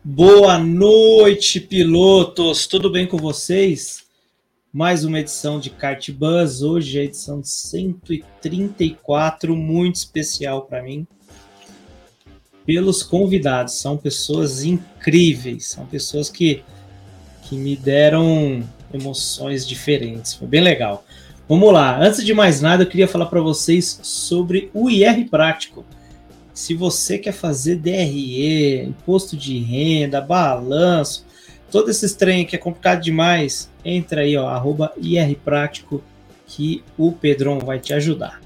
Boa noite, pilotos! Tudo bem com vocês? Mais uma edição de Kart Buzz, hoje é a edição 134, muito especial para mim. Pelos convidados, são pessoas incríveis, são pessoas que me deram emoções diferentes, foi bem legal. Vamos lá, antes de mais nada, eu queria falar para vocês sobre o IR Prático. Se você quer fazer DRE, imposto de renda, balanço, todo esse trem que é complicado demais, entra aí, ó, @IRPrático, que o Pedrão vai te ajudar.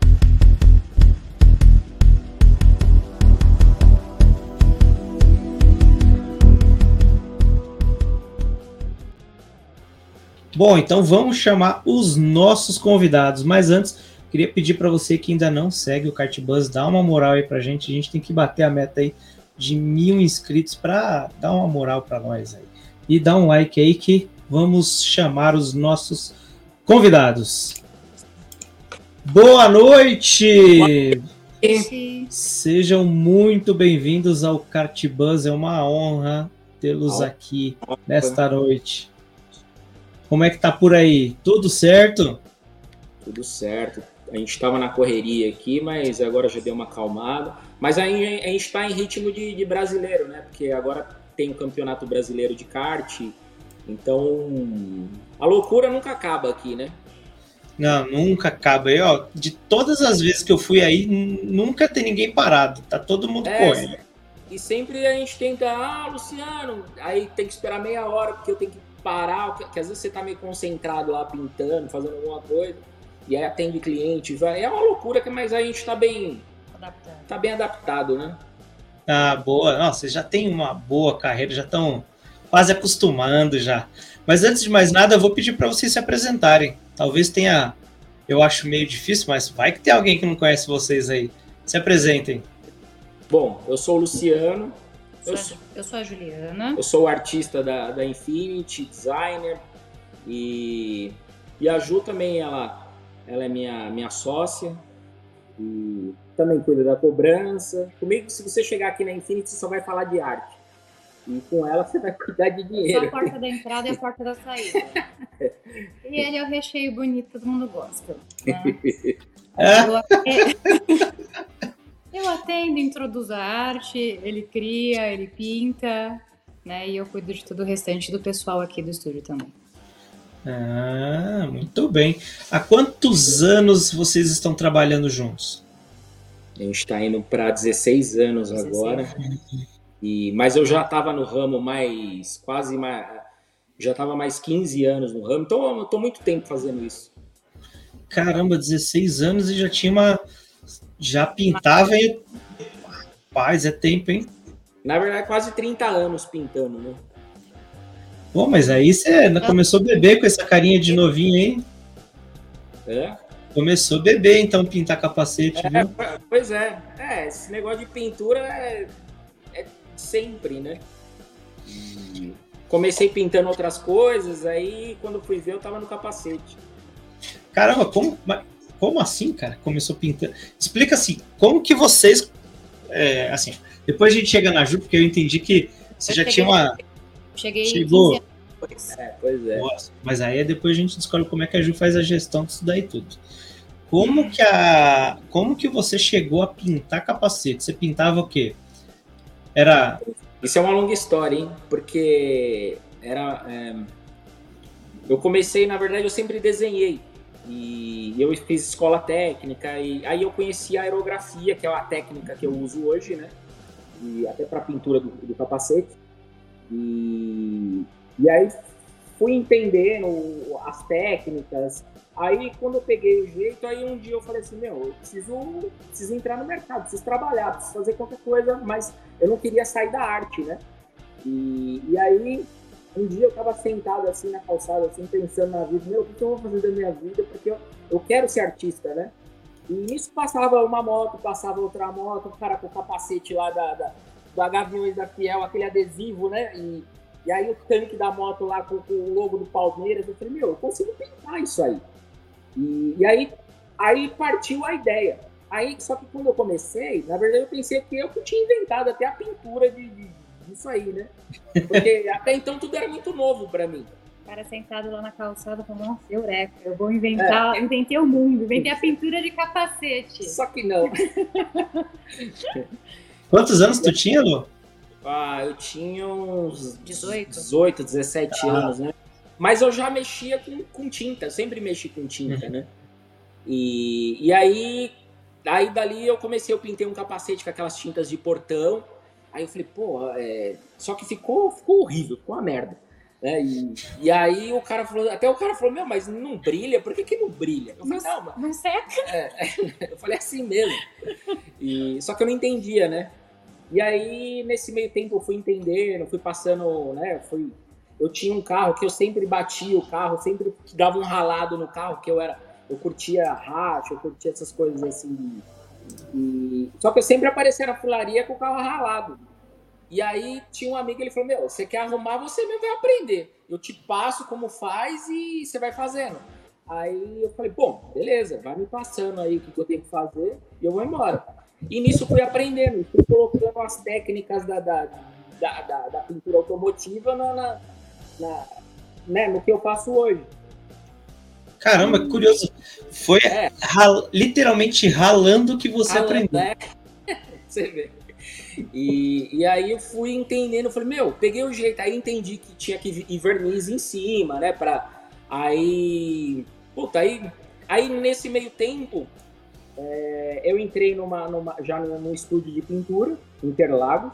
Bom, então vamos chamar os nossos convidados, mas antes, queria pedir para você que ainda não segue o Kart Buzz, dá uma moral aí pra gente, a gente tem que bater a meta aí de 1.000 inscritos para dar uma moral para nós aí. E dá um like aí que vamos chamar os nossos convidados. Boa noite! Sejam muito bem-vindos ao Kart Buzz, é uma honra tê-los aqui nesta noite. Como é que tá por aí? Tudo certo? Tudo certo. A gente estava na correria aqui, mas agora já deu uma acalmada. Mas aí a gente está em ritmo de brasileiro, né? Porque agora tem o Campeonato Brasileiro de Kart. Então, a loucura nunca acaba aqui, né? Não, nunca acaba. Aí, ó, de todas as vezes que eu fui aí, nunca tem ninguém parado. Tá todo mundo correndo. E sempre a gente tenta, Luciano, aí tem que esperar meia hora, porque eu tenho que parar, porque às vezes você tá meio concentrado lá pintando, fazendo alguma coisa, e aí atende cliente, é uma loucura, mas a gente tá bem adaptado, né? Ah, boa. Nossa, vocês já têm uma boa carreira, já estão quase acostumando já. Mas antes de mais nada, eu vou pedir para vocês se apresentarem. Talvez tenha, eu acho meio difícil, mas vai que tem alguém que não conhece vocês aí. Se apresentem. Bom, eu sou o Luciano. Eu sou a Juliana. Eu sou artista da Infinity, designer. E a Ju também, ela é minha sócia. E também cuida da cobrança. Comigo, se você chegar aqui na Infinity, você só vai falar de arte. E com ela, você vai cuidar de dinheiro. Só a porta da entrada e a porta da saída. E ele é o recheio bonito, todo mundo gosta. Né? Eu atendo, introduzo a arte, ele cria, ele pinta, né? E eu cuido de todo o restante do pessoal aqui do estúdio também. Ah, muito bem. Há quantos anos vocês estão trabalhando juntos? A gente está indo para 16 anos 16 agora. Mas eu já estava no ramo já estava mais 15 anos no ramo, então eu estou muito tempo fazendo isso. Caramba, 16 anos e já pintava e... Rapaz, é tempo, hein? Na verdade, quase 30 anos pintando, né? Bom, mas aí você ainda começou a beber com essa carinha de novinho, hein? É? Começou a beber, então, pintar capacete, viu? Pois é. Esse negócio de pintura é sempre, né? Comecei pintando outras coisas, aí quando fui ver eu tava no capacete. Caramba, como assim, cara? Começou pintando? Explica assim, como que vocês... assim, depois a gente chega na Ju, porque eu entendi que você já tinha uma... Chegou. 15 anos depois. Pois é. Nossa, mas aí depois a gente descobre como é que a Ju faz a gestão disso daí tudo. Como que você chegou a pintar capacete? Você pintava o quê? Isso é uma longa história, hein? Porque eu comecei, na verdade, eu sempre desenhei. E eu fiz escola técnica, e aí eu conheci a aerografia, que é a técnica que eu uso hoje, né? E até para pintura do capacete. E aí fui entendendo as técnicas. Aí quando eu peguei o jeito, aí um dia eu falei assim, eu preciso entrar no mercado, preciso trabalhar, preciso fazer qualquer coisa, mas eu não queria sair da arte, né? E aí um dia eu tava sentado assim na calçada, assim, pensando na vida, o que eu vou fazer da minha vida, porque eu quero ser artista, né? E nisso passava uma moto, passava outra moto, o cara com o capacete lá da Gaviões da Fiel, aquele adesivo, né? E aí o tanque da moto lá com o logo do Palmeiras, eu falei, eu consigo pintar isso aí. E aí partiu a ideia. Aí, só que quando eu comecei, na verdade eu pensei que eu tinha inventado até a pintura de isso aí, né? Porque até então tudo era muito novo para mim. O cara sentado lá na calçada falou, nossa, eureka, eu vou inventar, inventei o mundo, inventei a pintura de capacete. Só que não. Quantos anos tu tinha, Lu? Eu tinha uns 18, 17 anos, né? Mas eu já mexia com tinta, sempre mexi com tinta, né? E aí dali eu pintei um capacete com aquelas tintas de portão. Aí eu falei, só que ficou horrível, ficou uma merda. E aí o cara falou, meu, mas não brilha? Por que não brilha? Eu falei, não seca? Eu falei assim mesmo. Só que eu não entendia, né? E aí, nesse meio tempo, eu fui entendendo, fui passando, né? Eu tinha um carro que eu sempre batia o carro, sempre dava um ralado no carro, que eu curtia racha, eu curtia essas coisas assim. Só que eu sempre aparecia na fularia com o carro ralado. E aí tinha um amigo, ele falou, meu, você quer arrumar, você mesmo vai aprender. Eu te passo como faz e você vai fazendo. Aí eu falei, bom, beleza, vai me passando aí o que eu tenho que fazer e eu vou embora. E nisso fui aprendendo, fui colocando as técnicas da pintura automotiva no que eu faço hoje. Caramba, que curioso. Foi literalmente ralando que você aprendeu. Né? Você vê. E aí eu fui entendendo, falei, meu, peguei o jeito, aí entendi que tinha que ir verniz em cima, né, aí nesse meio tempo, eu entrei já num estúdio de pintura, Interlagos,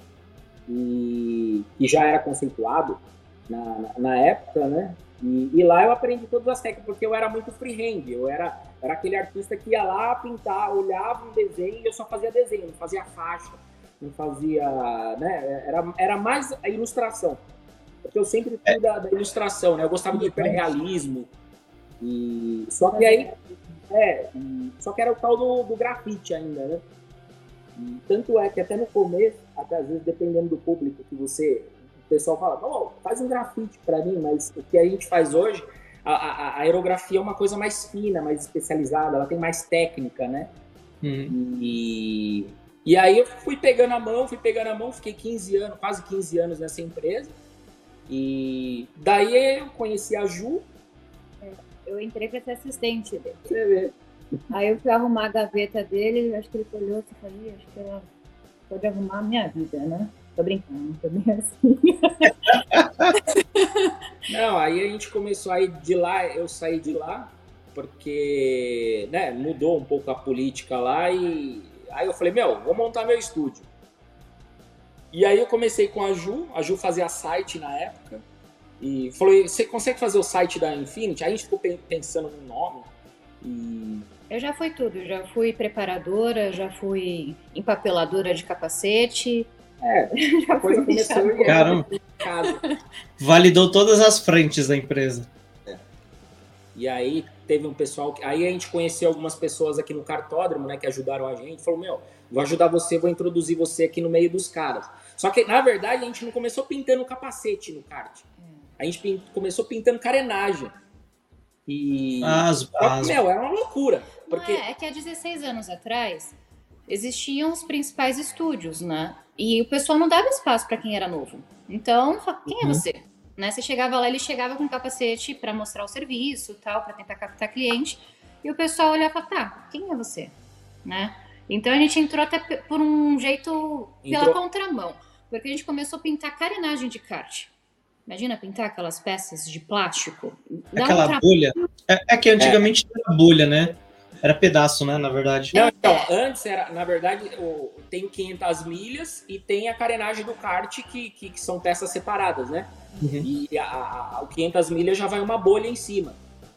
e já era conceituado na época, né, e lá eu aprendi todas as técnicas, porque eu era muito freehand, eu era aquele artista que ia lá pintar, olhava um desenho e eu só fazia desenho, não fazia faixa, não fazia, né, era mais a ilustração, porque eu sempre fui da ilustração, né, eu gostava de hiperrealismo, só que aí, só que era o tal do grafite ainda, né, tanto é que até no começo, até às vezes dependendo do público que o pessoal fala, faz um grafite para mim, mas o que a gente faz hoje, a aerografia é uma coisa mais fina, mais especializada, ela tem mais técnica, né, E aí eu fui pegando a mão, fiquei 15 anos, quase 15 anos nessa empresa. E daí eu conheci a Ju. Eu entrei para ser assistente dele. Você vê. Aí eu fui arrumar a gaveta dele, acho que ele olhou e falou, acho que ela pode arrumar a minha vida, né? Tô brincando, não tô bem assim. Não, aí a gente começou a ir de lá, eu saí de lá, porque, né, mudou um pouco a política lá e... Aí eu falei, meu, vou montar meu estúdio. E aí eu comecei com a Ju fazia site na época, e falou, você consegue fazer o site da Infinity? Aí a gente ficou pensando no nome, e... Eu já fui tudo, já fui preparadora, já fui empapeladora de capacete. A coisa começou e Caramba. Validou todas as frentes da empresa. E aí teve um pessoal, aí a gente conheceu algumas pessoas aqui no cartódromo, né, que ajudaram a gente, falou, meu, vou ajudar você, vou introduzir você aqui no meio dos caras. Só que, na verdade, a gente não começou pintando capacete no kart. A gente começou pintando carenagem. E... Meu, era uma loucura. Porque... É que há 16 anos atrás, existiam os principais estúdios, né? E o pessoal não dava espaço para quem era novo. Então, quem é você? Né? Você chegava lá, ele chegava com um capacete para mostrar o serviço, tal, para tentar captar cliente. E o pessoal olhava e falava, tá, quem é você? Né? Então a gente entrou até por um jeito, pela contramão. Porque a gente começou a pintar carenagem de kart. Imagina pintar aquelas peças de plástico. Aquela bolha. É que antigamente não era bolha, né? Era pedaço, né, na verdade. Não, então, antes era, na verdade, tem o 500 milhas e tem a carenagem do kart que são peças separadas, né? E o 500 milhas já vai uma bolha em cima.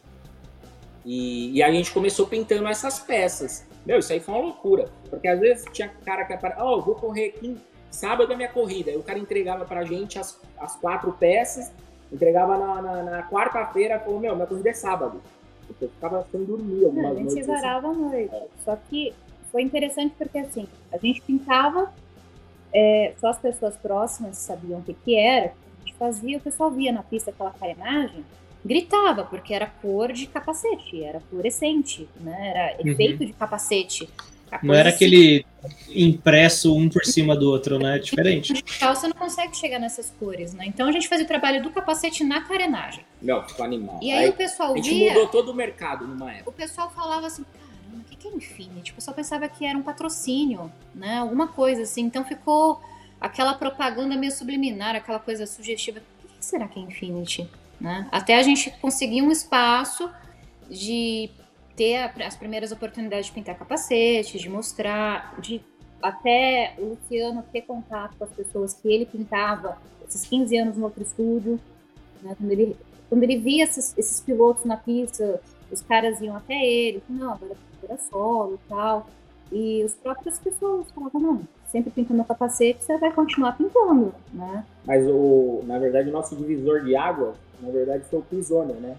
E a gente começou pintando essas peças. Meu, isso aí foi uma loucura. Porque às vezes tinha cara que aparecia, eu vou correr aqui, sábado é minha corrida. Aí o cara entregava pra gente as 4 peças, entregava na quarta-feira, falou, meu, minha corrida é sábado. Eu ficava sem dormir algumas noites. A gente se varava à noite. Só que foi interessante porque, assim, a gente pintava, só as pessoas próximas sabiam o que era, a gente fazia, o pessoal via na pista aquela carenagem, gritava, porque era cor de capacete, era fluorescente, né? Era efeito de capacete. Não era aquele impresso um por cima do outro, né? É diferente. Digital, você não consegue chegar nessas cores, né? Então a gente fazia o trabalho do capacete na carenagem. Não, ficou animal. E aí o pessoal via... A gente via... mudou todo o mercado numa época. O pessoal falava assim, caramba, o que é Infinity? O pessoal pensava que era um patrocínio, né? Alguma coisa assim. Então ficou aquela propaganda meio subliminar, aquela coisa sugestiva. O que será que é Infinity? Né? Até a gente conseguir um espaço de ter as primeiras oportunidades de pintar capacete, de mostrar, de até o Luciano ter contato com as pessoas que ele pintava esses 15 anos no outro estúdio, né? Quando ele via esses pilotos na pista, os caras iam até ele, não, agora era solo e tal, e os próprios pessoas falavam, não, sempre pintando o capacete, você vai continuar pintando, né? Mas, na verdade, o nosso divisor de água, na verdade, foi o Pisônia, né?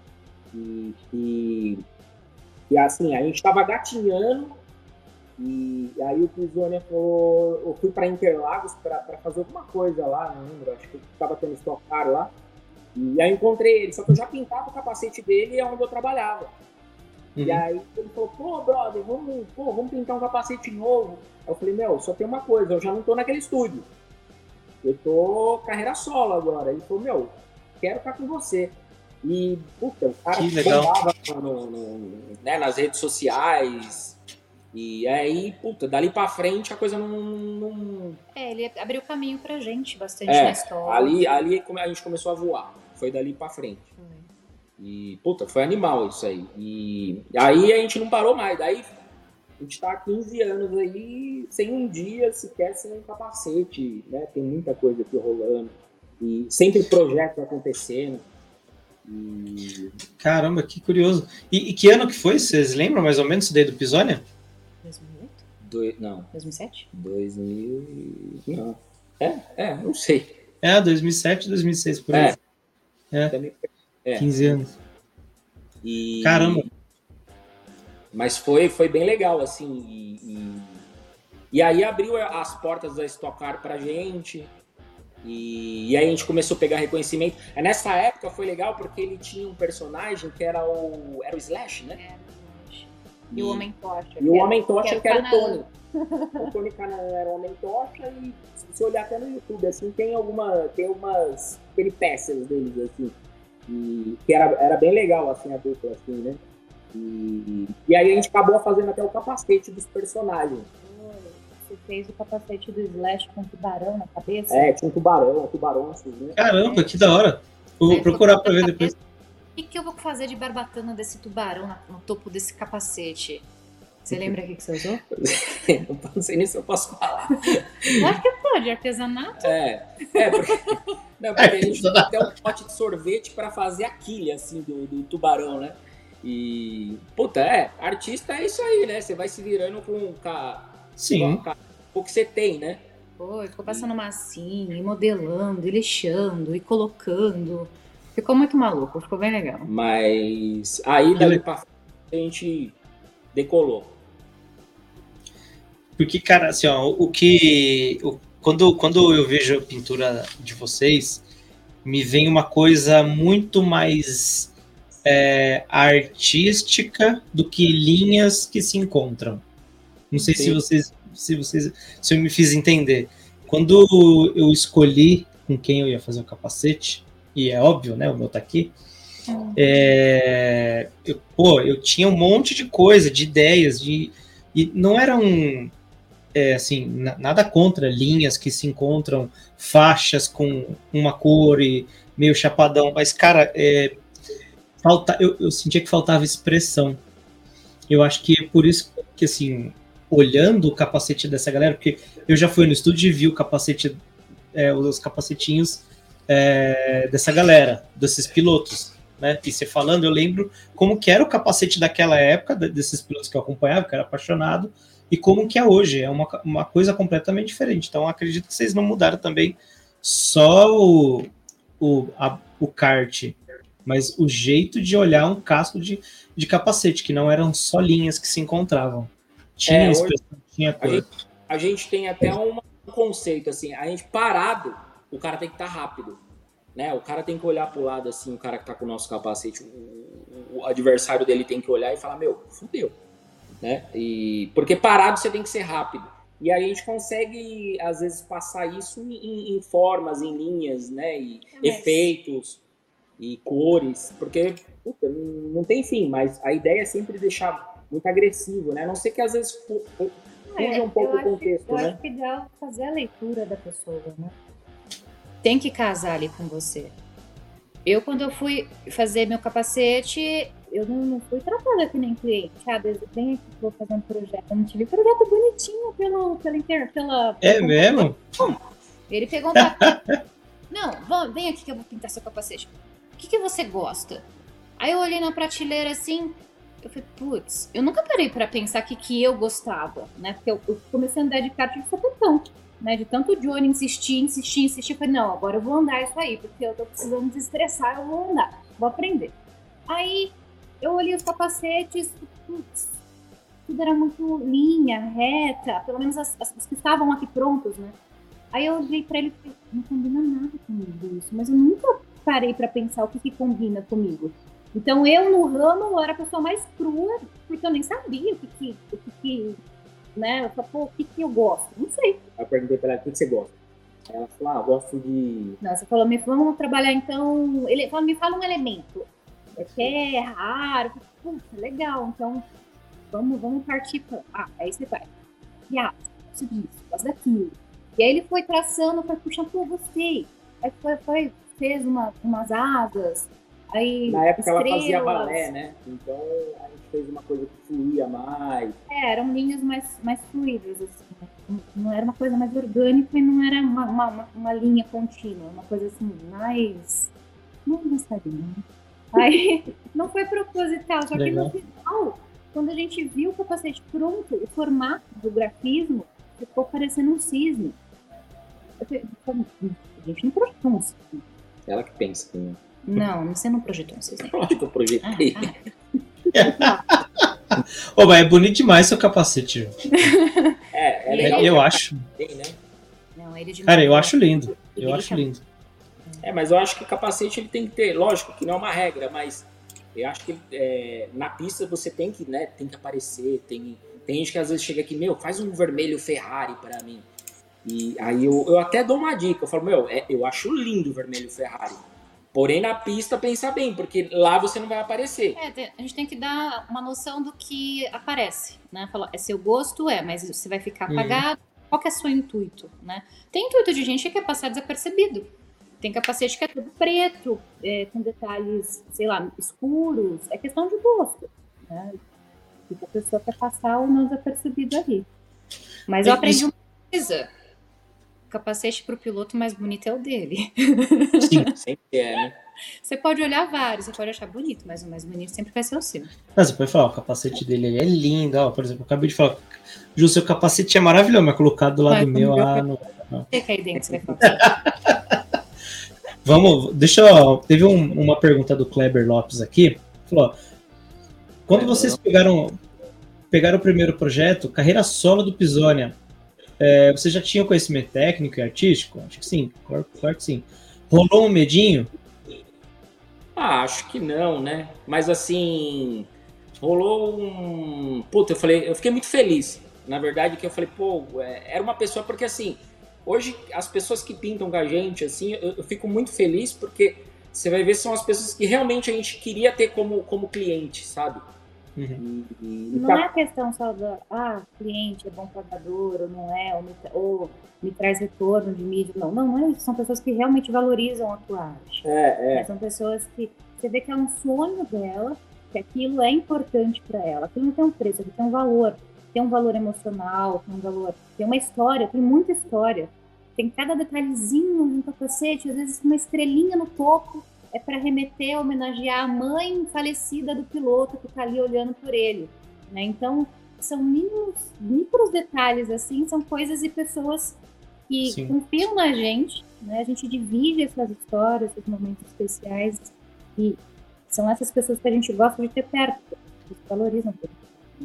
E assim, a gente tava gatinhando e aí o Pisônia falou, eu fui para Interlagos para fazer alguma coisa lá, não lembro, acho que tava tendo Stock Car lá, e aí eu encontrei ele, só que eu já pintava o capacete dele onde eu trabalhava. E aí ele falou, pô, brother, vamos pintar um capacete novo. Aí eu falei, meu, só tem uma coisa, eu já não tô naquele estúdio, eu tô carreira solo agora. Ele falou, meu, quero estar com você. E, puta, o cara bombava né, nas redes sociais. E aí, puta, dali pra frente a coisa não... ele abriu caminho pra gente bastante na história. Ali a gente começou a voar. Foi dali pra frente. E, puta, foi animal isso aí. E aí a gente não parou mais. Daí a gente tá há 15 anos aí, sem um dia sequer sem um capacete, né? Tem muita coisa aqui rolando. E sempre projetos acontecendo. Caramba, que curioso. E que ano que foi? Vocês lembram mais ou menos isso daí do Pisônia? 2008? Não. 2007? 2000... Não. Não sei. 2007, 2006, por aí. 15 anos. Caramba. Mas foi bem legal, assim. E aí abriu as portas da Stock Car pra gente. E aí a gente começou a pegar reconhecimento. Nessa época foi legal porque ele tinha um personagem que era o Slash, né? E o Homem Tocha. E o Homem Tocha que era o Tony. O Tony Canaan era o Homem Tocha e se você olhar até no YouTube, assim, tem umas peripécias deles, assim. E que era bem legal, assim, a dupla, assim, né? E aí a gente acabou fazendo até o capacete dos personagens. Você fez o capacete do Slash com um tubarão na cabeça? Tinha um tubarão assim, né? Caramba, que da hora. Vou procurar pra ver depois. O que eu vou fazer de barbatana desse tubarão no topo desse capacete? Você lembra o que você usou? Não sei nem se eu posso falar. Acho que pode, artesanato. Porque a gente dá até um pote de sorvete pra fazer a quilha, assim, do tubarão, né? E, puta, artista é isso aí, né? Você vai se virando com o que você tem, né? Foi, ficou passando massinha, e modelando, e lixando, e colocando. Ficou muito maluco, ficou bem legal. Mas aí dali pra frente a gente decolou. Porque, cara, assim, ó, quando eu vejo a pintura de vocês, me vem uma coisa muito mais artística do que linhas que se encontram. Não sei se eu me fiz entender. Quando eu escolhi com quem eu ia fazer o capacete, e é óbvio, né, o meu tá aqui, eu tinha um monte de coisa, de ideias, e não eram, assim, nada contra linhas que se encontram, faixas com uma cor e meio chapadão, mas, cara, eu sentia que faltava expressão. Eu acho que é por isso que, assim, olhando o capacete dessa galera, porque eu já fui no estúdio e vi o capacete, os capacetinhos dessa galera, desses pilotos, né? E você falando, eu lembro como que era o capacete daquela época, desses pilotos que eu acompanhava, que eu era apaixonado, e como que é hoje, é uma coisa completamente diferente. Então, acredito que vocês não mudaram também só o kart, mas o jeito de olhar um casco de capacete, que não eram só linhas que se encontravam. Tinha expressão, tinha cor. A gente tem até um conceito, assim, a gente parado, o cara tem que estar rápido, né? O cara tem que olhar pro lado, assim, o cara que tá com o nosso capacete, o adversário dele tem que olhar e falar, meu, fudeu. né? Porque parado você tem que ser rápido. E aí a gente consegue, às vezes, passar isso em formas, em linhas, né? E efeitos e cores, porque puta, não tem fim, mas a ideia é sempre deixar muito agressivo, né? A não ser que às vezes fuja um pouco o contexto, né? Eu acho que é ideal fazer a leitura da pessoa, né? Tem que casar ali com você. Quando eu fui fazer meu capacete, eu não fui tratada que nem cliente. Bem aqui que vou fazer um projeto. Eu não tive projeto bonitinho pela É mesmo? Ele pegou um papel. Não, vem aqui que eu vou pintar seu capacete. O que você gosta? Aí eu olhei na prateleira assim, eu falei, putz, eu nunca parei pra pensar o que eu gostava, né? Porque eu comecei a andar de kart de sapetão, né? De tanto o Johnny insistir. Eu falei, não, agora eu vou andar isso aí, porque eu tô precisando desestressar, eu vou andar, vou aprender. Aí eu olhei os capacetes, putz, tudo era muito linha, reta, pelo menos as que estavam aqui prontos, né? Aí eu olhei pra ele e falei, não combina nada comigo isso, mas eu nunca parei pra pensar o que combina comigo. Então eu no ramo eu era a pessoa mais crua, porque eu nem sabia o que né? Eu falei, pô, o que eu gosto? Não sei. Eu perguntei pra ela, o que você gosta? Aí ela falou, eu gosto de... Não, você falou, vamos trabalhar então... Ele falou, me fala um elemento. É terra, ar, puxa, legal, então vamos partir para... aí você vai. E gosto disso, gosto daquilo. E aí ele foi traçando, foi puxando, pô, gostei. Aí fez umas asas, aí na época estrelas. Ela fazia balé, né? Então a gente fez uma coisa que fluía mais. Eram linhas mais fluídas, assim. Não era uma coisa mais orgânica e não era uma linha contínua, uma coisa assim, mais... Não gostaria, né? Aí não foi proposital, só que no final, quando a gente viu o capacete pronto, o formato do grafismo ficou parecendo um cisne. A gente não projetou um cisne. Ela que pensa, né? Não, você não projetou um cisne. Lógico que eu projetei. Mas é bonito demais seu capacete. Eu acho. Tem, né? Não, ele de Cara, eu acho lindo. Eu acho lindo. Mas eu acho que o capacete ele tem que ter, lógico que não é uma regra, mas eu acho que na pista você tem que aparecer, tem gente que às vezes chega aqui, faz um vermelho Ferrari pra mim. E aí eu até dou uma dica, eu falo, eu acho lindo o vermelho Ferrari. Porém, na pista, pensa bem, porque lá você não vai aparecer. A gente tem que dar uma noção do que aparece, né? Falar, é seu gosto, mas você vai ficar apagado. Qual que é o seu intuito, né? Tem intuito de gente que quer passar desapercebido. Tem capacete que é todo preto, com detalhes, sei lá, escuros. É questão de gosto, né? A pessoa quer passar ou não desapercebido ali. Mas eu aprendi uma coisa. O capacete para o piloto mais bonito é o dele. Sim, sempre é, né? Você pode olhar vários, você pode achar bonito, mas o mais bonito sempre vai ser o seu. Mas você pode falar, o capacete dele é lindo. Ó, por exemplo, eu acabei de falar, Ju, seu capacete é maravilhoso, mas colocado do lado meu, não. Fica aí dentro, você vai falar. Teve uma pergunta do Kleber Lopes aqui. Falou, quando vocês pegaram o primeiro projeto, carreira solo do Pisonia, você já tinha conhecimento técnico e artístico? Acho que sim, claro que sim. Rolou um medinho? Acho que não, né? Mas assim, rolou um... Puta, eu fiquei muito feliz. Na verdade, que eu falei, era uma pessoa, porque assim... Hoje, as pessoas que pintam com a gente, assim, eu fico muito feliz porque você vai ver, são as pessoas que realmente a gente queria ter como cliente, sabe? Uhum. Não é a questão só do cliente é bom pagador ou não é, ou me traz retorno de mídia. Não é isso. São pessoas que realmente valorizam a tua arte. São pessoas que você vê que é um sonho dela, que aquilo é importante para ela. Aquilo não tem um preço, aquilo tem um valor. Tem um valor emocional, tem uma história, tem muita história. Tem cada detalhezinho no capacete, às vezes uma estrelinha no topo é para remeter, homenagear a mãe falecida do piloto que está ali olhando por ele, né? Então, são micros detalhes, assim, são coisas e pessoas que confiam na gente, né? A gente divide essas histórias, esses momentos especiais, e são essas pessoas que a gente gosta de ter perto, que valorizam tudo.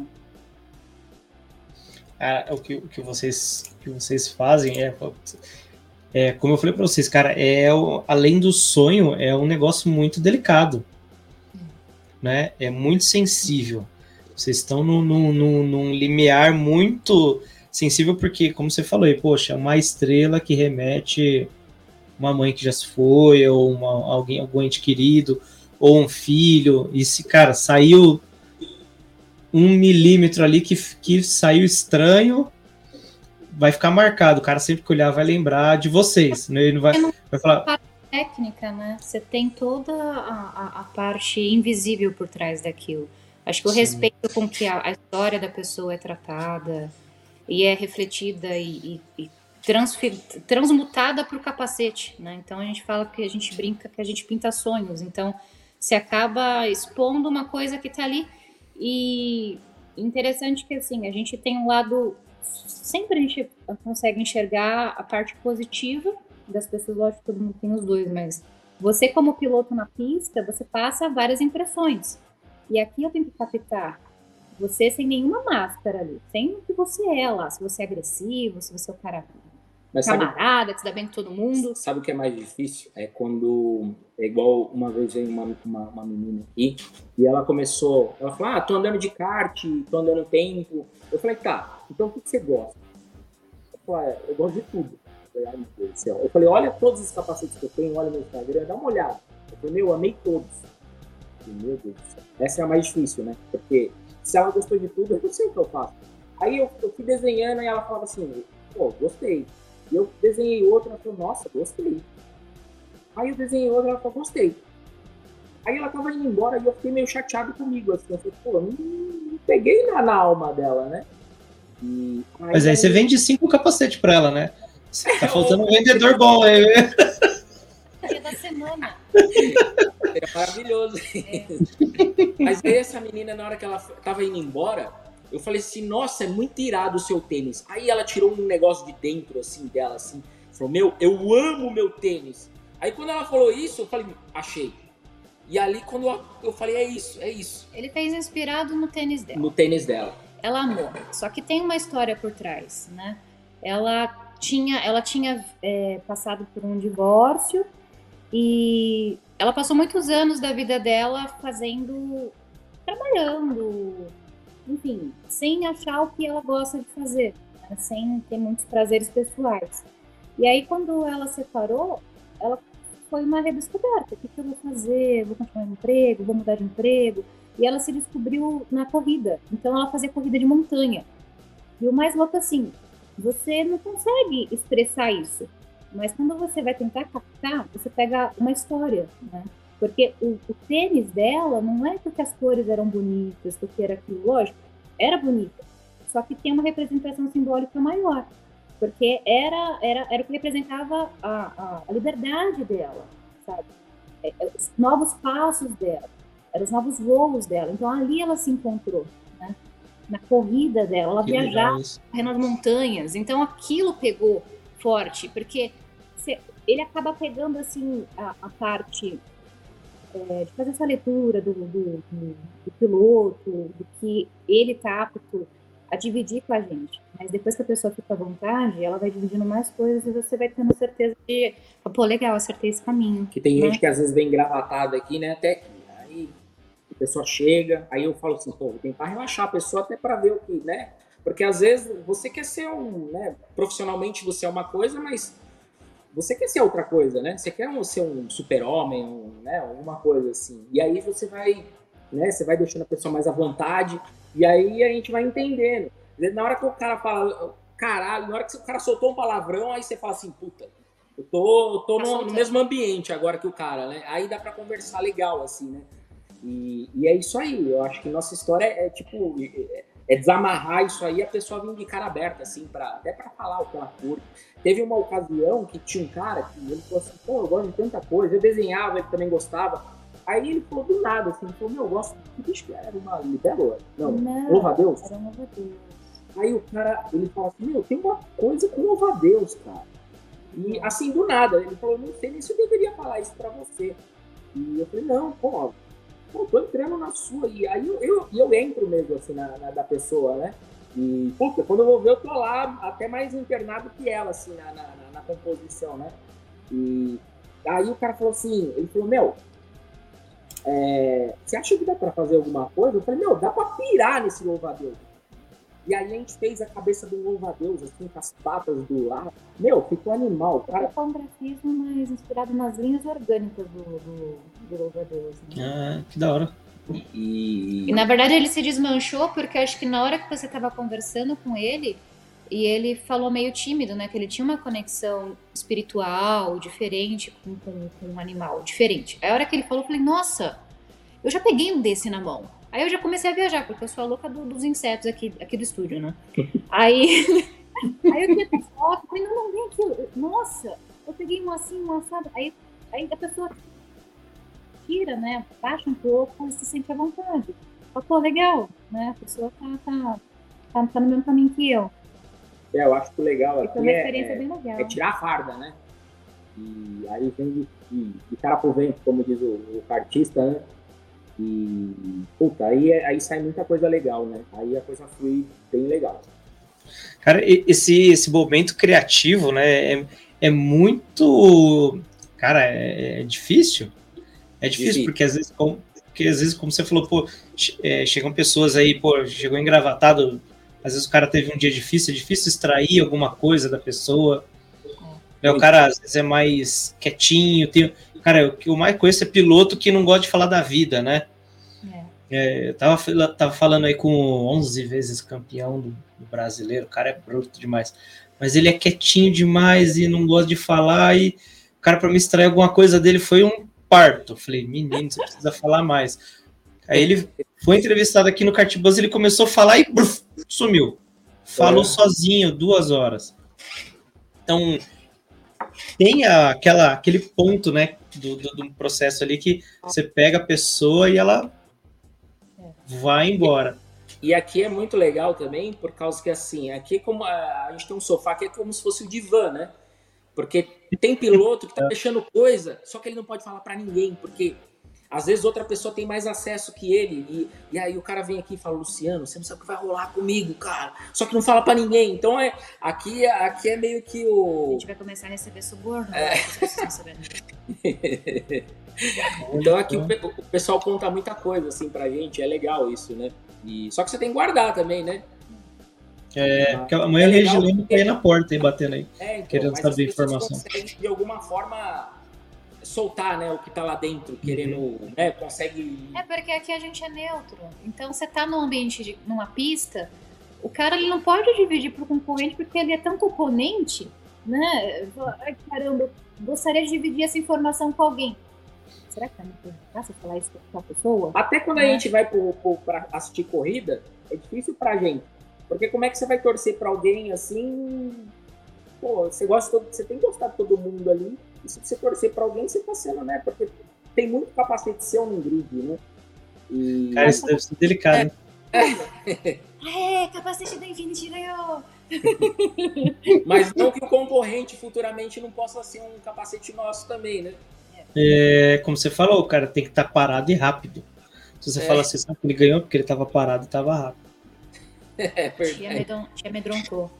O que vocês fazem como eu falei para vocês, cara, além do sonho, é um negócio muito delicado, né? É muito sensível. Vocês estão num limiar muito sensível, porque, como você falou aí, poxa, uma estrela que remete uma mãe que já se foi, ou algum ente querido, ou um filho, e se, cara, saiu 1 milímetro ali que saiu estranho, vai ficar marcado. O cara sempre que olhar vai lembrar de vocês. Né? Ele não vai falar... Técnica, né? Você tem toda a parte invisível por trás daquilo. Acho que o respeito com que a história da pessoa é tratada e é refletida e transmutada para o capacete, né? Então a gente fala que a gente brinca que a gente pinta sonhos. Então você acaba expondo uma coisa que está ali. E interessante que assim a gente tem um lado, sempre a gente consegue enxergar a parte positiva das pessoas, lógico que todo mundo tem os dois, mas você como piloto na pista, você passa várias impressões. E aqui eu tenho que captar você sem nenhuma máscara ali, sem o que você é lá, se você é agressivo, se você é o cara camarada, que se dá bem com todo mundo. Sabe o que é mais difícil? É quando, é igual uma vez veio uma menina aqui, e ela falou, tô andando de kart, tô andando tempo. Eu falei, tá, então o que você gosta? Eu falei, eu gosto de tudo. Eu falei, olha todos os capacetes que eu tenho, olha no Instagram, dá uma olhada. Eu falei, amei todos. Meu Deus do céu. Essa é a mais difícil, né? Porque se ela gostou de tudo, eu não sei o que eu faço. Aí eu fui desenhando e ela falava assim, gostei. E eu desenhei outra, ela falou, nossa, gostei. Aí eu desenhei outra, ela falou, gostei. Aí ela tava indo embora e eu fiquei meio chateado comigo, assim. Eu falei, não peguei na alma dela, né? Mas aí você vende 5 capacetes pra ela, né? Tá faltando um vendedor bom aí. Dia da semana. É maravilhoso. Mas aí essa menina, na hora que ela tava indo embora, eu falei assim, nossa, é muito irado o seu tênis. Aí ela tirou um negócio de dentro, assim, dela, assim. Falou, eu amo meu tênis. Aí quando ela falou isso, eu falei, achei. E ali quando eu falei, é isso. Ele fez inspirado no tênis dela. No tênis dela. Ela amou. Só que tem uma história por trás, né? Ela tinha passado por um divórcio e ela passou muitos anos da vida dela trabalhando, enfim, sem achar o que ela gosta de fazer, né? Sem ter muitos prazeres pessoais. E aí, quando ela separou, ela foi uma redescoberta. O que eu vou fazer? Vou continuar no emprego? Vou mudar de emprego? E ela se descobriu na corrida. Então, ela fazia corrida de montanha. E o mais louco assim, você não consegue expressar isso. Mas quando você vai tentar captar, você pega uma história, né? Porque o tênis dela não é porque as cores eram bonitas, porque era aquilo, lógico, era bonita. Só que tem uma representação simbólica maior. Porque era o que representava a liberdade dela, sabe? Os novos passos dela, eram os novos voos dela. Então ali ela se encontrou, né? Na corrida dela, ela viajava nas montanhas. Então aquilo pegou forte, porque ele acaba pegando assim a parte de fazer essa leitura do piloto, do que ele está apto a dividir com a gente. Mas depois que a pessoa fica à vontade, ela vai dividindo mais coisas e você vai tendo certeza de, pô, legal, acertei esse caminho. Que tem gente que às vezes vem gravatada aqui, né, até aqui. Aí a pessoa chega, aí eu falo assim, pô, vou tentar relaxar a pessoa até para ver o que, né? Porque às vezes você quer ser né, profissionalmente você é uma coisa, mas você quer ser outra coisa, né? Você quer ser um super-homem, né, alguma coisa assim. E aí você vai, né, você vai deixando a pessoa mais à vontade, e aí a gente vai entendendo. Na hora que o cara fala, caralho, na hora que o cara soltou um palavrão, aí você fala assim, puta, eu tô no mesmo ambiente agora que o cara, né? Aí dá pra conversar legal, assim, né? E é isso aí, eu acho que nossa história é tipo, desamarrar isso aí, a pessoa vir de cara aberta, assim, até pra falar o que ela curte. Teve uma ocasião que tinha um cara que ele falou assim, pô, eu gosto de tanta coisa, eu desenhava, ele também gostava. Aí ele falou do nada, assim, ele falou, eu gosto de bicho, era uma libélula? Não, louva-a-Deus? Era louva-a-Deus. Aí o cara, ele fala assim, tem uma coisa com louva-a-Deus, cara. E assim, do nada, ele falou, não sei nem se eu deveria falar isso pra você. E eu falei, não, pô, tô entrando na sua. E aí eu entro mesmo, assim, na da pessoa, né? E, puta, quando eu vou ver, eu tô lá até mais internado que ela, assim, na composição, né? E aí o cara falou assim, ele falou, você acha que dá pra fazer alguma coisa? Eu falei, dá pra pirar nesse louva-a-Deus. E aí a gente fez a cabeça do louva-a-Deus, assim, com as patas do lado. Ficou animal. Cara, foi um grafismo mais inspirado nas linhas orgânicas do louva-a-Deus. Né? Que da hora. E na verdade ele se desmanchou porque acho que na hora que você estava conversando com ele, e ele falou meio tímido, né? Que ele tinha uma conexão espiritual diferente com um animal, diferente. Aí a hora que ele falou, eu falei, nossa, eu já peguei um desse na mão. Aí eu já comecei a viajar, porque eu sou a louca dos insetos aqui do estúdio, né? Aí eu tinha foto, eu falei, não, vem aqui. Nossa, eu peguei um assim, um assado. Aí a pessoa tira, né? Baixa um pouco e se sente à vontade. Pô, legal, né? A pessoa tá no mesmo caminho que eu. Eu acho que o legal aqui uma experiência bem legal. É tirar a farda, né? E aí vem de cara pro vento, como diz o artista, né? E, puta, aí sai muita coisa legal, né? Aí a coisa flui bem legal. Cara, esse momento criativo, né? É muito... Cara, é difícil. É difícil, porque às vezes, como você falou, pô, chegam pessoas aí, pô, chegou engravatado, às vezes o cara teve um dia difícil, é difícil extrair alguma coisa da pessoa. O cara, às vezes, é mais quietinho. Cara, o que eu mais conheço é piloto que não gosta de falar da vida, né? Eu tava falando aí com 11 vezes campeão do brasileiro, o cara é bruto demais. Mas ele é quietinho demais e não gosta de falar, e o cara, pra me extrair alguma coisa dele, foi um parto. Eu falei, menino, você precisa falar mais. Aí ele foi entrevistado aqui no Kartbuzz, ele começou a falar e sumiu. Falou sozinho 2 horas. Então, tem aquele ponto, né, do processo ali que você pega a pessoa e ela vai embora. E aqui é muito legal também, por causa que, assim, aqui como a gente tem um sofá que é como se fosse o divã, né? Porque tem piloto que tá deixando coisa, só que ele não pode falar pra ninguém, porque às vezes outra pessoa tem mais acesso que ele, e aí o cara vem aqui e fala, Luciano, você não sabe o que vai rolar comigo, cara, só que não fala pra ninguém. Então aqui é meio que A gente vai começar a receber suborno, né? Então aqui o pessoal conta muita coisa, assim, pra gente, é legal isso, né? Só que você tem que guardar também, né? Porque amanhã a Regilene tá aí na porta, aí, batendo aí, então, querendo saber informação. Consegue, de alguma forma, soltar, né, o que tá lá dentro, querendo, né, consegue... Porque aqui a gente é neutro. Então, você tá num ambiente, numa pista, o cara ele não pode dividir pro concorrente porque ele é tanto oponente, né? Ai, caramba, eu gostaria de dividir essa informação com alguém. Será que tá muito fácil falar isso com a pessoa? Até quando a gente vai pra assistir corrida, é difícil pra gente. Porque como é que você vai torcer pra alguém assim? Pô, você tem que gostar de todo mundo ali. E se você torcer pra alguém, você tá sendo, né? Porque tem muito capacete seu no grid, né? Cara, isso deve ser delicado. Capacete da Infinity ganhou! Mas não que o concorrente futuramente não possa ser um capacete nosso também, né? Como você falou, o cara tem que estar parado e rápido. Se você fala assim, sabe que ele ganhou porque ele estava parado e estava rápido. Te amedrontou.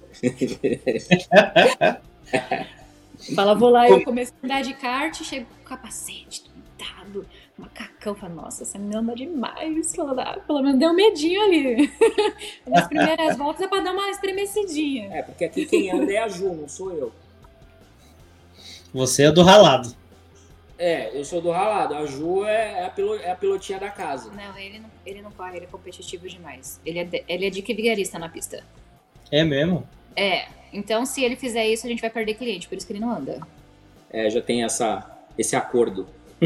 Fala, vou lá, eu comecei a andar de kart, chego com o capacete, pintado, macacão. Fala, nossa, essa menina anda demais. Pelo menos deu um medinho ali. Nas primeiras voltas é pra dar uma estremecidinha. Porque aqui quem anda é a Ju, não sou eu. Você é do ralado. Eu sou do ralado. A Ju é a pilotinha da casa. Não, ele não corre, ele é competitivo demais. Ele é dica vigarista na pista. É mesmo? Então se ele fizer isso, a gente vai perder cliente, por isso que ele não anda. Já tem esse acordo.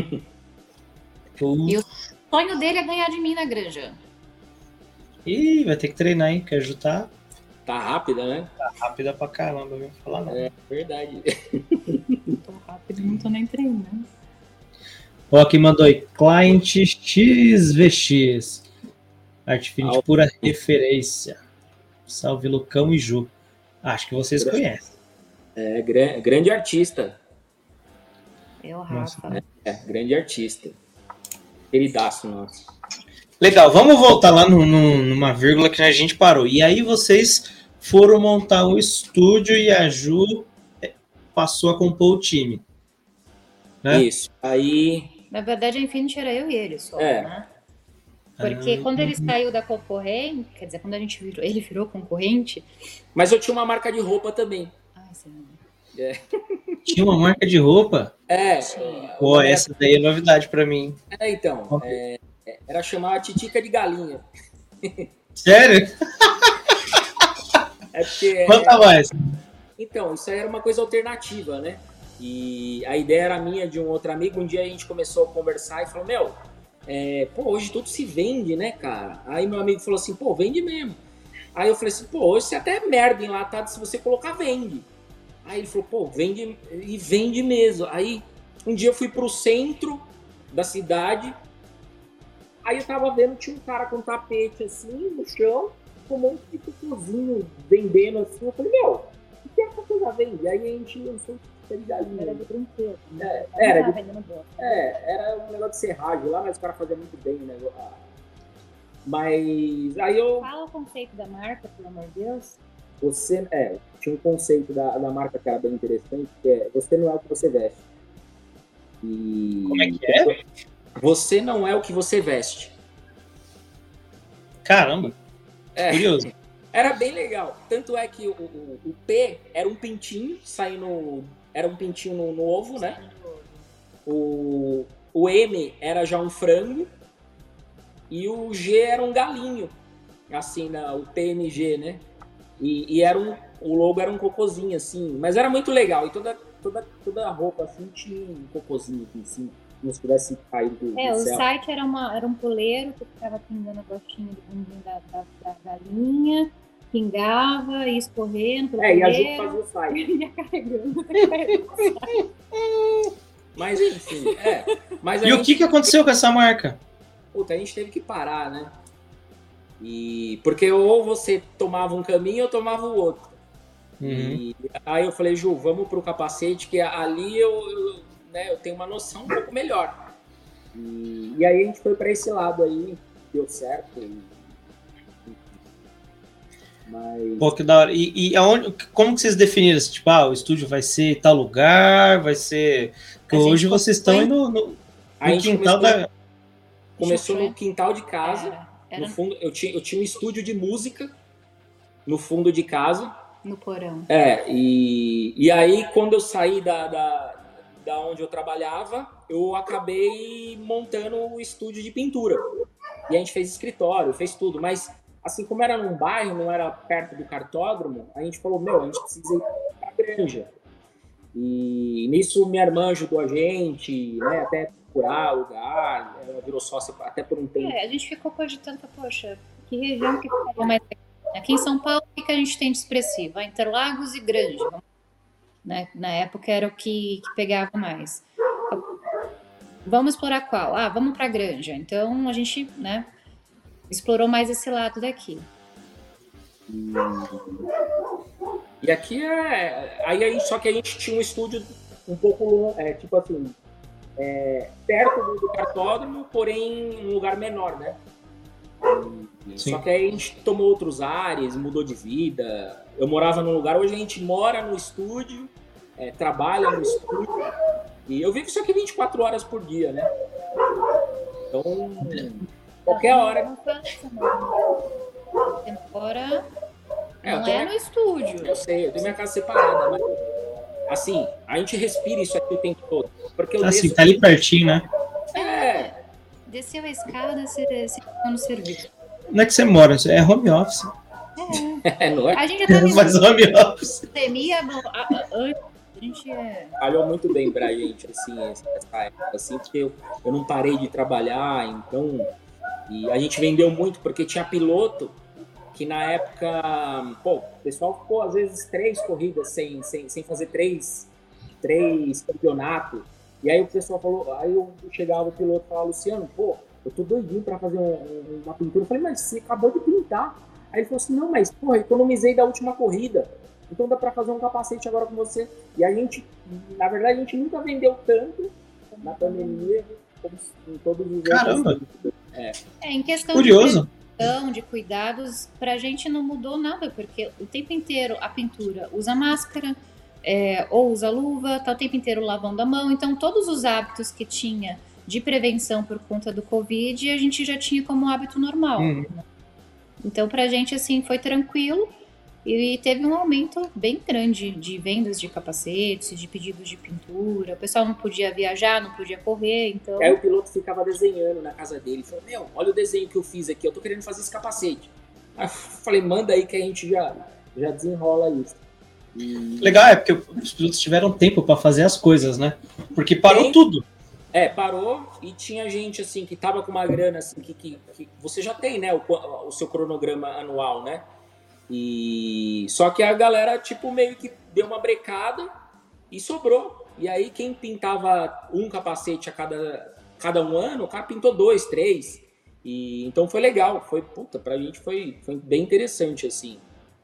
E o sonho dele é ganhar de mim na granja. Ih, vai ter que treinar, hein? Porque a Ju tá rápida, né? Tá rápida pra caramba, não falar não. Verdade. Tô rápido, não tô nem treinando. Ó, quem mandou aí, Client XVX. Artfinity pura referência. Salve Lucão e Ju. Acho que vocês conhecem. Grande artista. É o Rafa. Grande artista. Queridaço nosso. Legal, vamos voltar lá numa vírgula que a gente parou. E aí vocês foram montar um estúdio e a Ju passou a compor o time. Né? Isso. Aí Na verdade, a Infinity era eu e ele só, né? Porque quando ele saiu da concorrente, quer dizer, quando ele virou concorrente... Mas eu tinha uma marca de roupa também. Ai, sim. Tinha uma marca de roupa? Pô, essa daí é novidade pra mim. Então, era chamar Titica de Galinha. Sério? Porque... Conta mais. Então, isso aí era uma coisa alternativa, né? E a ideia era minha, de um outro amigo. Um dia a gente começou a conversar e falou, pô, hoje tudo se vende, né, cara? Aí meu amigo falou assim, pô, vende mesmo. Aí eu falei assim, pô, hoje você até é merda enlatado, se você colocar, vende. Aí ele falou, pô, vende, e vende mesmo. Aí um dia eu fui pro centro da cidade, aí eu tava vendo, tinha um cara com tapete assim, no chão, com um monte de cocôzinho vendendo assim. Eu falei, o que essa coisa vende? Aí a gente lançou de galinha. Era de brinquedo. Né? Era um negócio de serragem lá, mas o cara fazia muito bem, né? Mas aí eu... Fala o conceito da marca, pelo amor de Deus. Tinha um conceito da marca que era bem interessante, que é, você não é o que você veste. Como é que é? Você não é o que você veste. Caramba, curioso. Era bem legal. Tanto é que o P era um pintinho saindo... Era um pintinho no ovo, né? O M era já um frango. E o G era um galinho. Assim, o PNG, né? E o logo era um cocôzinho, assim. Mas era muito legal. E toda a roupa, assim, tinha um cocôzinho aqui em cima. Como se tivesse caído do céu. O site era um poleiro que ficava pingando a gotinha do bundinho da galinha. Pingava, ia escorrendo. E a gente fazia o site. Ia carregando. Mas enfim, Mas E o que aconteceu com essa marca? Puta, a gente teve que parar, né? Porque ou você tomava um caminho ou tomava o outro. E aí eu falei, Ju, vamos pro capacete, que ali eu tenho uma noção um pouco melhor. E aí a gente foi para esse lado aí, deu certo. Mas... Pô, que da hora. E como que vocês definiram? Tipo, o estúdio vai ser em tal lugar, vai ser... Porque hoje vocês estão indo no quintal Começou no quintal de casa. No fundo, eu tinha um estúdio de música no fundo de casa. No porão. E aí quando eu saí da onde eu trabalhava, eu acabei montando o estúdio de pintura. E a gente fez escritório, fez tudo, mas assim, como era num bairro, não era perto do cartódromo, a gente falou, a gente precisa ir pra granja. E nisso minha irmã ajudou a gente, né, até procurar lugar, ela virou sócia até por um tempo. A gente ficou cogitando, poxa, que região que ficava mais aqui em São Paulo, o que a gente tem de expressivo? Interlagos e Granja, né? Na época era o que pegava mais. Vamos explorar qual? Vamos pra Granja. Então a gente, né, explorou mais esse lado daqui. E aqui só que a gente tinha um estúdio um pouco, tipo assim, perto do cartódromo, porém em um lugar menor, né? Só que aí a gente tomou outros ares, mudou de vida. Eu morava num lugar, hoje a gente mora no estúdio, trabalha no estúdio. E eu vivo isso aqui 24 horas por dia, né? Então, qualquer hora... Agora não é no estúdio. Eu sei, eu tenho minha casa separada, mas assim, a gente respira isso aqui o tempo todo. Porque tá ali pertinho, né? Desceu a escada, você ficou no serviço. Não é que você mora, é home office. Não é? A gente já tá Mas home office. Pandemia, a gente falhou muito bem pra gente, assim, essa época, assim, porque eu não parei de trabalhar, então... E a gente vendeu muito, porque tinha piloto que na época, o pessoal ficou às vezes 3 corridas sem fazer 3 campeonatos. E aí o pessoal falou, aí eu chegava o piloto e falava, Luciano, eu tô doidinho pra fazer uma pintura. Eu falei, mas você acabou de pintar. Aí ele falou assim, não, mas economizei da última corrida, então dá pra fazer um capacete agora com você. E a gente, na verdade, a gente nunca vendeu tanto na pandemia como em todos os outros. Caramba! Em questão curioso. de cuidados, pra gente não mudou nada, porque o tempo inteiro a pintura usa máscara, ou usa luva, tá o tempo inteiro lavando a mão, então todos os hábitos que tinha de prevenção por conta do Covid, a gente já tinha como hábito normal. Né? Então, pra gente, assim, foi tranquilo e teve um aumento bem grande de vendas de capacetes, de pedidos de pintura. O pessoal não podia viajar, não podia correr, então... Aí o piloto ficava desenhando na casa dele. Falou, meu, olha o desenho que eu fiz aqui, eu tô querendo fazer esse capacete. Aí eu falei, manda aí que a gente já desenrola isso. E... Legal, é porque os pilotos tiveram tempo para fazer as coisas, né? Porque parou tudo. Parou e tinha gente, assim, que tava com uma grana, assim, que você já tem, né, o seu cronograma anual, né? E só que a galera, tipo, meio que deu uma brecada e sobrou. E aí quem pintava um capacete a cada um ano, o cara pintou 2, 3. E então foi legal, pra gente foi bem interessante, assim.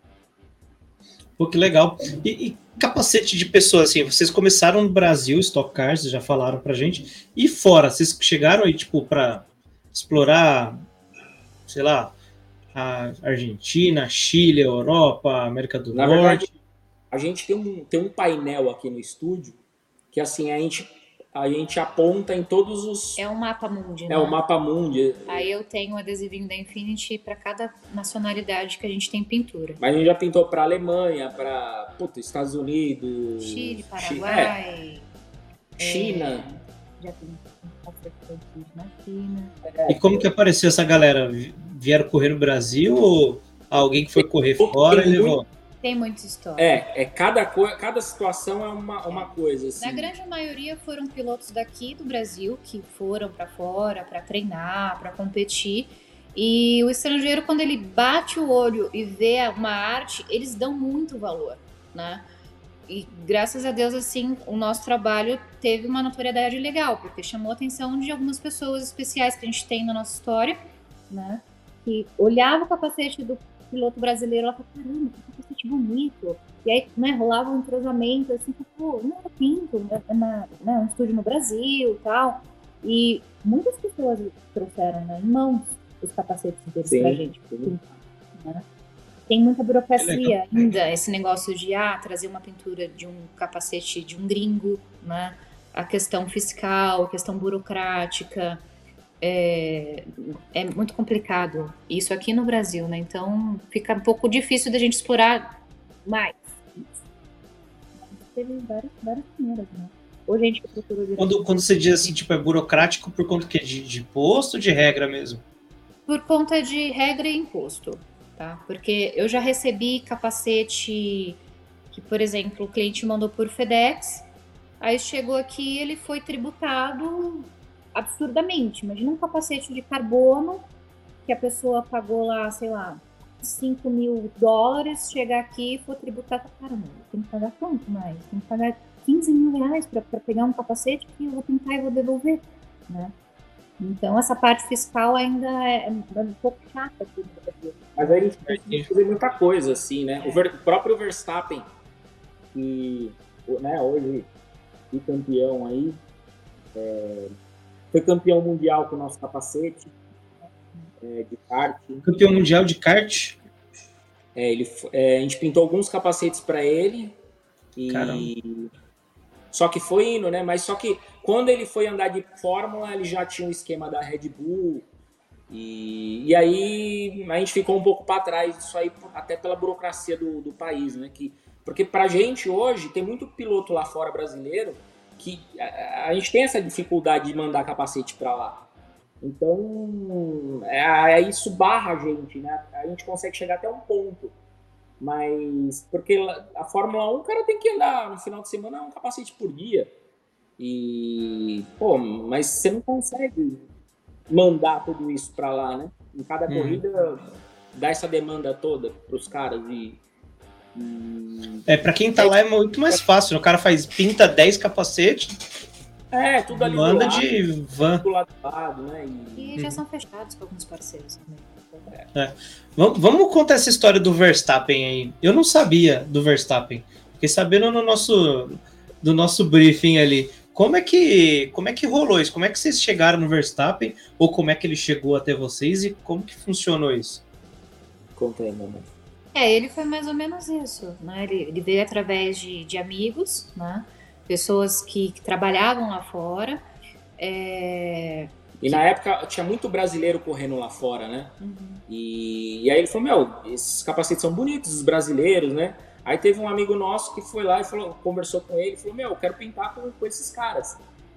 Pô, que legal. E capacete de pessoas, assim, vocês começaram no Brasil, Stock Cars, já falaram pra gente, e fora, vocês chegaram aí, tipo, pra explorar, sei lá, a Argentina, Chile, Europa, América do Norte? Verdade, a gente tem um painel aqui no estúdio que, assim, a gente aponta em todos os... É um mapa mundi, né? É o mapa mundi. Aí eu tenho um adesivinho da Infinity para cada nacionalidade que a gente tem pintura. Mas a gente já pintou para Alemanha, para Estados Unidos, Chile, Paraguai, China. Já tem na China. E como que apareceu essa galera? Vieram correr no Brasil ou alguém que foi correr fora e levou? Tem muita história. Cada situação é uma coisa. Assim. Na grande maioria foram pilotos daqui do Brasil que foram para fora para treinar, para competir. E o estrangeiro, quando ele bate o olho e vê uma arte, eles dão muito valor, né? E graças a Deus, assim, o nosso trabalho teve uma notoriedade legal, porque chamou a atenção de algumas pessoas especiais que a gente tem na nossa história, né? Que olhava o capacete do piloto brasileiro, ela falava, caramba, que capacete bonito. E aí, né, rolava um entrosamento, assim, pô, não é pinto, um estúdio no Brasil e tal. E muitas pessoas trouxeram, né, em mãos os capacetes deles pra gente. Né? Tem muita burocracia ainda, esse negócio de trazer uma pintura de um capacete de um gringo, né? A questão fiscal, a questão burocrática. É muito complicado isso aqui no Brasil, né? Então fica um pouco difícil da gente explorar mais. Teve várias maneiras, né? Hoje a gente procurou... Quando você diz assim, tipo, é burocrático por conta que de imposto ou de regra mesmo? Por conta de regra e imposto, tá? Porque eu já recebi capacete que, por exemplo, o cliente mandou por FedEx, aí chegou aqui e ele foi tributado absurdamente. Imagina um capacete de carbono que a pessoa pagou lá, sei lá, $5.000, chegar aqui e for tributado. Caramba, tem que pagar quanto mais? Tem que pagar R$15 mil para pegar um capacete que eu vou pintar e vou devolver, né? Então, essa parte fiscal ainda é um pouco chata aqui no Brasil. Mas aí a gente conseguiu fazer muita coisa, assim, né? O próprio Verstappen, que, né, hoje é campeão aí, foi campeão mundial com o nosso capacete de kart. Campeão mundial de kart? A gente pintou alguns capacetes para ele. Caramba. Só que foi indo, né? Mas só que quando ele foi andar de Fórmula, ele já tinha um esquema da Red Bull. E aí a gente ficou um pouco para trás disso aí, até pela burocracia do país, né? Porque pra gente hoje, tem muito piloto lá fora brasileiro que a gente tem essa dificuldade de mandar capacete para lá. Então, isso barra a gente, né? A gente consegue chegar até um ponto. Mas, porque a Fórmula 1, o cara tem que andar no final de semana um capacete por dia. Mas você não consegue mandar tudo isso pra lá, né? Em cada corrida dá essa demanda toda pros caras pra quem tá lá é muito mais fácil, né? O cara pinta 10 capacetes, tudo ali manda de van. Do lado, né? E já são fechados com alguns parceiros também. Vamos contar essa história do Verstappen aí. Eu não sabia do Verstappen. Fiquei sabendo do nosso briefing ali. Como é que rolou isso? Como é que vocês chegaram no Verstappen? Ou como é que ele chegou até vocês? E como que funcionou isso? Conta aí, mamãe. Ele foi mais ou menos isso, né? Ele veio através de amigos, né? Pessoas que trabalhavam lá fora. E na época tinha muito brasileiro correndo lá fora, né? E aí ele falou, meu, esses capacetes são bonitos, os brasileiros, né? Aí teve um amigo nosso que foi lá e conversou com ele e falou, meu, eu quero pintar com esses caras.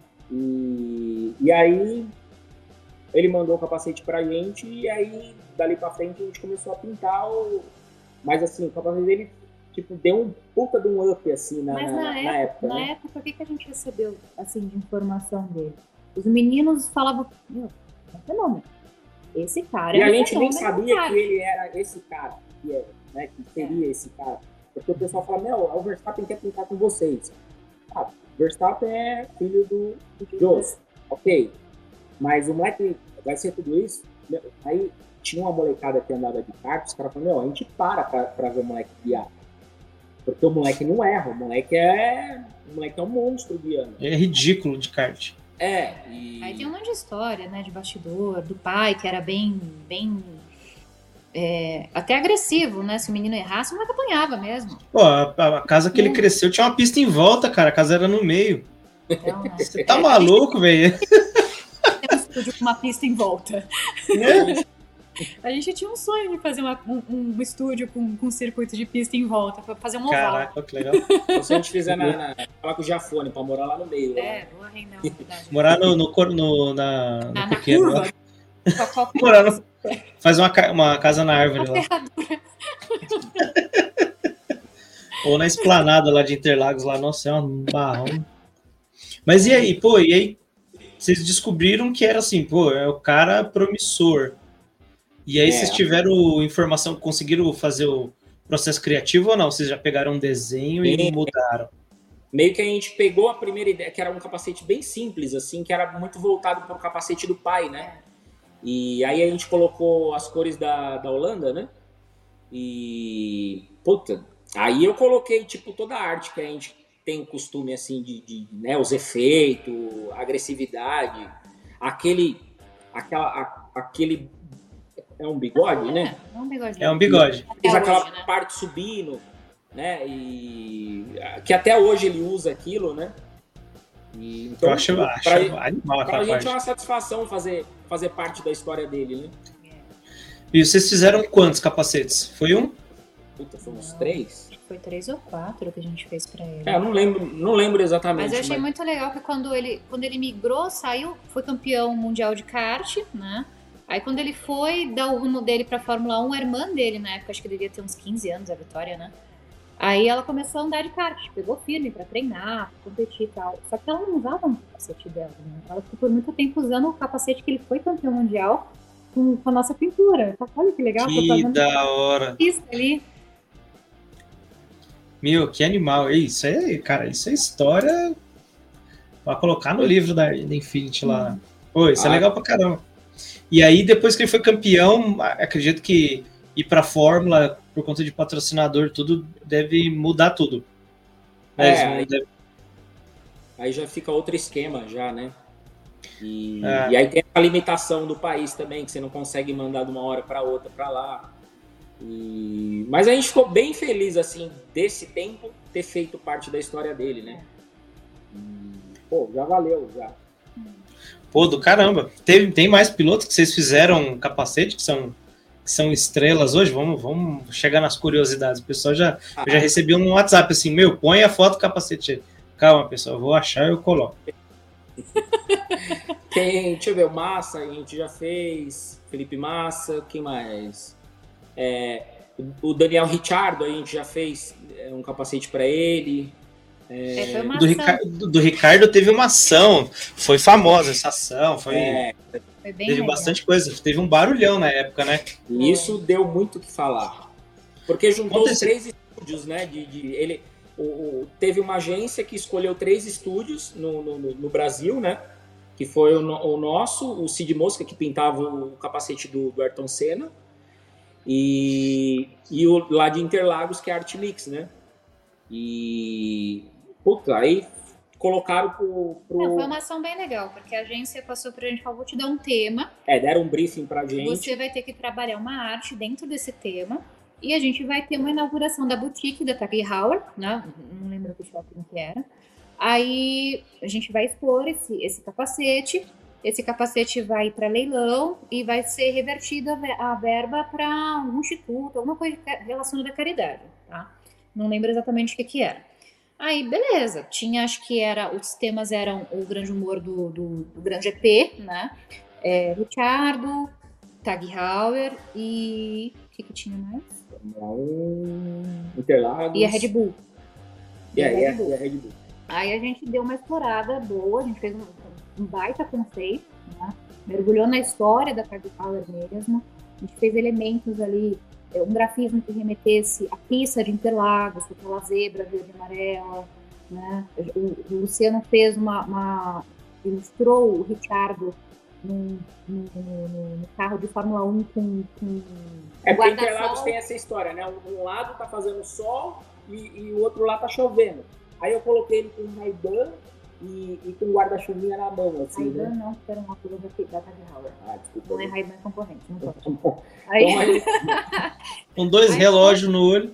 E aí ele mandou o capacete pra gente e aí dali pra frente a gente começou a pintar Mas assim, o capacete dele tipo, deu um puta de um up assim na época. Na época, o que a gente recebeu assim, de informação dele? Os meninos falavam, meu, é um fenômeno. Esse cara e é um a gente nem fenômeno, sabia cara. que ele era esse cara, né, que seria esse cara. Porque o pessoal fala, meu, o Verstappen quer pintar com vocês. Ah, Verstappen é filho do Joe. Ok. Mas o moleque vai ser tudo isso? Aí tinha uma molecada que andava de kart, os caras falaram, meu, a gente pra ver o moleque guiar. Porque o moleque não erra, o moleque é um monstro guiando. É ridículo de kart. Aí tem um monte de história, né, de bastidor, do pai, que era bem até agressivo, né? Se o menino errasse, o moleque apanhava mesmo. Pô, a casa que ele cresceu tinha uma pista em volta, cara. A casa era no meio. Então, né? Você tá maluco, velho? Tem um estúdio com uma pista em volta. A gente tinha um sonho de fazer um estúdio com um circuito de pista em volta, pra fazer um oval. Caraca, que legal. Então, se a gente fizer falar com o Giafone, pra morar lá no meio. Boa reina, verdade. Morar na curva. Morar faz uma casa na árvore lá. Ou na esplanada lá de Interlagos, lá, nossa, é um barrão. Mas e aí, vocês descobriram que era assim, é o cara promissor. E aí vocês tiveram informação, conseguiram fazer o processo criativo ou não? Vocês já pegaram um desenho e mudaram? Meio que a gente pegou a primeira ideia, que era um capacete bem simples, assim, que era muito voltado para o capacete do pai, né? E aí a gente colocou as cores da Holanda, né? E, puta, aí eu coloquei, tipo, toda a arte que a gente tem o costume, assim, de né, os efeitos, agressividade, aquele é um bigode, né? É um bigode. É um bigode. Fez aquela parte subindo, né? E que até hoje ele usa aquilo, né? E, então, eu acho animal pra aquela gente parte. é uma satisfação fazer parte da história dele, né? E vocês fizeram quantos capacetes? Foi um? Puta, foi uns 3? Foi 3 ou 4 que a gente fez pra ele. Eu não lembro exatamente. Mas eu achei muito legal que quando ele migrou, saiu, foi campeão mundial de kart, né? Aí quando ele foi dar o rumo dele pra Fórmula 1, a irmã dele, na época, acho que devia ter uns 15 anos, a Vitória, né? Aí ela começou a andar de kart, pegou firme pra treinar, pra competir e tal. Só que ela não usava o capacete dela, né? Ela ficou por muito tempo usando o capacete que ele foi campeão mundial com a nossa pintura. Olha que legal. Que da hora. Isso ali. Meu, que animal. Isso é, cara, isso é história pra colocar no livro da Infinity lá. Pô, isso é legal pra caramba. E aí, depois que ele foi campeão, acredito que ir pra Fórmula, por conta de patrocinador, tudo deve mudar tudo. Aí já fica outro esquema, já, né? E aí tem a limitação do país também, que você não consegue mandar de uma hora para outra para lá. Mas a gente ficou bem feliz, assim, desse tempo ter feito parte da história dele, né? Pô, já valeu, já. Pô, do caramba. Tem mais pilotos que vocês fizeram capacete, que são estrelas hoje? Vamos chegar nas curiosidades. O pessoal eu já recebi um WhatsApp assim, põe a foto do capacete. Calma, pessoal, eu vou achar e eu coloco. Deixa eu ver, o Massa, a gente já fez, Felipe Massa, quem mais? O Daniel Ricciardo, a gente já fez um capacete para ele. Do Ricardo teve uma ação, foi famosa essa ação, foi bem teve legal. Bastante coisa, teve um barulhão na época, né? E isso deu muito o que falar, porque juntou os 3 estúdios, né? Teve uma agência que escolheu 3 estúdios no Brasil, né? Que foi o nosso, o Cid Mosca, que pintava o capacete do Ayrton Senna, e o lá de Interlagos, que é a Art Mix, né? E puta, aí colocaram foi uma ação bem legal, porque a agência passou pra gente e falou, vou te dar um tema. Deram um briefing pra gente. Você vai ter que trabalhar uma arte dentro desse tema, e a gente vai ter uma inauguração da boutique da Tag Heuer, né? Não lembro que shopping que era. Aí a gente vai expor esse capacete. Esse capacete vai para leilão e vai ser revertida a verba para um instituto, alguma coisa relacionada à caridade, tá? Não lembro exatamente o que era. Aí, beleza. Tinha, acho que os temas eram o grande humor do grande EP, né? Richardo, Tag Heuer e... O que tinha mais? Interlagos. E a Red Bull. E a Red Bull. Aí a gente deu uma explorada boa, a gente fez um baita conceito, né? Mergulhou na história da Tag Heuer mesmo. A gente fez elementos ali, um grafismo que remetesse à pista de Interlagos, com aquela zebra verde e amarela, né? O Luciano fez ilustrou o Richardo no carro de Fórmula 1 com porque Interlagos tem essa história, né? Um lado tá fazendo sol e o outro lado tá chovendo. Aí eu coloquei ele com um Ray-Ban e com guarda-chuvinha na mão, assim, Ray-Ban né? não, porque era uma coisa da Tag Heuer. Desculpa. Não é Ray-Ban concorrente, não pode. Aí... Com 2 relógios no olho.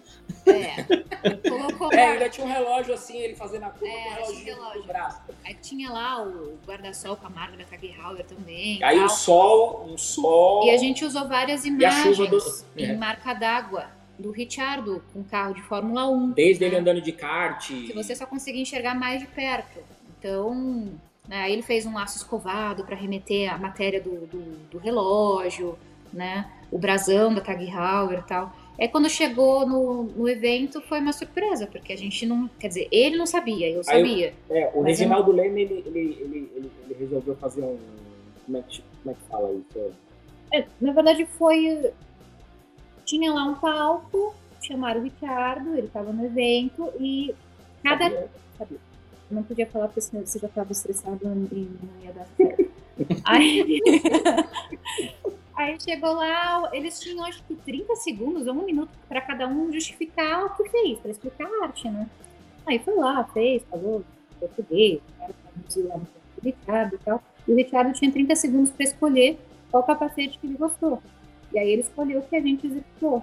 Colocou ainda tinha um relógio assim, ele fazendo a curva com o relógio no braço. Aí tinha lá o guarda-sol com a marca da Tag Heuer também. Aí um sol. E a gente usou várias imagens em marca d'água do Richardo, com carro de Fórmula 1. Desde ele andando de kart. Que você só conseguia enxergar mais de perto. Então, né, aí ele fez um laço escovado para remeter à matéria do relógio, né? O brasão da Tag Heuer e tal. Aí quando chegou no evento foi uma surpresa, porque a gente não... Quer dizer, ele não sabia, eu sabia. O Reginaldo Leme, ele resolveu fazer um... Como é que fala isso? Na verdade foi... Tinha lá um palco, chamaram o Richardo, ele estava no evento e cada... Sabia. Não podia falar porque senão você já estava estressado e não ia dar certo. Aí chegou lá, eles tinham acho que 30 segundos ou 1 minuto para cada um justificar o que fez, para explicar a arte, né? Aí foi lá, fez, falou português, era traduziu lá no Richardo e tal. E o Richardo tinha 30 segundos para escolher qual capacete que ele gostou. E aí ele escolheu o que a gente executou.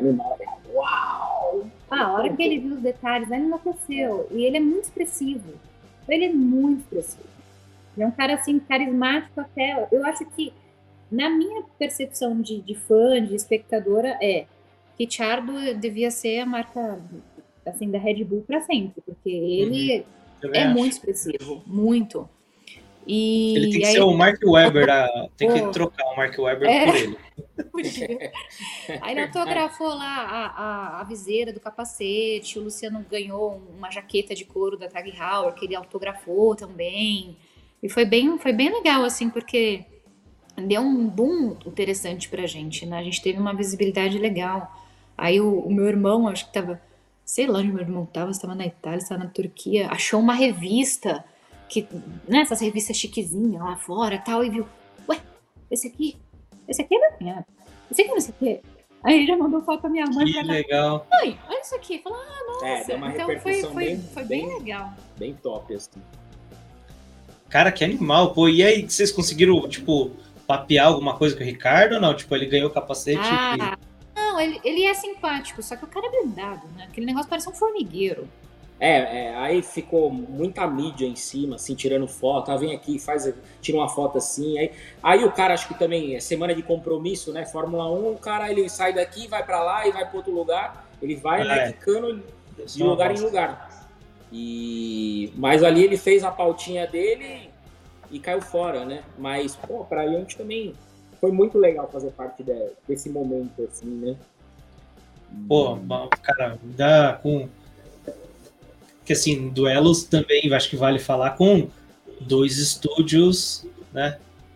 Uau! A hora que ele viu os detalhes, ele enlouqueceu. E ele é muito expressivo. Ele é muito expressivo. Ele é um cara, assim, carismático até... Eu acho que, na minha percepção de fã, de espectadora, Richardo devia ser a marca, assim, da Red Bull para sempre. Porque ele é muito expressivo. Muito. E ele tem que ser o Mark Webber, tem que trocar o Mark Webber por ele. Aí ele autografou lá a viseira do capacete, o Luciano ganhou uma jaqueta de couro da Tag Heuer, que ele autografou também. E foi bem legal, assim, porque deu um boom interessante pra gente, né? A gente teve uma visibilidade legal. Aí o meu irmão, acho que tava, sei lá onde meu irmão tava, estava na Itália, estava na Turquia, achou uma revista que, né, essas revistas chiquezinhas lá fora e tal, e viu, ué, esse aqui é meu cunhado, esse aqui não sei o quê. Aí ele já mandou foto pra minha mãe. Que legal. Mãe, olha isso aqui. Falou, nossa. Deu uma então foi bem legal. Bem top, assim. Cara, que animal, pô. E aí, vocês conseguiram, tipo, papear alguma coisa com o Ricardo ou não? Tipo, ele ganhou o capacete Não, ele é simpático, só que o cara é blindado, né? Aquele negócio parece um formigueiro. Aí ficou muita mídia em cima, assim, tirando foto. Vem aqui, tira uma foto assim. Aí o cara, acho que também é semana de compromisso, né? Fórmula 1, o cara ele sai daqui, vai pra lá e vai pra outro lugar. Ele vai lá ficando de lugar em lugar. Mas ali ele fez a pautinha dele e caiu fora, né? Mas, pô, pra gente também foi muito legal fazer parte desse momento, assim, né? Pô, cara, dá com... Que assim, duelos também, acho que vale falar com 2 estúdios, né?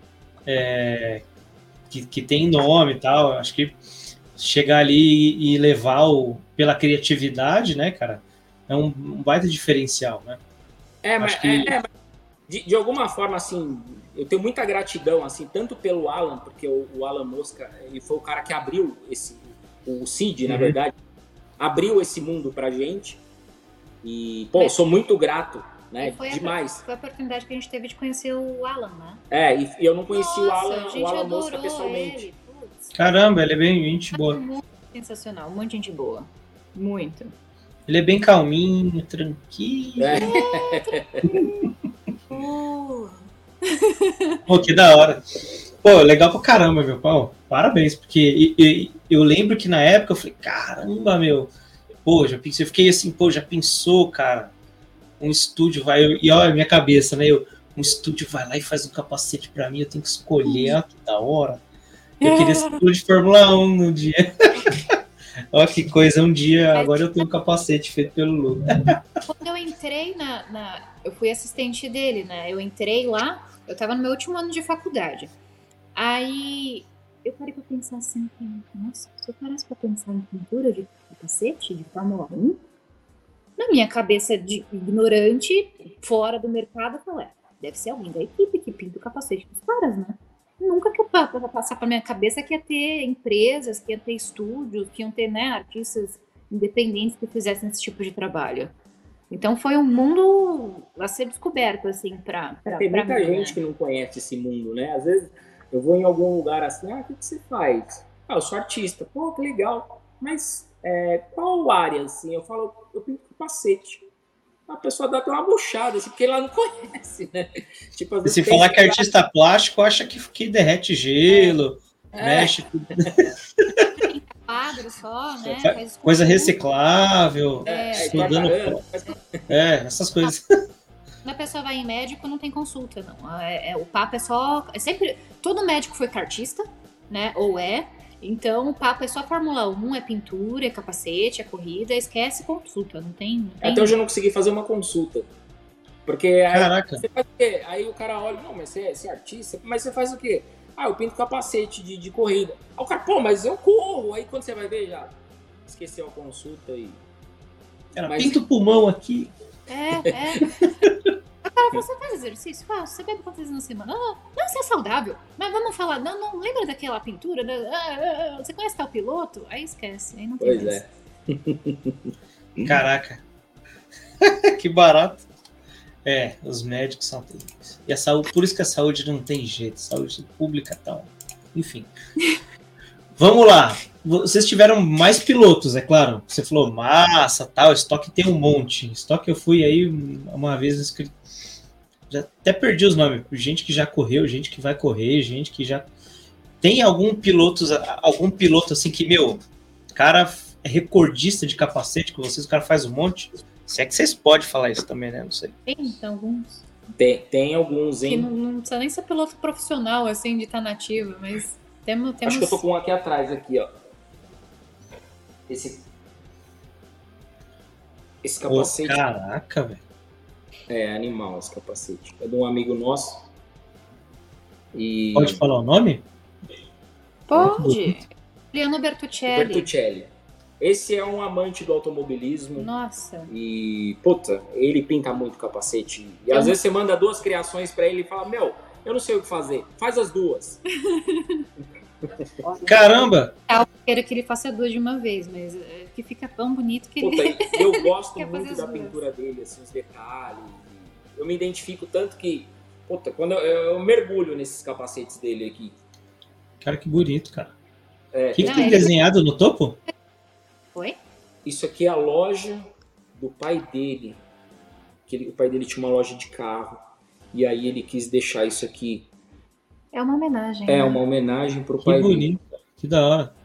Que tem nome e tal. Acho que chegar ali e levar pela criatividade, né, cara, é um baita diferencial, né? Mas de alguma forma, assim, eu tenho muita gratidão, assim, tanto pelo Alan, porque o Alan Mosca, ele foi o cara que abriu o Cid, na verdade, abriu esse mundo pra gente. E, pô, sou muito grato, né? Demais. Foi a oportunidade que a gente teve de conhecer o Alan, né? E eu não conheci o Alan Mosca pessoalmente. Ele. Caramba, ele é bem gente boa. Muito sensacional, muito gente boa. Muito. Ele é bem calminho, tranquilo. Pô, que da hora. Pô, legal pra caramba, meu pau. Parabéns, porque eu lembro que na época eu falei, caramba, meu. Pô, já pensei, eu fiquei assim, pô, já pensou, cara? Um estúdio vai. E olha a minha cabeça, né? Um estúdio vai lá e faz um capacete pra mim, eu tenho que escolher, ó, que da hora. Eu queria ser piloto de Fórmula 1 no dia. Olha que coisa, um dia, agora eu tenho um capacete feito pelo Lu. Quando eu entrei eu fui assistente dele, né? Eu entrei lá, eu tava no meu último ano de faculdade. Aí eu parei pra pensar assim, nossa, se eu parasse pra pensar em pintura de capacete, de Fórmula 1, na minha cabeça de ignorante, fora do mercado, eu falei, deve ser alguém da equipe que pinta o capacete dos caras, né? Nunca que eu passar pra minha cabeça que ia ter empresas, que ia ter estúdios, que iam ter, né, artistas independentes que fizessem esse tipo de trabalho. Então foi um mundo a ser descoberto, assim, Tem muita gente que não conhece esse mundo, né? Às vezes eu vou em algum lugar assim, o que você faz? Eu sou artista. Pô, que legal. Mas qual área, assim? Eu falo, eu pinto capacete. A pessoa dá até uma buchada, assim, porque ela não conhece, né? Tipo, às vezes se falar que é artista plástico, acha que derrete gelo, mexe. Quadro só, né? Faz coisa reciclável, estudando. Essas coisas. Quando a pessoa vai em médico, não tem consulta, não. O papo é só. Sempre. Todo médico foi cartista, né? Ou é. Então, o papo é só Fórmula 1, é pintura, é capacete, é corrida, esquece consulta, não tem... Até hoje eu não consegui fazer uma consulta. Porque aí Caraca. Você faz o quê? Aí o cara olha, não, mas você é artista, mas você faz o quê? Eu pinto capacete de corrida. Aí o cara, pô, mas eu corro. Aí quando você vai ver, já esqueceu a consulta e... Pinta o pulmão aqui. Cara, você faz exercício? Você bebe quantas vezes na semana? Não, você é saudável. Mas vamos falar, não lembra daquela pintura? Você conhece tal piloto? Aí esquece, aí não tem mais. Caraca. Que barato. Os médicos são terríveis. E a saúde, por isso que a saúde não tem jeito. Saúde pública tal. Enfim. Vamos lá. Vocês tiveram mais pilotos, é claro. Você falou massa, tal. Estoque tem um monte. Estoque eu fui aí uma vez já até perdi os nomes. Gente que já correu, gente que vai correr, gente que já tem algum piloto assim que, meu, cara é recordista de capacete com vocês, o cara faz um monte. Se é que vocês podem falar isso também, né? Não sei. Tem alguns. Tem alguns, hein? Que não precisa nem ser piloto profissional, assim, de estar nativo, mas temos... Acho que eu tô com um aqui atrás, aqui, ó. Esse capacete... Caraca, velho. É animal esse capacete. É de um amigo nosso. E... Pode falar o nome? Pode. Juliano Bertuccelli. Esse é um amante do automobilismo. Nossa. E, puta, ele pinta muito capacete. E às vezes você manda 2 criações pra ele e fala, meu, eu não sei o que fazer. Faz as 2. Caramba! Eu quero que ele faça 2 de uma vez, mas que fica tão bonito que puta, ele... Eu gosto muito da pintura dele, assim, os detalhes. Eu me identifico tanto que, puta, quando eu mergulho nesses capacetes dele aqui. Cara, que bonito, cara. O que tem desenhado no topo? Oi? Isso aqui é a loja do pai dele. O pai dele tinha uma loja de carro. E aí ele quis deixar isso aqui. É uma homenagem. É, né? Uma homenagem pro pai dele. Que bonito, que da hora.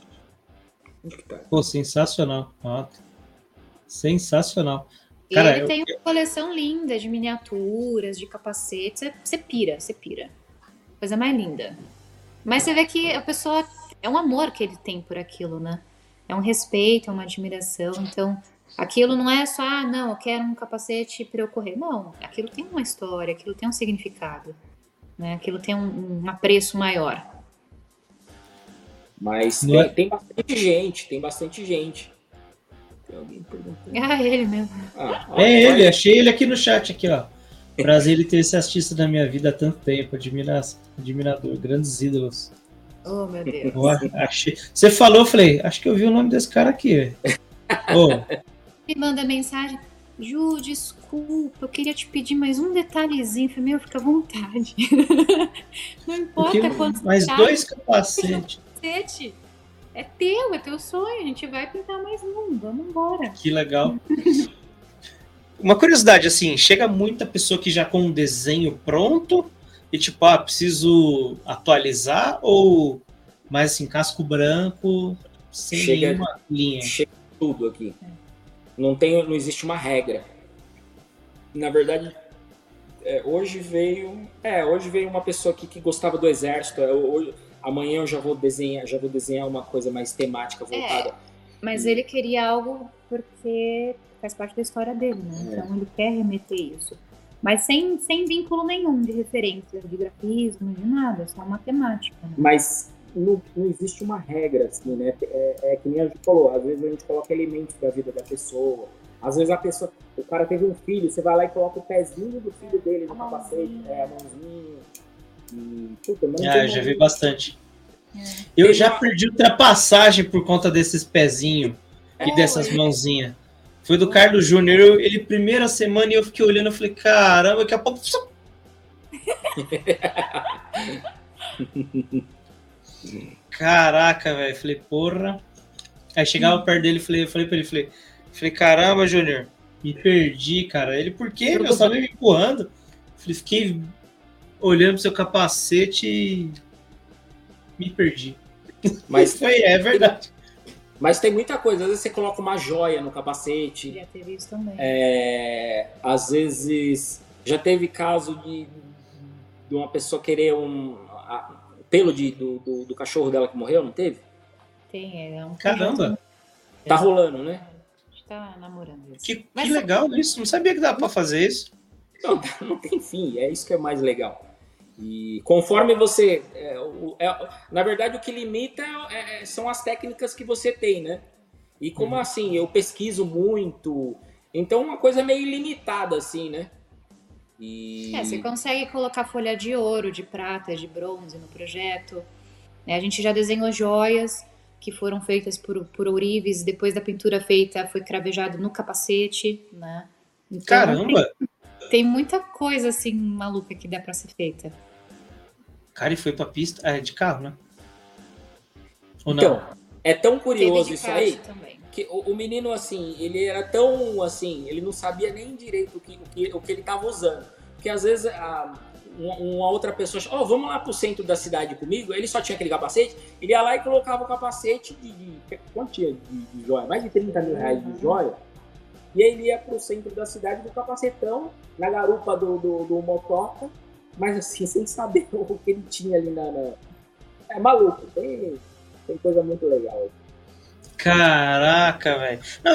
Pô, sensacional. Sensacional. Cara, ele tem uma coleção linda de miniaturas, de capacetes. Você pira. Coisa mais linda. Mas você vê que a pessoa... É um amor que ele tem por aquilo, né? É um respeito, é uma admiração. Então, aquilo não é só, eu quero um capacete para eu correr. Não, aquilo tem uma história, aquilo tem um significado. Né? Aquilo tem um apreço maior. Mas tem bastante gente. Tem alguém perguntando. Ele mesmo. Ele, achei ele aqui no chat, aqui, ó. Prazer ele ter esse artista na minha vida há tanto tempo. Admirador, grandes ídolos. Oh, meu Deus. Você falou, eu falei, acho que eu vi o nome desse cara aqui. Me manda mensagem. Ju, desculpa, eu queria te pedir mais um detalhezinho. Eu falei, fica à vontade. Não importa quantos mais 2 capacetes. é teu sonho, a gente vai pintar mais um, vamos embora. Que legal. Uma curiosidade, assim, chega muita pessoa que já com um desenho pronto e tipo, preciso atualizar ou mais assim, casco branco, sem nenhuma linha? Chega tudo aqui. Não existe uma regra. Na verdade, hoje veio uma pessoa aqui que gostava do exército. Amanhã eu já vou desenhar uma coisa mais temática voltada. Mas ele queria algo porque faz parte da história dele, né? Então ele quer remeter isso. Mas sem vínculo nenhum de referências, de grafismo, de nada, só uma temática. Né? Mas não existe uma regra, assim, né? Que nem a gente falou, às vezes a gente coloca elementos da vida da pessoa. Às vezes o cara teve um filho, você vai lá e coloca o pezinho do filho dele no capacete, a mãozinha. Eu já vi bastante. Eu já perdi ultrapassagem por conta desses pezinhos e dessas mãozinhas. Foi do Carlos Júnior, ele primeira semana e eu fiquei olhando, eu falei, caramba, daqui a pouco... Caraca, velho, falei, porra. Aí chegava perto dele, falei pra ele, caramba, Júnior, me perdi, cara. Ele, por quê? Eu só me empurrando. Falei, fiquei olhando pro seu capacete e me perdi. Mas é verdade. Mas tem muita coisa. Às vezes você coloca uma joia no capacete. Já teve isso também. Às vezes já teve caso de uma pessoa querer pelo do cachorro dela que morreu, não teve? Tem, é um Caramba! Tá rolando, né? A gente tá namorando isso. Que legal isso. Não sabia que dava pra fazer isso. Não tem fim. É isso que é mais legal. E conforme você... na verdade, o que limita são as técnicas que você tem, né? E como assim, eu pesquiso muito, então uma coisa meio limitada, assim, né? Você consegue colocar folha de ouro, de prata, de bronze no projeto. A gente já desenhou joias que foram feitas por ourives, depois da pintura feita foi cravejado no capacete, né? Então, caramba! Tem muita coisa, assim, maluca que dá pra ser feita. Cara, e foi pra pista de carro, né? Ou então, não? É tão curioso isso aí também. Que o menino, assim, ele era tão, assim, ele não sabia nem direito o que ele tava usando. Porque às vezes uma outra pessoa, vamos lá pro centro da cidade comigo, ele só tinha aquele capacete, ele ia lá e colocava o capacete quanto tinha de joia? Mais de 30 mil reais de joia. E aí ele ia pro centro da cidade com o capacetão, na garupa do motoca, mas assim, sem saber o que ele tinha ali É maluco, tem coisa muito legal. Caraca, velho. Não,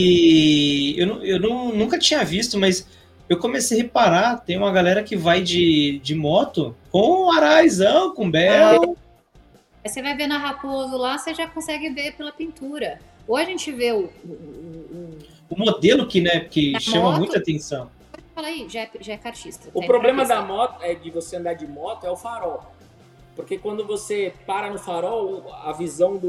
eu nunca tinha visto, mas eu comecei a reparar, tem uma galera que vai de moto com araizão, com bel. Aí você vai ver na Raposo lá, você já consegue ver pela pintura. Ou a gente vê o modelo que chama muita atenção. Fala aí, já é kartista. O problema da moto, de você andar de moto, é o farol. Porque quando você para no farol, a visão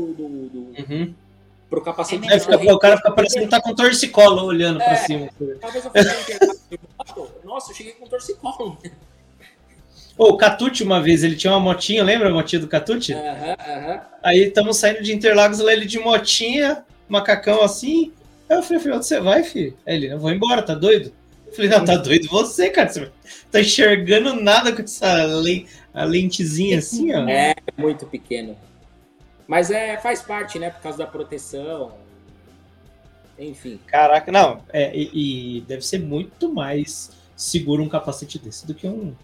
pro capacete... O cara fica parecendo que tá com torcicolo olhando pra cima. Talvez eu fosse de moto, nossa, eu cheguei com torcicolo. O Catucci uma vez, ele tinha uma motinha, lembra a motinha do Catucci? Aí estamos saindo de Interlagos, lá ele de motinha, macacão assim. Aí eu falei, onde você vai, filho? Aí ele, eu vou embora, tá doido? Eu falei, não, tá doido você, cara. Você tá enxergando nada com essa lentezinha assim, ó. É, muito pequeno. Mas faz parte, né? Por causa da proteção. Enfim. Caraca, não. E deve ser muito mais seguro um capacete desse do que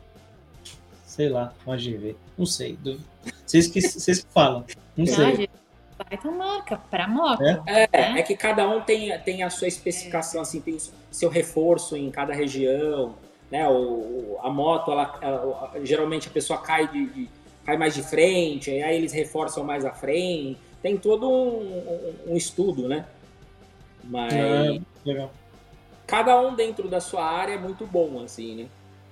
sei lá, um AGV. Não sei. Vocês que falam. Não sei. Vai ter marca para moto. É que cada um tem a sua especificação, assim, tem seu reforço em cada região, né? A moto, ela geralmente a pessoa cai mais de frente, aí eles reforçam mais a frente. Tem todo um estudo, né? Mas legal. Cada um dentro da sua área é muito bom, assim,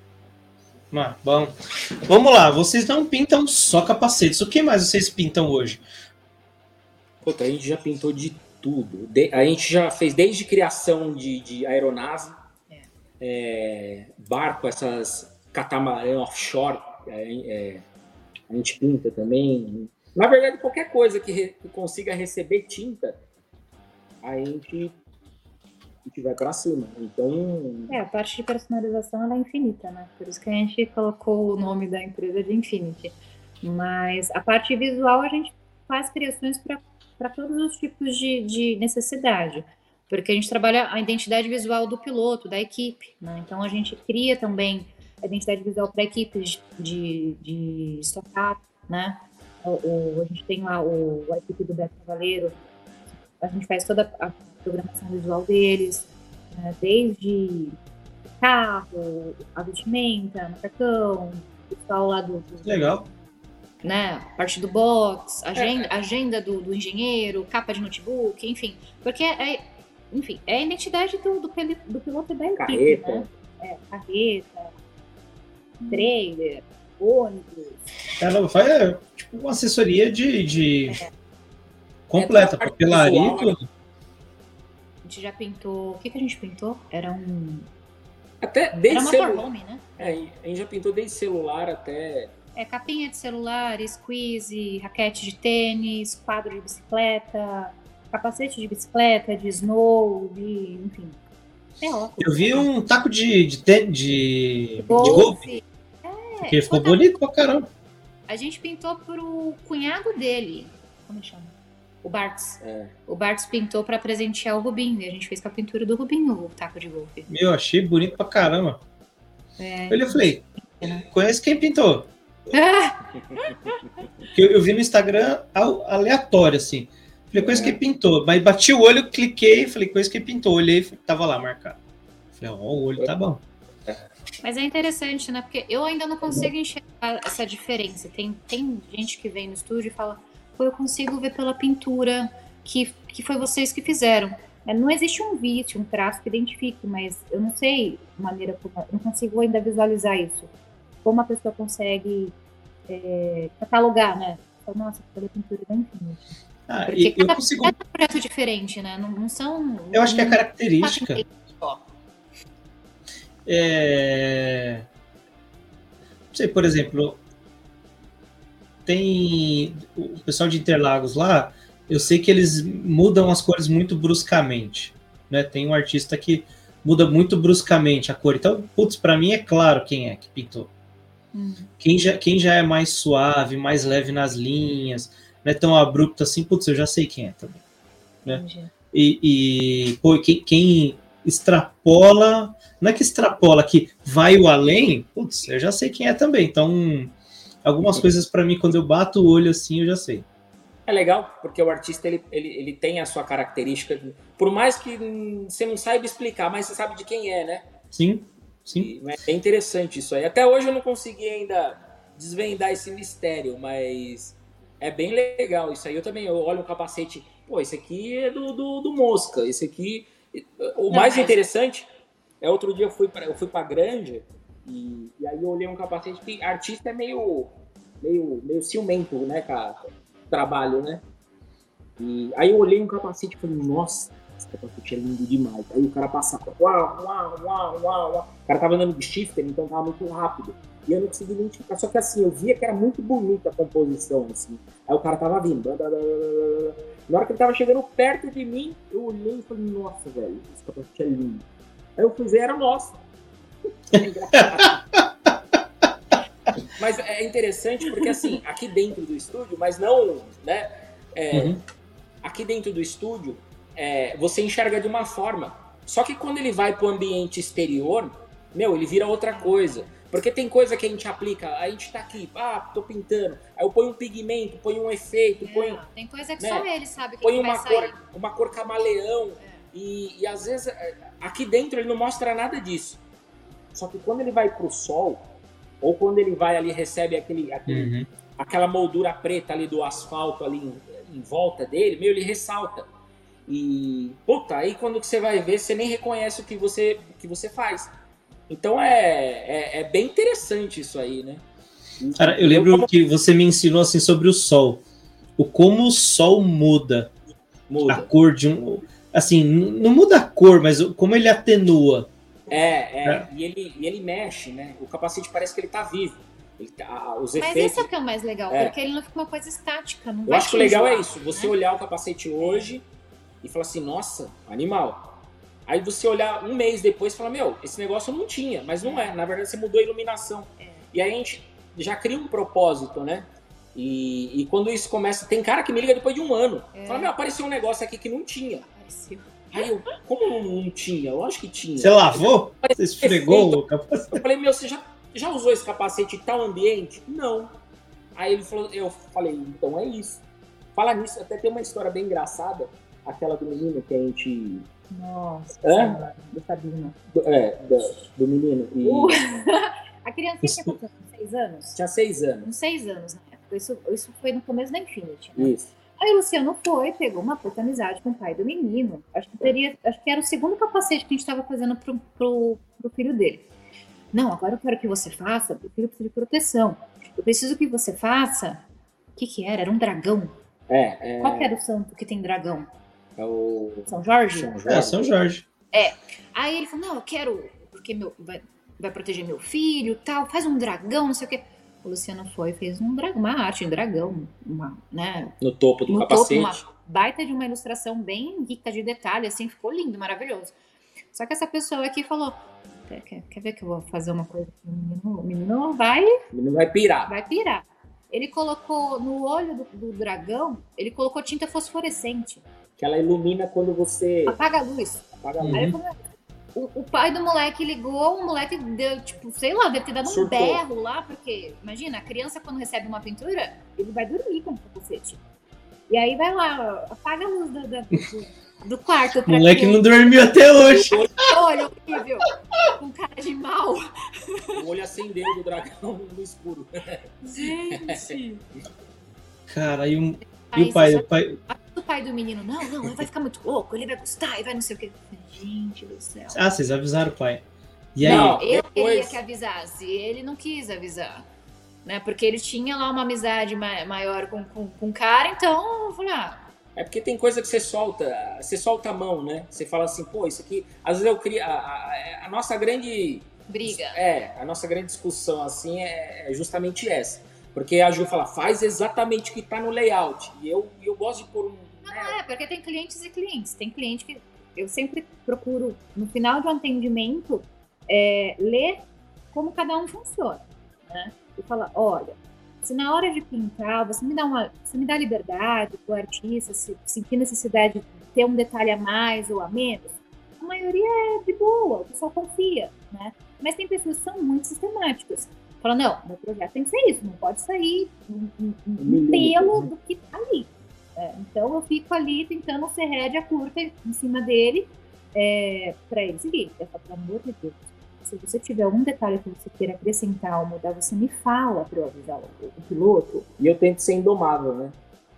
né? Bom, vamos lá. Vocês não pintam só capacetes. O que mais vocês pintam hoje? Puta, a gente já pintou de tudo. A gente já fez desde criação de aeronave, barco, essas catamarã offshore, a gente pinta também. Na verdade, qualquer coisa que consiga receber tinta, a gente vai para cima. Então... A parte de personalização ela é infinita, né? Por isso que a gente colocou o nome da empresa de Infinity. Mas a parte visual a gente faz criações para todos os tipos de necessidade. Porque a gente trabalha a identidade visual do piloto, da equipe, né? Então a gente cria também a identidade visual para equipes de startup, né? A gente tem lá a equipe do Beto Cavaleiro, a gente faz toda a programação visual deles, né? Desde carro, a vestimenta, macacão, o pessoal lá do Legal. Né, parte do box, agenda do engenheiro, capa de notebook, enfim. Porque enfim, é a identidade do piloto da equipe, carreta. Né? Carreta, trailer, ônibus. Ela faz tipo uma assessoria de completa, papelaria e tudo. A gente já pintou. O que a gente pintou? Era até desde era uma motorhome, né? A gente já pintou desde celular até. Capinha de celular, squeeze, raquete de tênis, quadro de bicicleta, capacete de bicicleta, de snow, enfim. Ótimo. Eu vi um taco de golfe. Que ficou bonito pra caramba. A gente pintou pro cunhado dele. Como chama? O Bartz. O Bartz pintou pra presentear o Rubinho. E a gente fez com a pintura do Rubinho o taco de golfe. Meu, achei bonito pra caramba. Eu falei, conhece quem pintou? Eu vi no Instagram aleatório, assim. Falei, conheço quem pintou. Mas bati o olho, cliquei, falei, conheço quem pintou. Olhei, tava lá marcado. Falei, o olho tá bom. Mas é interessante, né? Porque eu ainda não consigo enxergar essa diferença. Tem gente que vem no estúdio e fala, pô, eu consigo ver pela pintura que foi vocês que fizeram. Não existe um vício, um traço que identifique, mas eu não sei a maneira como... Eu não consigo ainda visualizar isso. Como a pessoa consegue catalogar, né? Nossa, pela pintura da Infinity. Porque eu consigo... cada projeto diferente, né? Não são... Eu acho que é característica... Não sei, por exemplo, tem o pessoal de Interlagos lá, eu sei que eles mudam as cores muito bruscamente, né? Tem um artista que muda muito bruscamente a cor. Então, putz, pra mim é claro quem é que pintou. Quem já é mais suave, mais leve nas linhas, não é tão abrupto assim, putz, eu já sei quem é também. Né? Pô, quem extrapola, não é que extrapola, que vai o além, putz, eu já sei quem é também. Então, algumas coisas para mim, quando eu bato o olho assim, eu já sei. É legal, porque o artista, ele tem a sua característica, por mais que você não saiba explicar, mas você sabe de quem é, né? Sim. É interessante isso aí. Até hoje eu não consegui ainda desvendar esse mistério, mas é bem legal isso aí. Eu olho um capacete, pô, esse aqui é do Mosca, esse aqui... mais interessante é outro dia eu fui pra Grande e aí eu olhei um capacete que artista é meio ciumento, né, cara? Trabalho, né? E aí eu olhei um capacete e falei, nossa, esse capacete é lindo demais. Aí o cara passava, uau. O cara tava andando de shifter, então tava muito rápido. E eu não consegui identificar, só que assim, eu via que era muito bonita a composição, assim. Aí o cara tava vindo, na hora que ele tava chegando perto de mim, eu olhei e falei, nossa, velho, esse capacete é lindo. Aí eu fui ver, era nosso. Mas é interessante porque, assim, aqui dentro do estúdio, mas não, né, aqui dentro do estúdio, você enxerga de uma forma. Só que quando ele vai pro ambiente exterior, ele vira outra coisa. Porque tem coisa que a gente aplica, a gente tá aqui, tô pintando, aí eu ponho um pigmento, ponho um efeito, tem coisa que só ele sabe que põe vai sair. Uma cor camaleão, e às vezes aqui dentro ele não mostra nada disso. Só que quando ele vai pro sol, ou quando ele vai ali recebe aquela moldura preta ali do asfalto ali em volta dele, ele ressalta. E, puta, aí quando você vai ver, você nem reconhece o que você faz. Então é bem interessante isso aí, né? Cara, eu lembro que você me ensinou assim sobre o sol. Como o sol muda a cor de um... Assim, não muda a cor, mas como ele atenua. E ele mexe, né? O capacete parece que ele tá vivo. Os Mas efeitos... esse é o que é o mais legal, porque ele não fica uma coisa estática. Não Eu vai acho que o legal enjoar, é isso, você olhar o capacete hoje e falar assim, nossa, animal. Aí você olhar um mês depois e falar, meu, esse negócio eu não tinha, mas não é. Na verdade, você mudou a iluminação. E aí a gente já cria um propósito, né? E quando isso começa, tem cara que me liga depois de um ano. Fala, meu, apareceu um negócio aqui que não tinha. Apareceu. Aí eu, como não tinha? Lógico que tinha. Você lavou? Você esfregou o capacete? Eu falei, meu, você já usou esse capacete em tal ambiente? Não. Aí ele falou, eu falei, então é isso. Falar nisso, até tem uma história bem engraçada, aquela do menino que a gente... Nossa, do Sabino. Do menino. E... A criança tinha quantos anos? 6 anos? Tinha 6 anos. Uns 6 anos na época. Isso foi no começo da Infinity, né? Isso. Aí o Luciano pegou uma puta amizade com o pai do menino. Acho que era o segundo capacete que a gente estava fazendo pro filho dele. Não, agora eu quero que você faça, o filho precisa de proteção. Eu preciso que você faça... O que era? Era um dragão. Qual que era o santo que tem dragão? É o... São Jorge? São Jorge. Aí ele falou, não, eu quero... Porque vai proteger meu filho e tal. Faz um dragão, não sei o quê. O Luciano fez uma arte de dragão. Né? No topo do capacete. Uma baita de uma ilustração bem rica de detalhe, assim. Ficou lindo, maravilhoso. Só que essa pessoa aqui falou... Quer ver que eu vou fazer uma coisa? O menino vai... O menino vai pirar. Vai pirar. Ele colocou no olho do dragão, ele colocou tinta fosforescente. Que ela ilumina quando você... Apaga a luz. Aí ele falou, o pai do moleque ligou, o moleque deu, tipo, sei lá, deve ter dado um berro lá, porque, imagina, a criança quando recebe uma pintura, ele vai dormir com o capacete. E aí vai lá, apaga a luz do quarto. O moleque não dormiu até hoje. Olha, horrível. Com cara de mal. O olho acendeu do dragão no escuro. Gente. Cara, e o pai? O pai do menino, não, ele vai ficar muito louco, ele vai gostar, e vai não sei o que. Gente do céu. Ah, vocês avisaram o pai. E aí? Não, eu queria que avisasse, ele não quis avisar. Né? Porque ele tinha lá uma amizade maior com o cara, então eu falei, É porque tem coisa que você solta a mão, né? Você fala assim, pô, isso aqui... Às vezes eu crio... A nossa grande... Briga. A nossa grande discussão, assim, é justamente essa. Porque a Ju fala, faz exatamente o que tá no layout. E eu gosto de pôr um... Não, porque tem clientes e clientes. Tem cliente que eu sempre procuro, no final de um atendimento, ler como cada um funciona, né? E falar, olha, se na hora de pintar você me dá liberdade do artista, se sentir necessidade de ter um detalhe a mais ou a menos, a maioria é de boa, o pessoal confia, né? Mas tem pessoas que são muito sistemáticas. Falam, não, meu projeto tem que ser isso, não pode sair um pelo do que tá ali. Então eu fico ali tentando ser rédea curta em cima dele para ele seguir. Eu falo, pelo amor de Deus, se você tiver algum detalhe que você queira acrescentar ou mudar, você me fala para eu avisar o piloto. E eu tento ser indomável, né?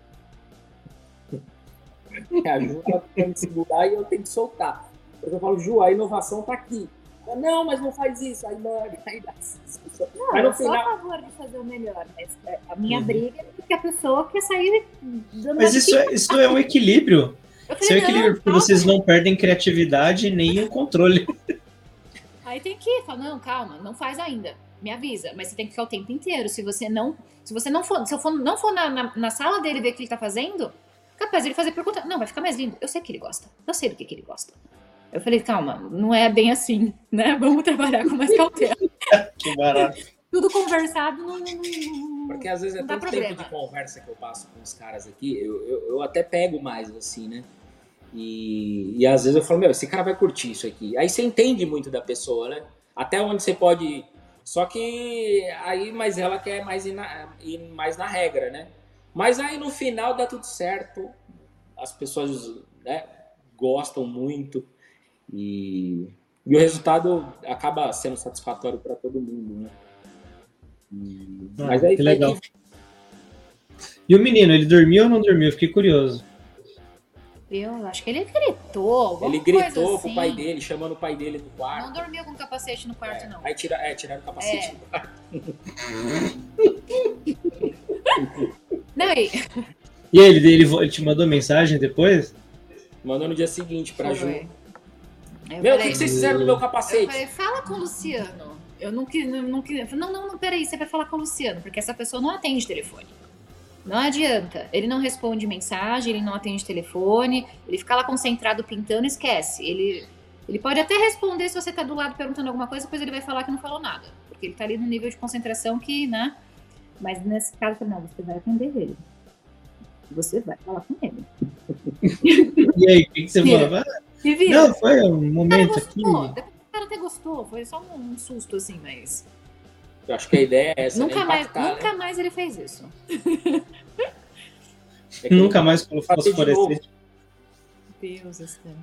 A Ju tem que segurar e eu tenho que soltar. Eu falo, Ju, a inovação tá aqui. Não, mas não faz isso. Aí dá discussão. Não, mas no eu sou final... a favor de fazer o melhor, mas a minha briga é porque a pessoa quer sair dando Mas isso é um equilíbrio. Isso é um equilíbrio, porque vocês não perdem criatividade nem o controle. Aí tem que falar, não, calma, não faz ainda. Me avisa, mas você tem que ficar o tempo inteiro. Se eu não for na sala dele ver o que ele tá fazendo, capaz de ele fazer pergunta. Não, vai ficar mais lindo. Eu sei que ele gosta. Eu sei do que ele gosta. Eu falei, calma, não é bem assim, né? Vamos trabalhar com mais cautela. Que barato. Tudo conversado não Porque às vezes é tanto tempo de conversa que eu passo com os caras aqui, eu até pego mais, assim, né? E às vezes eu falo, meu, esse cara vai curtir isso aqui. Aí você entende muito da pessoa, né? Até onde você pode... Só que aí, mas ela quer ir mais na regra, né? Mas aí no final dá tudo certo. As pessoas, né, gostam muito. E o resultado acaba sendo satisfatório para todo mundo, né? Mas aí, que legal. E o menino, ele dormiu ou não dormiu? Fiquei curioso. Eu acho que ele gritou. Ele gritou coisa pro assim. pai dele, chamando o pai dele no quarto. Não dormiu com capacete no quarto, não. Aí tiraram o capacete do quarto. Não, E aí, ele te mandou mensagem depois? Mandou no dia seguinte pra Ju. Eu Meu, o falei, que vocês fizeram no meu capacete? Eu falei, fala com o Luciano. Eu não quis. Não, peraí, você vai falar com o Luciano, porque essa pessoa não atende telefone. Não adianta. Ele não responde mensagem, ele não atende telefone, ele fica lá concentrado pintando, esquece. Ele pode até responder se você tá do lado perguntando alguma coisa, depois ele vai falar que não falou nada. Porque ele tá ali no nível de concentração que, né? Mas nesse caso, não, você vai atender ele. Você vai falar com ele. E aí, o que você falou? Não, foi um momento aqui. Depois o cara até gostou, foi só um susto, assim, mas... Eu acho que a ideia é essa, nunca mais ele fez isso. Nunca mais fosforescente. Deus do céu.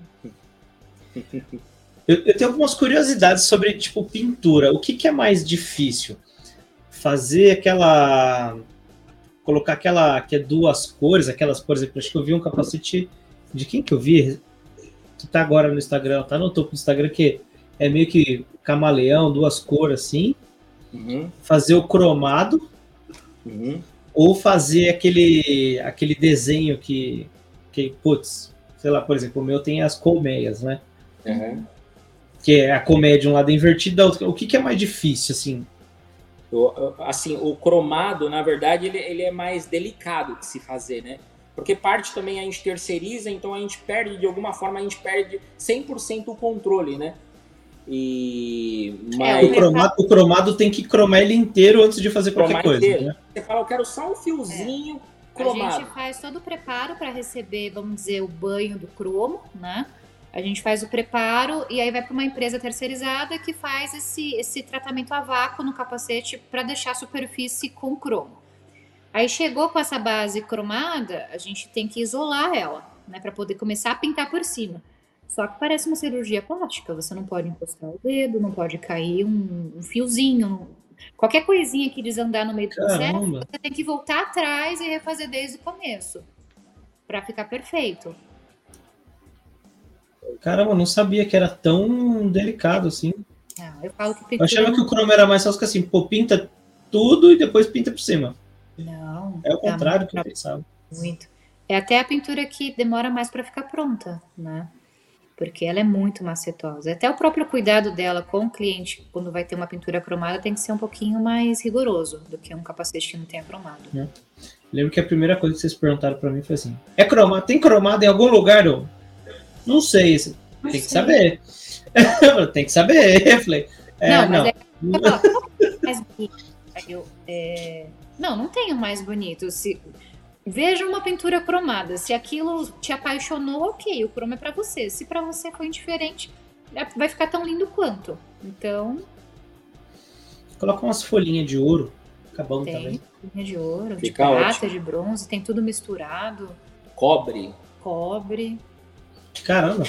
Eu tenho algumas curiosidades sobre, tipo, pintura. O que é mais difícil? Fazer aquela... Colocar aquela que é duas cores, aquelas, por exemplo, acho que eu vi um capacete... De quem que eu vi? Que tá agora no Instagram, tá no topo do Instagram, que é meio que camaleão, duas cores, assim. Fazer o cromado. Ou fazer aquele desenho que, putz, sei lá, por exemplo, o meu tem as colmeias, né? Que é a colmeia de um lado invertida, o que é mais difícil, assim? Assim, o cromado, na verdade, ele é mais delicado de se fazer, né? Porque parte também a gente terceiriza, então a gente perde, de alguma forma, a gente perde 100% o controle, né? Mas... O cromado tem que cromar ele inteiro antes de fazer qualquer coisa, né? Você fala, eu quero só um fiozinho cromado. A gente faz todo o preparo para receber, vamos dizer, o banho do cromo, né? A gente faz o preparo e aí vai para uma empresa terceirizada que faz esse tratamento a vácuo no capacete para deixar a superfície com cromo. Aí chegou com essa base cromada, a gente tem que isolar ela, né, para poder começar a pintar por cima. Só que parece uma cirurgia plástica, você não pode encostar o dedo, não pode cair um fiozinho, qualquer coisinha que desandar no meio do processo, você tem que voltar atrás e refazer desde o começo, para ficar perfeito. Caramba, eu não sabia que era tão delicado assim. Eu falo que pintura... Eu achava que o cromo era mais fácil que assim, pô, pinta tudo e depois pinta por cima. Não. É o contrário que eu pensava. Muito. É até a pintura que demora mais para ficar pronta, né? Porque ela é muito macetosa. Até o próprio cuidado dela com o cliente, quando vai ter uma pintura cromada, tem que ser um pouquinho mais rigoroso do que um capacete que não tenha cromado. Lembro que a primeira coisa que vocês perguntaram para mim foi assim: é cromado? Tem cromado em algum lugar? Eu não sei. Tem que saber. Tem que saber. Eu falei, mais bonito. Não tem o mais bonito. Veja uma pintura cromada. Se aquilo te apaixonou, ok, o cromo é pra você. Se pra você foi indiferente, vai ficar tão lindo quanto. Então... Coloca umas folhinhas de ouro. Fica bom também. Tem folhinha de ouro, de Fica prata, ótimo. de bronze. Tem tudo misturado. Cobre. Caramba.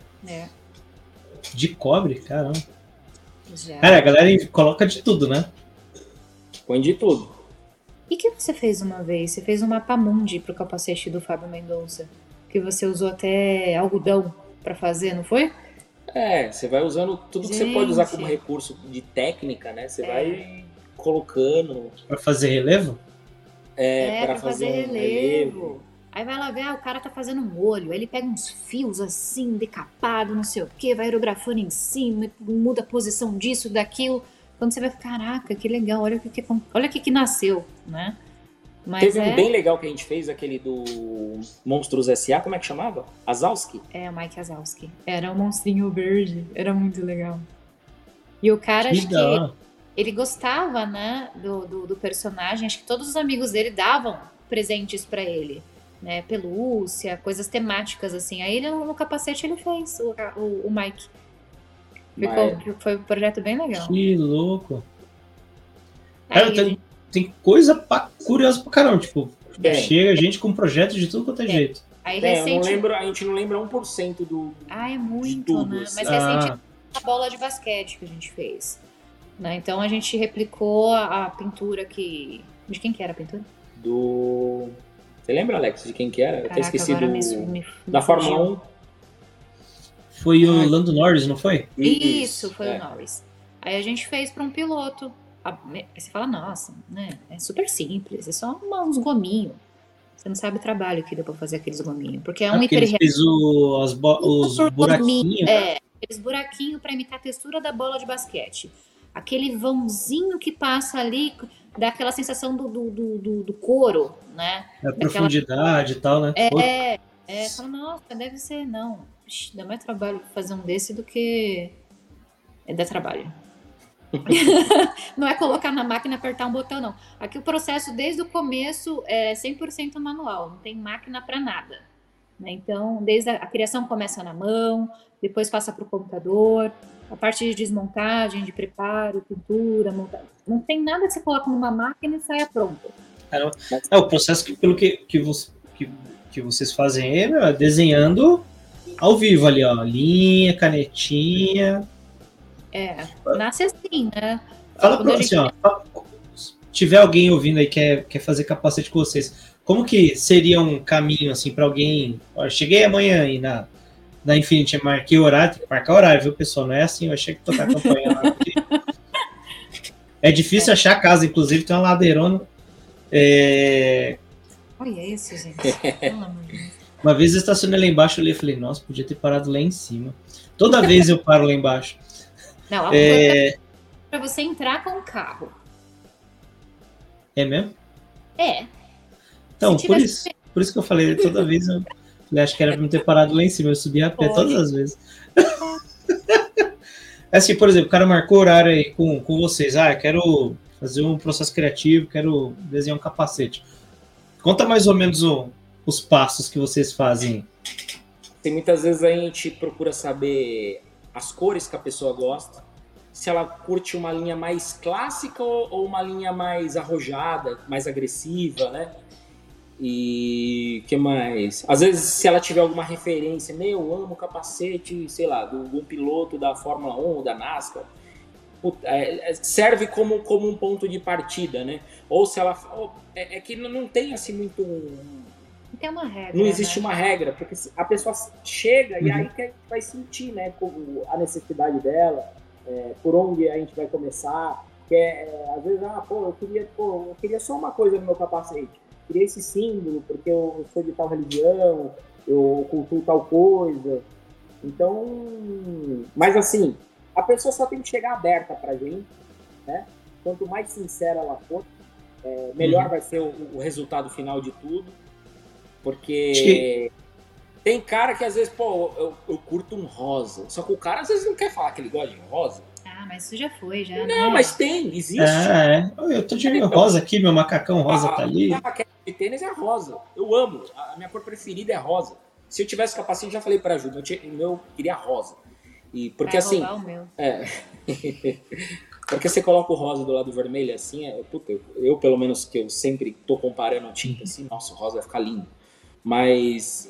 De cobre? Caramba. Já. Cara, a galera coloca de tudo, né? Põe de tudo. E o que você fez uma vez? Você fez um mapamundi pro capacete do Fábio Mendonça. Que você usou até algodão pra fazer, não foi? Você vai usando tudo que você pode usar como recurso de técnica, né? Você vai colocando. Pra fazer relevo? Pra fazer relevo. Aí vai lá ver, o cara tá fazendo um olho. Aí ele pega uns fios assim, decapado, não sei o quê, vai aerografando em cima, muda a posição disso, daquilo. Quando você vai ficar, caraca, que legal, olha o que nasceu, né? Mas teve um bem legal que a gente fez, aquele do Monstros S.A., como é que chamava? Azowski? O Mike Azowski. Era um monstrinho verde, era muito legal. E o cara, acho que ele gostava, né, do personagem, acho que todos os amigos dele davam presentes pra ele, né, pelúcia, coisas temáticas, assim. Aí ele, no capacete, ele fez o Mike. Foi um projeto bem legal. Que louco. Cara, tem coisa curiosa pra caramba. Tipo, chega gente com projetos de tudo quanto é jeito. Aí, a gente não lembra 1% do. É muito, né? Mas recentemente a bola de basquete que a gente fez. Né? Então a gente replicou a pintura que. De quem que era a pintura? Você lembra, Alex, de quem que era? Caraca, eu até esqueci da Fórmula 1. Foi o Lando Norris, não foi? Isso, foi o Norris. Aí a gente fez para um piloto. Aí você fala, nossa, né? É super simples, é só uns gominhos. Você não sabe o trabalho que deu pra fazer aqueles gominhos. Porque é um hiperrealista. Ele fez os buraquinhos. Aqueles buraquinhos para imitar a textura da bola de basquete. aquele vãozinho que passa ali, dá aquela sensação do couro, né? A profundidade e tal, né? Fala, nossa, deve ser, não. Ixi, dá mais trabalho fazer um desse do que... dá trabalho. Não é colocar na máquina e apertar um botão, não. Aqui o processo, desde o começo, é 100% manual, não tem máquina para nada. Né? Então, desde a criação começa na mão, depois passa para o computador, a parte de desmontagem, de preparo, pintura, montagem. Não tem nada que você coloca numa máquina e saia pronto. O processo que vocês fazem é desenhando ao vivo ali, ó, linha, canetinha. Nasce assim, né? Fala pra assim, ó, se tiver alguém ouvindo aí que quer fazer capacete com vocês, como que seria um caminho assim para alguém? Ó, cheguei amanhã aí na Infinity, marquei horário, tem que marcar horário, viu, pessoal? Não é assim, eu achei que tocar a campanha lá. É difícil achar a casa, inclusive tem uma ladeirona. Olha isso, gente. Pelo amor de Deus. Uma vez eu estacionei lá embaixo, eu falei, nossa, podia ter parado lá em cima. Toda vez eu paro lá embaixo. Não, para você entrar com o carro. É mesmo? Então, por isso que eu falei, toda vez eu falei, acho que era pra me ter parado lá em cima, eu subi a pé todas as vezes. Assim, por exemplo, o cara marcou horário aí com vocês. Eu quero fazer um processo criativo, quero desenhar um capacete. Conta mais ou menos os passos que vocês fazem. Tem muitas vezes a gente procura saber as cores que a pessoa gosta, se ela curte uma linha mais clássica ou uma linha mais arrojada, mais agressiva, né? E que mais? Às vezes, se ela tiver alguma referência, eu amo capacete, sei lá, do piloto da Fórmula 1 ou da NASCAR, serve como um ponto de partida, né? Ou se ela... É que não tem assim muito... Não tem uma regra. Não existe uma regra, porque a pessoa chega e aí que a gente vai sentir, né, a necessidade dela, por onde a gente vai começar. Às vezes, eu queria só uma coisa no meu capacete. Eu queria esse símbolo, porque eu sou de tal religião, eu cultuo tal coisa. Então, mas assim, a pessoa só tem que chegar aberta pra gente, né? Quanto mais sincera ela for, melhor vai ser o resultado final de tudo. Porque tem cara que às vezes, eu curto um rosa. Só que o cara às vezes não quer falar que ele gosta de rosa. Mas isso já foi, já. Não, né? Mas existe. Eu tô de rosa aqui, meu macacão rosa tá ali. A raquete de tênis é rosa. Eu amo. A minha cor preferida é rosa. Se eu tivesse capacete, já falei pra Ju, o meu queria rosa. E porque vai assim. O meu. Porque você coloca o rosa do lado vermelho assim, eu pelo menos que eu sempre tô comparando a tinta assim, nossa, o rosa vai ficar lindo. Mas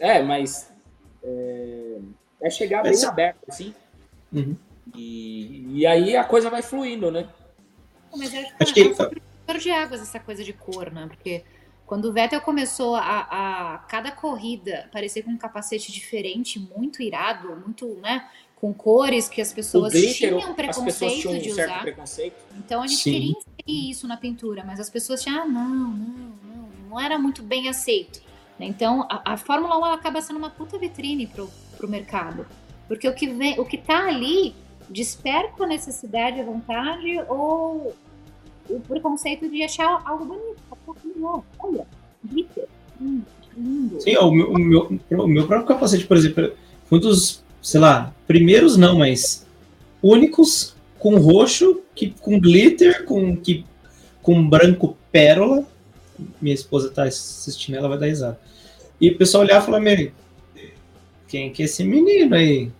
é chegar bem aberto, assim. Uhum. E aí a coisa vai fluindo, né? Mas acho que é um super de águas essa coisa de cor, né? Porque quando o Vettel começou a cada corrida parecer com um capacete diferente, muito irado, muito, né? Com cores que as pessoas tinham preconceito de usar. Então a gente queria inserir isso na pintura, mas as pessoas tinham, não era muito bem aceito. Então, a Fórmula 1 ela acaba sendo uma puta vitrine pro mercado. Porque o que tá ali desperta a necessidade, a vontade ou o preconceito de achar algo bonito. Olha, glitter. Lindo. Sim, o meu próprio capacete, por exemplo, foi um dos, sei lá, primeiros não, mas únicos com roxo, com glitter, com branco pérola. Minha esposa tá assistindo, ela vai dar risada. E o pessoal olhava e falava, quem que é esse menino aí?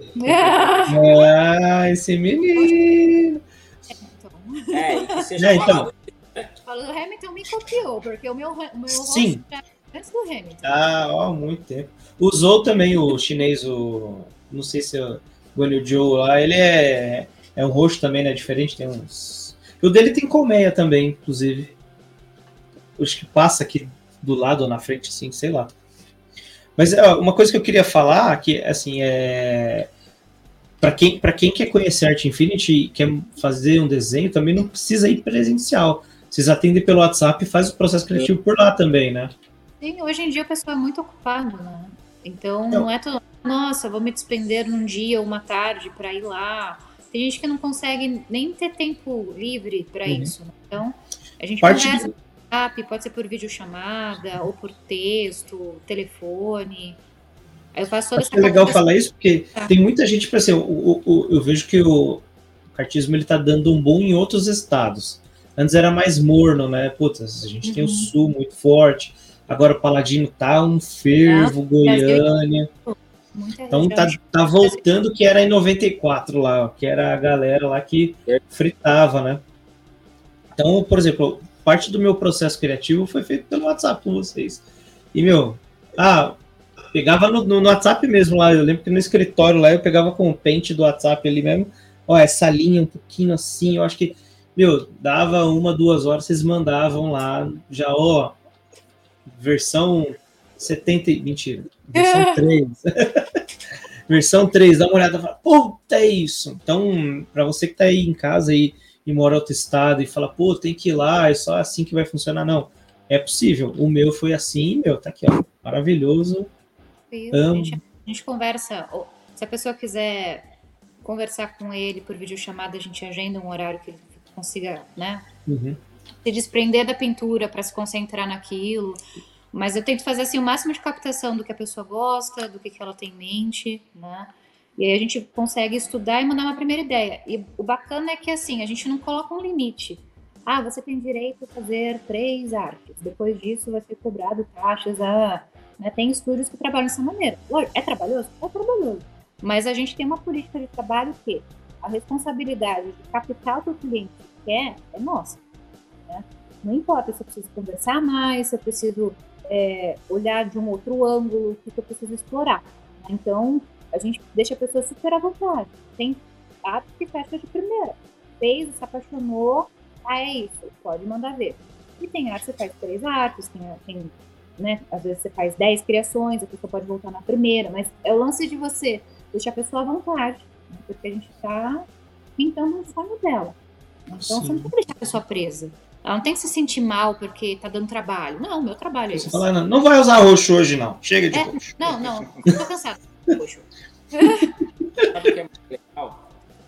Esse menino. E você já falou, o Hamilton me copiou, porque o meu Sim. rosto antes do Hamilton. Há muito tempo. Usou também o chinês, não sei se é o Guan Yu Zhou lá, ele é um roxo também, né? Diferente, tem uns... O dele tem colmeia também, inclusive. Acho que passa aqui do lado ou na frente, assim, sei lá. Mas uma coisa que eu queria falar, que assim, para quem quer conhecer Art Infinity e quer fazer um desenho, também não precisa ir presencial. Vocês atendem pelo WhatsApp e faz o processo criativo por lá também, né? Sim, hoje em dia o pessoal é muito ocupado, né? Então não é todo, nossa, vou me despender num dia ou uma tarde para ir lá Tem gente que não consegue nem ter tempo livre para isso. Né? Então, a gente Parte conversa no WhatsApp, pode ser por videochamada, ou por texto, telefone. Aí eu faço toda Acho que é legal falar isso, porque tem muita gente, por assim, eu vejo que o kartismo ele tá dando um boom em outros estados. Antes era mais morno, né? Putz, a gente tem o Sul muito forte, agora o Paladino tá um fervo, Goiânia. Então tá voltando que era em 94 lá, que era a galera lá que fritava, né? Então, por exemplo, parte do meu processo criativo foi feito pelo WhatsApp com vocês. E, pegava no WhatsApp mesmo lá, eu lembro que no escritório lá eu pegava com o pente do WhatsApp ali mesmo, essa linha um pouquinho assim, eu acho que, dava 1-2 horas, vocês mandavam lá, já, versão 70, mentira, versão 3. Versão 3, dá uma olhada e fala, puta, é isso. Então, para você que tá aí em casa e mora em outro estado e fala, pô, tem que ir lá, é só assim que vai funcionar. Não, é possível. O meu foi assim, tá aqui, maravilhoso. A gente conversa, se a pessoa quiser conversar com ele por videochamada, a gente agenda um horário que ele consiga, né, se desprender da pintura para se concentrar naquilo. Mas eu tento fazer assim o máximo de captação do que a pessoa gosta, do que ela tem em mente, né? E aí a gente consegue estudar e mandar uma primeira ideia. E o bacana é que assim, a gente não coloca um limite. Você tem direito a fazer 3 artes. Depois disso vai ser cobrado taxas. Né? Tem estúdios que trabalham dessa maneira. É trabalhoso? É trabalhoso. Mas a gente tem uma política de trabalho que a responsabilidade de captar o que o cliente quer é nossa. Né? Não importa se eu preciso conversar mais, se eu preciso olhar de um outro ângulo, o que eu preciso explorar. Né? Então, a gente deixa a pessoa super à vontade. Tem arte que fecha de primeira. Fez, se apaixonou, é isso, pode mandar ver. E tem arte que você faz 3 artes, tem né, às vezes você faz 10 criações, a pessoa pode voltar na primeira, mas é o lance de você deixar a pessoa à vontade, né? Porque a gente está pintando um sonho dela. Então, Sim. Você não tem que deixar a pessoa presa. Ela não tem que se sentir mal porque tá dando trabalho. Não, meu trabalho é esse. Fala, não vai usar roxo hoje, não. Chega de roxo. Não, tô cansado de roxo. Sabe o que é muito legal?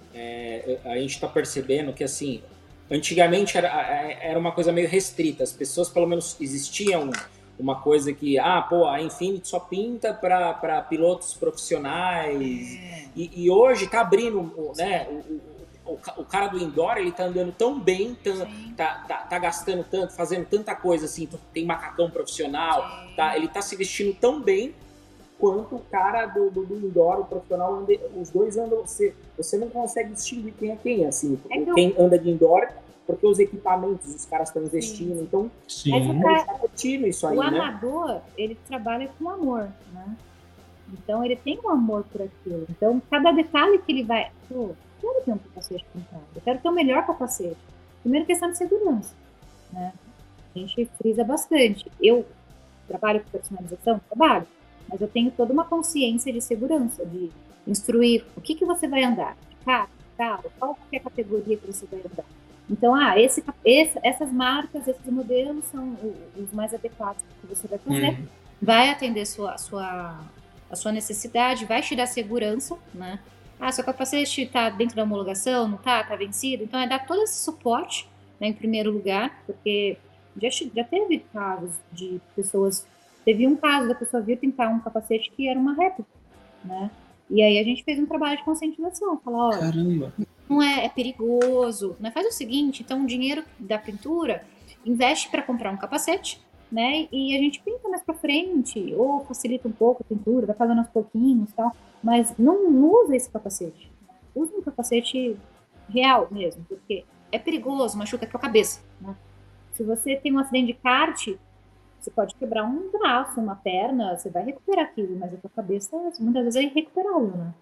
A gente tá percebendo que, assim, antigamente era uma coisa meio restrita. As pessoas, pelo menos, existiam uma coisa que, a Infinity só pinta para pilotos profissionais. E hoje tá abrindo, né? O cara do indoor, ele tá andando tão bem, tá gastando tanto, fazendo tanta coisa assim, tem macacão profissional, ele tá se vestindo tão bem quanto o cara do indoor, o profissional, os dois andam, você não consegue distinguir quem é quem, assim, quem anda de indoor, porque os equipamentos, os caras estão investindo, então mas a gente tá curtindo isso aí, o amador, ele trabalha com amor, né? Então ele tem um amor por aquilo, então cada detalhe que ele vai... eu quero ter um capacete pintado, eu quero ter o melhor capacete. Primeiro, questão de segurança, né? A gente frisa bastante. Eu trabalho com personalização? Trabalho. Mas eu tenho toda uma consciência de segurança, de instruir o que você vai andar, de carro, qual que é a categoria que você vai andar. Então, essas marcas, esses modelos são os mais adequados que você vai fazer. Vai atender a sua necessidade, vai te dar segurança, né? Seu capacete está dentro da homologação, não está vencido. Então, é dar todo esse suporte, né, em primeiro lugar, porque já teve casos de pessoas... Teve um caso da pessoa vir pintar um capacete que era uma réplica, né? E aí a gente fez um trabalho de conscientização. Falar, olha, caramba, não é perigoso, né? Faz o seguinte, então o dinheiro da pintura investe para comprar um capacete, né? E a gente pinta mais para frente, ou facilita um pouco a pintura, vai fazendo aos pouquinhos e tal. Mas não usa esse capacete. Usa um capacete real mesmo, porque é perigoso, machuca a tua cabeça, né? Se você tem um acidente de kart, você pode quebrar um braço, uma perna, você vai recuperar aquilo, mas a tua cabeça muitas vezes é irrecuperável, né?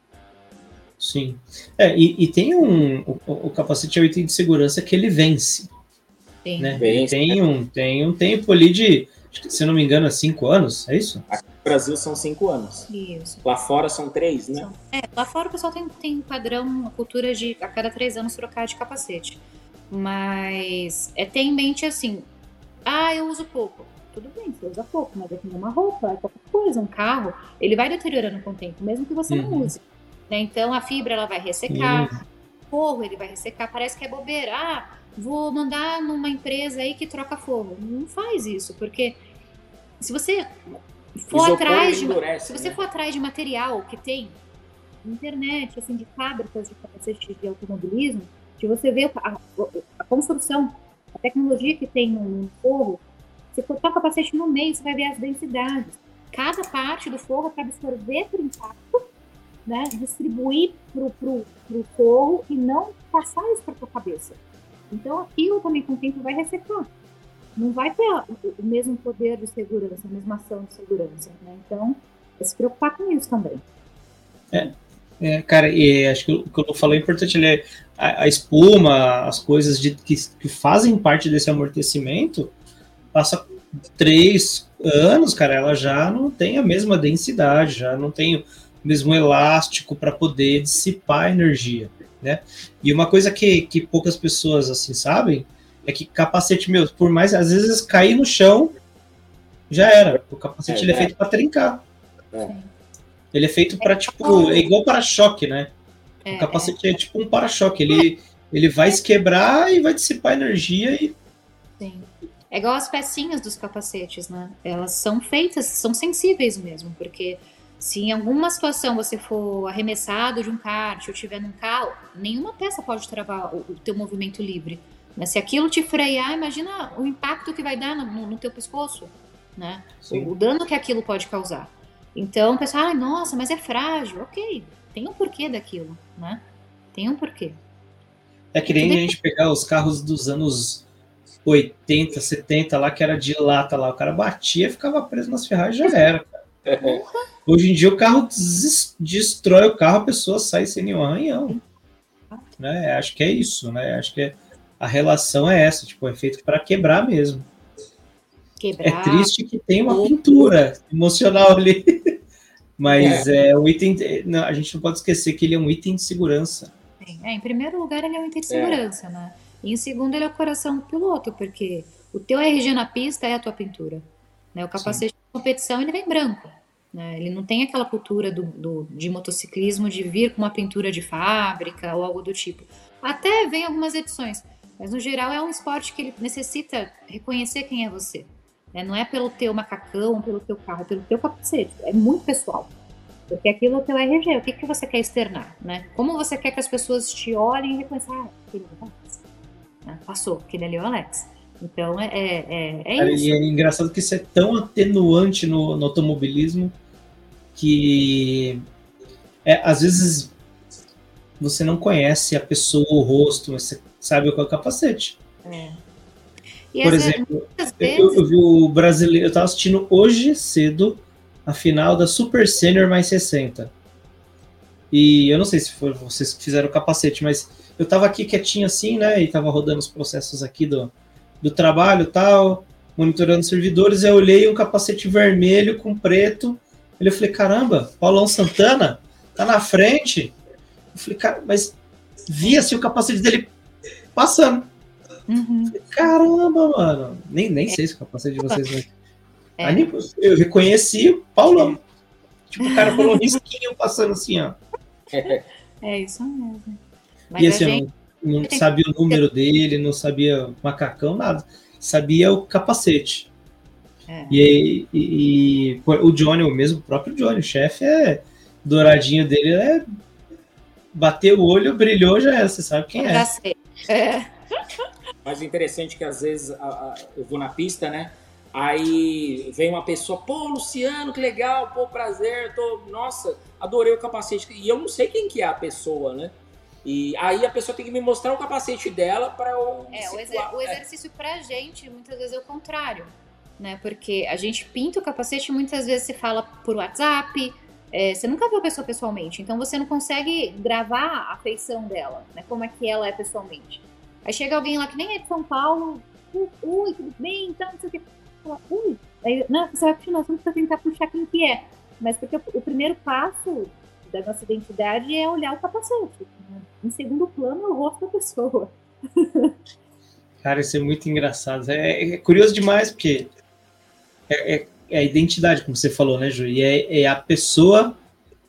Sim. E tem o capacete é o item de segurança que ele vence. Sim. Né? Tem um tempo ali de, se não me engano, 5 anos, é isso? Aqui no Brasil são 5 anos. Isso. Lá fora são 3, né? Lá fora o pessoal tem padrão, uma cultura de a cada 3 anos trocar de capacete. Mas tem em mente assim, eu uso pouco. Tudo bem, você usa pouco, mas é que nem uma roupa, é qualquer coisa, um carro, ele vai deteriorando com o tempo, mesmo que você não use. né? Então a fibra ela vai ressecar, o forro ele vai ressecar, parece que é bobeira. Ah, vou mandar numa empresa aí que troca forro. Não faz isso, porque se você for atrás de material que tem na internet, assim, de fábricas de capacetes de automobilismo, se você vê a construção, a tecnologia que tem no forro, se cortar o capacete no meio, você vai ver as densidades. Cada parte do forro é para absorver por impacto, né, distribuir pro forro e não passar isso para tua cabeça. Então aquilo também com o tempo vai ressecar. Não vai ter o mesmo poder de segurança, a mesma ação de segurança, né? Então, é se preocupar com isso também. Cara, e acho que o que eu falei é importante, a espuma, as coisas que fazem parte desse amortecimento, passa 3 anos, cara, ela já não tem a mesma densidade, já não tem o mesmo elástico para poder dissipar a energia, né? E uma coisa que poucas pessoas assim sabem é que capacete, por mais às vezes cair no chão, já era. O capacete ele é feito para trincar. Ele é feito para, tipo, é igual para-choque, né? O capacete é tipo um para-choque. Ele vai se quebrar e vai dissipar energia e... Sim. É igual as pecinhas dos capacetes, né? Elas são feitas, são sensíveis mesmo, porque se em alguma situação você for arremessado de um kart ou estiver num carro, nenhuma peça pode travar o teu movimento livre. Né? Se aquilo te frear, imagina o impacto que vai dar no teu pescoço, né? O dano que aquilo pode causar. Então, o pessoal, nossa, mas é frágil. Ok, tem um porquê daquilo, né? Tem um porquê. É que nem a gente pegar os carros dos anos 80, 70 lá, que era de lata lá. O cara batia, ficava preso nas ferragens e já era, cara. Hoje em dia o carro destrói o carro, a pessoa sai sem nenhum arranhão. Né? Acho que é isso, né? Acho que a relação é essa, tipo, é feito para quebrar mesmo. É triste que tem uma pintura emocional ali, mas o item, a gente não pode esquecer que ele é um item de segurança. Em primeiro lugar, ele é um item de segurança, né? E em segundo, ele é o coração do piloto, porque o teu RG na pista é a tua pintura. Né? O capacete de competição, ele vem branco. Né? Ele não tem aquela cultura de motociclismo de vir com uma pintura de fábrica ou algo do tipo. Até vem algumas edições, mas no geral é um esporte que ele necessita reconhecer quem é você. Não é pelo teu macacão, pelo teu carro, é pelo teu capacete. É muito pessoal. Porque aquilo é o teu RG. O que você quer externar? Né? Como você quer que as pessoas te olhem e reconheçam, aquele é o Alex. Passou, aquele ali é o Alex. Então, é isso. E é engraçado que isso é tão atenuante no automobilismo que às vezes você não conhece a pessoa, o rosto, mas você sabe qual é o capacete. Por exemplo, eu vi o brasileiro, eu estava assistindo hoje cedo a final da Super Senior mais 60. E eu não sei se foi vocês que fizeram o capacete, mas eu estava aqui quietinho assim, né? E estava rodando os processos aqui do trabalho e tal, monitorando os servidores. Eu olhei um capacete vermelho com preto. Eu falei, caramba, Paulão Santana tá na frente. Eu falei, cara, mas via-se o capacete dele passando. Falei, caramba, mano. Nem sei se o capacete de vocês eu reconheci o Paulão. Tipo, o cara falou um risquinho passando assim, ó. É isso mesmo. Mas e assim, eu não sabia o número dele, não sabia o macacão, nada. Sabia o capacete. E o Johnny, o próprio Johnny, o chefe, douradinho dele, bateu o olho, brilhou, já era, você sabe quem é. Já sei. Mas o interessante é que às vezes eu vou na pista, né? Aí vem uma pessoa, pô, Luciano, que legal, pô, prazer, nossa, adorei o capacete. E eu não sei quem que é a pessoa, né? E aí a pessoa tem que me mostrar o capacete dela para eu... O exercício pra gente, muitas vezes, é o contrário, né? Porque a gente pinta o capacete e muitas vezes se fala por WhatsApp, você nunca viu a pessoa pessoalmente, então você não consegue gravar a feição dela, né? Como é que ela é pessoalmente. Aí chega alguém lá que nem é de São Paulo, ui, tudo bem, então, não sei o que. Ui, aí, não, você vai continuar, você não precisa tentar puxar quem que é. Mas porque o primeiro passo da nossa identidade é olhar o capacete. Né? Em segundo plano é o rosto da pessoa. Cara, isso é muito engraçado. É curioso demais, porque é a identidade, como você falou, né, Ju? E é a pessoa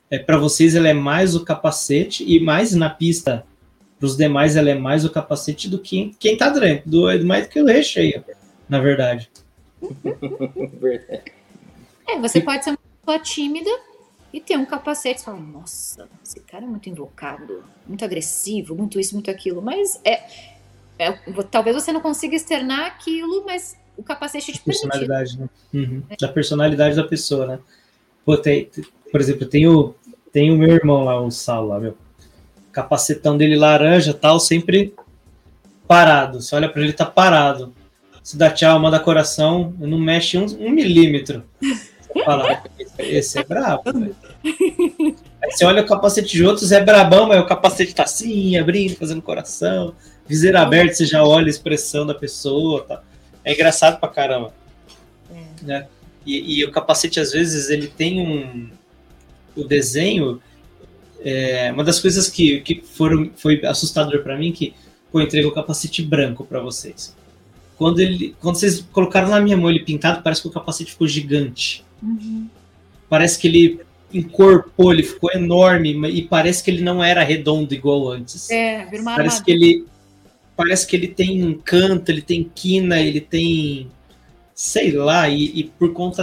para vocês ela é mais o capacete, e mais na pista, para os demais ela é mais o capacete do que quem tá dentro, mais do que o recheio, na verdade. Verdade. Você pode ser uma pessoa tímida e ter um capacete e falar, nossa, esse cara é muito invocado, muito agressivo, muito isso, muito aquilo, mas talvez você não consiga externar aquilo, mas o capacete te permite. Personalidade, né? Da personalidade da pessoa, né? Pô, por exemplo, tem o meu irmão lá, o Sal lá, meu capacetão dele laranja, tal, sempre parado. Você olha pra ele, tá parado. Se dá tchau, manda coração, não mexe um milímetro. Você fala, esse é brabo, velho. Aí você olha o capacete de outros, é brabão, mas o capacete tá assim, abrindo, fazendo coração, viseira aberta, você já olha a expressão da pessoa, tá? É engraçado pra caramba. Né? E o capacete, às vezes, ele tem o desenho. Uma das coisas que foi assustador para mim, que eu entreguei o capacete branco para vocês. Quando vocês colocaram na minha mão ele pintado, parece que o capacete ficou gigante. Parece que ele encorpou, ele ficou enorme, e parece que ele não era redondo igual antes. Vira uma Parece que ele tem um canto, ele tem quina, ele tem, sei lá, e por conta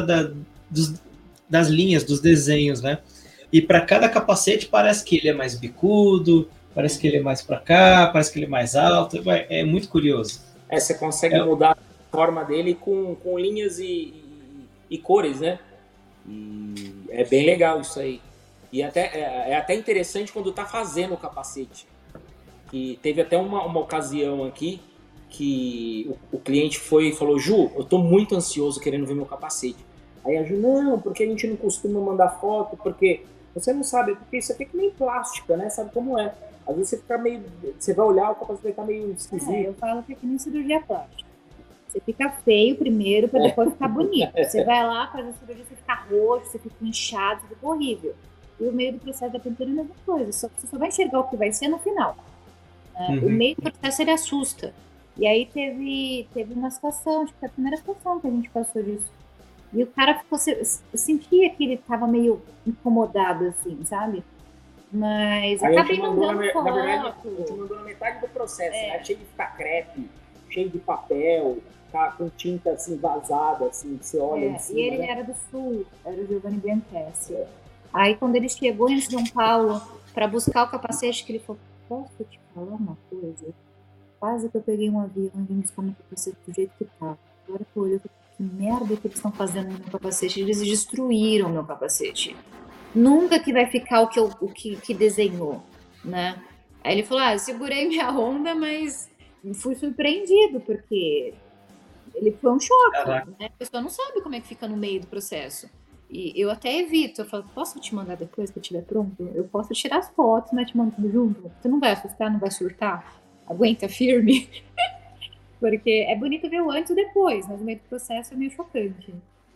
das linhas, dos desenhos, né? E para cada capacete parece que ele é mais bicudo, parece que ele é mais para cá, parece que ele é mais alto. É muito curioso. Você consegue mudar a forma dele com linhas e cores, né? E é bem legal isso aí. E é até interessante quando tá fazendo o capacete. Que teve até uma ocasião aqui que o cliente foi e falou, Ju, eu tô muito ansioso querendo ver meu capacete. Aí a Ju, não, porque a gente não costuma mandar foto, porque você não sabe, porque isso aqui é que nem plástica, né? Sabe como é? Às vezes você fica meio. Você vai olhar, o capacete vai estar meio esquisito. Eu falo que é que nem cirurgia plástica. Você fica feio primeiro para depois ficar bonito. Você vai lá, faz a cirurgia, você fica roxo, você fica inchado, você fica horrível. E o meio do processo da pintura é a mesma coisa. Você só vai enxergar o que vai ser no final. O meio do processo ele assusta. E aí teve uma situação, acho que foi a primeira situação que a gente passou disso. E o cara ficou, eu sentia que ele tava meio incomodado, assim, sabe? Mas acabei mandando foto. Na verdade, a gente mandou na metade do processo, né? Cheio de ficar crepe, cheio de papel, tá com tinta assim vazada, assim, que você olha em cima. E ele era do Sul, era o Giovanni Biancassi. Aí quando ele chegou em São Paulo para buscar o capacete, que ele falou, posso te falar uma coisa? Quase que eu peguei um avião e vim buscar meu capacete do jeito que tava. Agora que eu olhei, que merda que eles estão fazendo no meu capacete? Eles destruíram meu capacete. Nunca que vai ficar o que desenhou, né? Aí ele falou, eu segurei minha onda, mas fui surpreendido, porque ele foi um choque, né? A pessoa não sabe como é que fica no meio do processo. E eu até evito, eu falo, posso te mandar depois que eu estiver pronto? Eu posso tirar as fotos, mas te mando tudo junto? Você não vai assustar, não vai surtar? Aguenta firme? Porque é bonito ver o antes e depois, mas no meio do processo é meio chocante.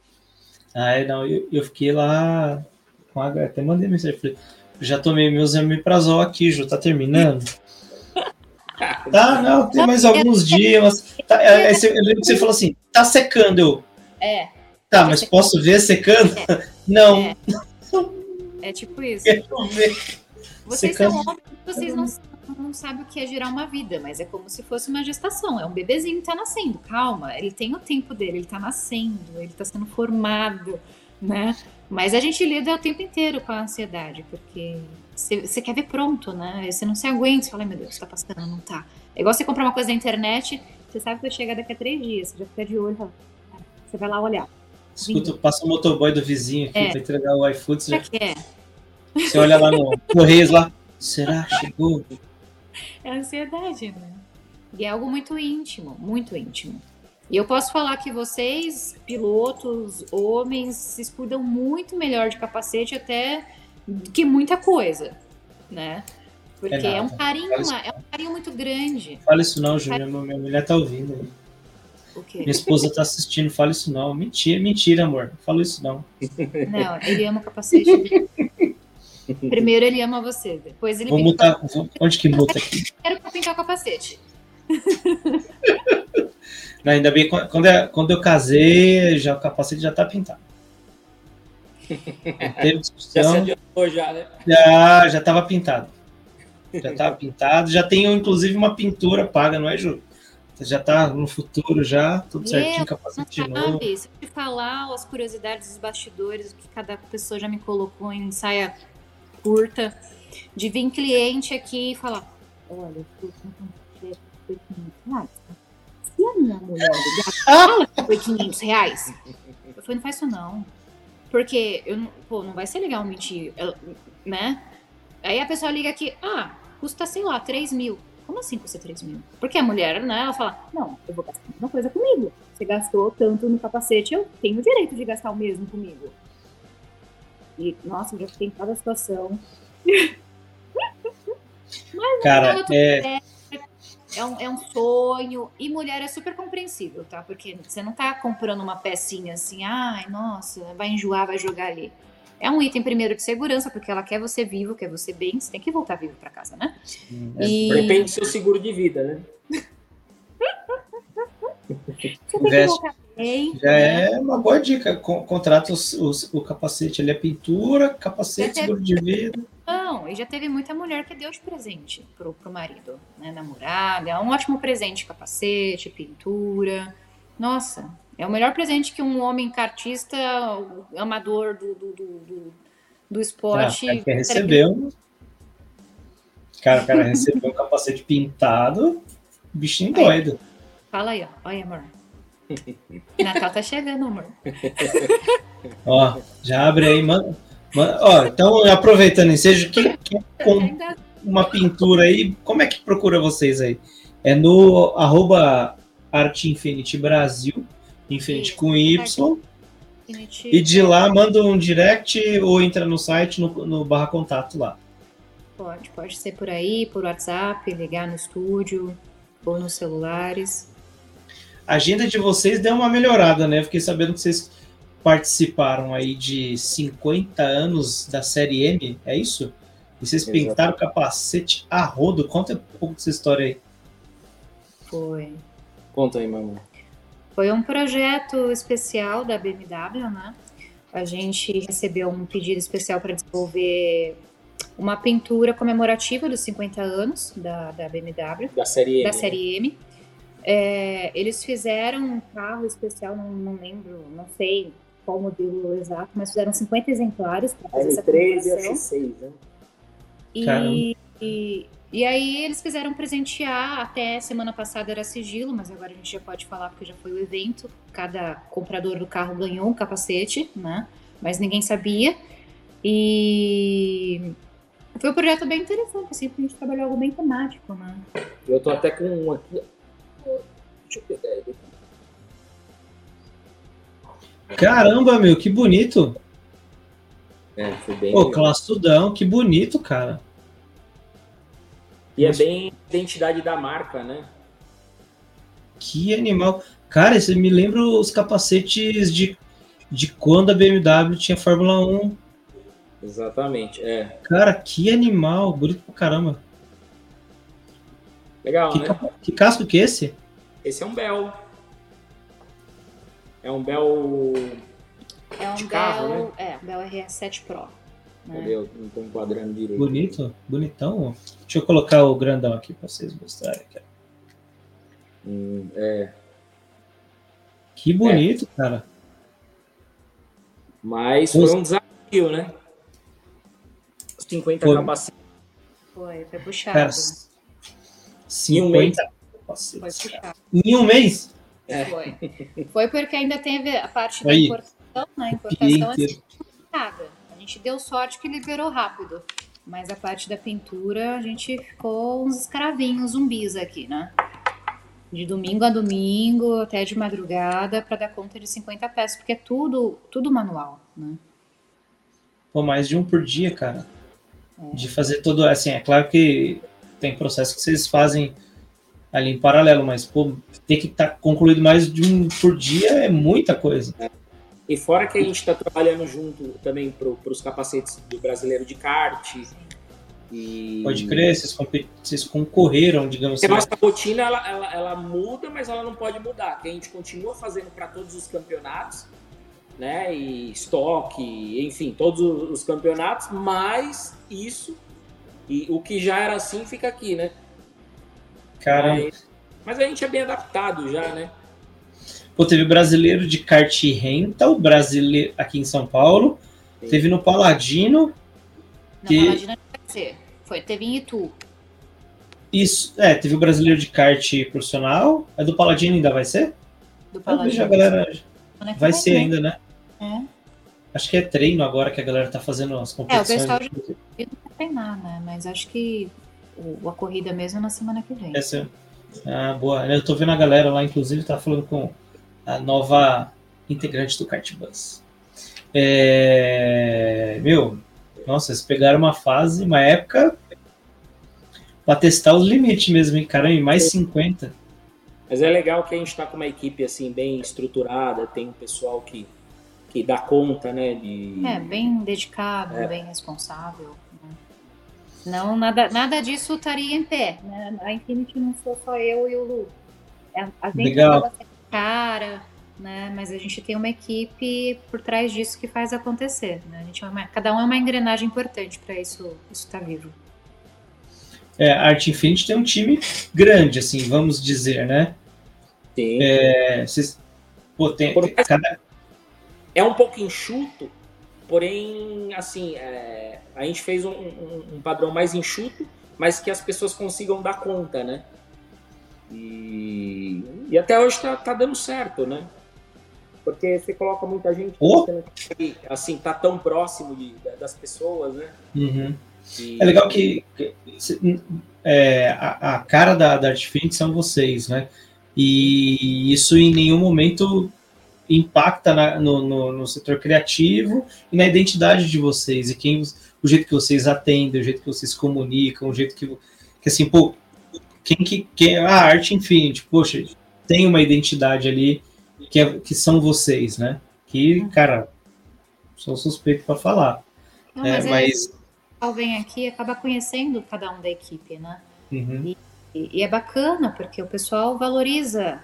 Não, eu fiquei lá com água, até mandei mensagem, falei, já tomei meus omeprazol aqui, Ju, tá terminando? Tá, não, tem mais alguns dias. Eu lembro que você falou assim, tá secando, Tá, mas posso ver secando? Não. É tipo isso. Quero ver. Vocês são homens, vocês não sabem o que é gerar uma vida, mas é como se fosse uma gestação. É um bebezinho que tá nascendo. Calma, ele tem o tempo dele, ele tá nascendo, ele tá sendo formado, né? Mas a gente lida o tempo inteiro com a ansiedade, porque você quer ver pronto, né? Você não se aguenta, você fala, meu Deus, tá passando, não tá. É igual você comprar uma coisa na internet, você sabe que vai chegar daqui a 3 dias, você já fica de olho, você vai lá olhar. Escuta, passa o motoboy do vizinho aqui pra entregar o iFood. Você olha lá no Correios lá. Será que chegou? É ansiedade, né? E é algo muito íntimo, muito íntimo. E eu posso falar que vocês, pilotos, homens, se cuidam muito melhor de capacete até que muita coisa, né? Porque é um carinho muito grande. Fala isso não, Júnior. Minha mulher tá ouvindo aí. O quê? Minha esposa tá assistindo, fala isso não. Mentira, amor. Não fala isso não. Não, ele ama o capacete dele. Primeiro ele ama você, depois ele... Vou mutar. Onde que muta aqui? Quero pintar o capacete. Não, ainda bem, quando eu casei, o capacete já tá pintado. Teve discussão. Já se adiantou já, né? Já estava pintado. Já tenho, inclusive, uma pintura paga, não é, Ju? Já está no futuro, já, tudo certinho, capacete novo. Se eu te falar as curiosidades dos bastidores, o que cada pessoa já me colocou em saia curta, de vir cliente aqui e falar: olha, eu estou com um capacete por R$500. Se a minha mulher ligar, foi R$500. Eu falei, não faz isso não. Porque, não vai ser legal mentir, né? Aí a pessoa liga aqui, custa, sei lá, 3 mil. Como assim custa 3 mil? Porque a mulher, né, ela fala, não, eu vou gastar a mesma coisa comigo. Você gastou tanto no capacete, eu tenho o direito de gastar o mesmo comigo. E, nossa, eu já fiquei em cada situação. Mas, cara, é um sonho. E mulher é super compreensível, tá? Porque você não tá comprando uma pecinha assim, ai, nossa, vai enjoar, vai jogar ali. É um item, primeiro, de segurança, porque ela quer você vivo, quer você bem, você tem que voltar vivo pra casa, né? Depende do seu seguro de vida, né? Você tem que voltar bem. Já é uma boa dica. Contrata o capacete ali, a pintura, capacete, seguro de vida. Não, e já teve muita mulher que deu de presente pro marido, né? Namorada. É um ótimo presente, capacete, pintura. Nossa, é o melhor presente que um homem kartista, amador do esporte... O cara recebeu um capacete pintado, bichinho doido. Fala aí, ó. Olha, amor. Natal tá chegando, amor. Ó, já abre aí, mano. Ó, então, aproveitando, seja quem com uma pintura aí, como é que procura vocês aí? É no @ArteInfinityBrasil, Infinity com Y, e de lá manda um direct ou entra no site no /contato lá. Pode ser por aí, por WhatsApp, ligar no estúdio ou nos celulares. A agenda de vocês deu uma melhorada, né? Eu fiquei sabendo que vocês participaram aí de 50 anos da série M, é isso? E vocês pintaram o capacete a rodo. Conta um pouco dessa história aí. Foi. Conta aí, mamãe. Foi um projeto especial da BMW, né? A gente recebeu um pedido especial para desenvolver uma pintura comemorativa dos 50 anos da BMW. Da série M. Da série M. Eles fizeram um carro especial, não lembro, não sei qual modelo exato, mas fizeram 50 exemplares para fazer essa comemoração. M3 e X6, né? E aí eles quiseram presentear, até semana passada era sigilo, mas agora a gente já pode falar porque já foi o evento. Cada comprador do carro ganhou um capacete, né? Mas ninguém sabia. E foi um projeto bem interessante, assim, porque a gente trabalhou algo bem temático, né? Eu tô até com um aqui. Deixa eu pegar ele aqui. Caramba, meu, que bonito. Foi bem. Pô, classudão, que bonito, cara. E é bem identidade da marca, né? Que animal. Cara, isso me lembra os capacetes de quando a BMW tinha Fórmula 1. Exatamente, Cara, que animal. Bonito pra caramba. Legal, né? Que casco que é esse? Esse é um Bell. É um Bell de carro, né? Um Bell RS7 Pro. Cadê? Eu não tô enquadrando direito. Bonito, bonitão. Deixa eu colocar o grandão aqui pra vocês mostrarem. Que bonito, cara. Mas foi um desafio, né? 50 capacetes. Foi puxado. Cara, 50 capacetes. Foi puxado. Em um mês? Foi porque ainda teve a parte da importação, né? A importação é complicada. A gente deu sorte que liberou rápido. Mas a parte da pintura, a gente ficou uns escravinhos, zumbis aqui, né? De domingo a domingo, até de madrugada, para dar conta de 50 peças, porque é tudo manual, né? Pô, mais de um por dia, cara. De fazer tudo, assim, é claro que tem processo que vocês fazem ali em paralelo, mas, pô, ter que estar concluído mais de um por dia é muita coisa. E fora que a gente está trabalhando junto também para os capacetes do brasileiro de kart. Pode crer, vocês concorreram, digamos assim. A nossa rotina, ela muda, mas ela não pode mudar. Que a gente continua fazendo para todos os campeonatos. né? E Stock, enfim, todos os campeonatos, mas isso, e o que já era assim fica aqui, né? Caramba. Mas a gente é bem adaptado já, né? Pô, teve brasileiro de kart rental, brasileiro aqui em São Paulo. Sim. Teve no Paladino. Paladino não vai ser. Teve em Itu. Isso, teve o brasileiro de kart profissional. É do Paladino ainda vai ser? Do Paladino. A galera vai ser ainda, né? É. Acho que é treino agora que a galera tá fazendo as competições. O pessoal já não vai treinar, né? Mas acho que a corrida mesmo é na semana que vem. Boa. Eu tô vendo a galera lá, inclusive, tá falando com a nova integrante do Kart Bus. Nossa, eles pegaram uma época pra testar os limites mesmo, hein? Caramba, mais 50. Mas é legal que a gente tá com uma equipe assim bem estruturada, tem um pessoal que dá conta, né? Bem dedicado, bem responsável. Não, nada disso estaria em pé, né? A Infinity não sou só eu e o Lu. A gente acaba sendo cara, né? Mas a gente tem uma equipe por trás disso que faz acontecer, né? Cada um é uma engrenagem importante para isso estar vivo. A Art Infinity tem um time grande, assim, vamos dizer, né? Sim. É um pouco enxuto, porém, assim, a gente fez um padrão mais enxuto, mas que as pessoas consigam dar conta, né? E até hoje tá dando certo, né? Porque você coloca muita gente que você não consegue, assim, tá tão próximo das pessoas, né? Uhum. É legal que a cara da Art Infinity são vocês, né? E isso em nenhum momento impacta no setor criativo e na identidade de vocês, e o jeito que vocês atendem, o jeito que vocês comunicam, o jeito que assim, pô, a Art Infinity, poxa, tem uma identidade ali que são vocês, né? Que, cara, sou suspeito para falar. Não, mas vem aqui e acaba conhecendo cada um da equipe, né? Uhum. E é bacana, porque o pessoal valoriza.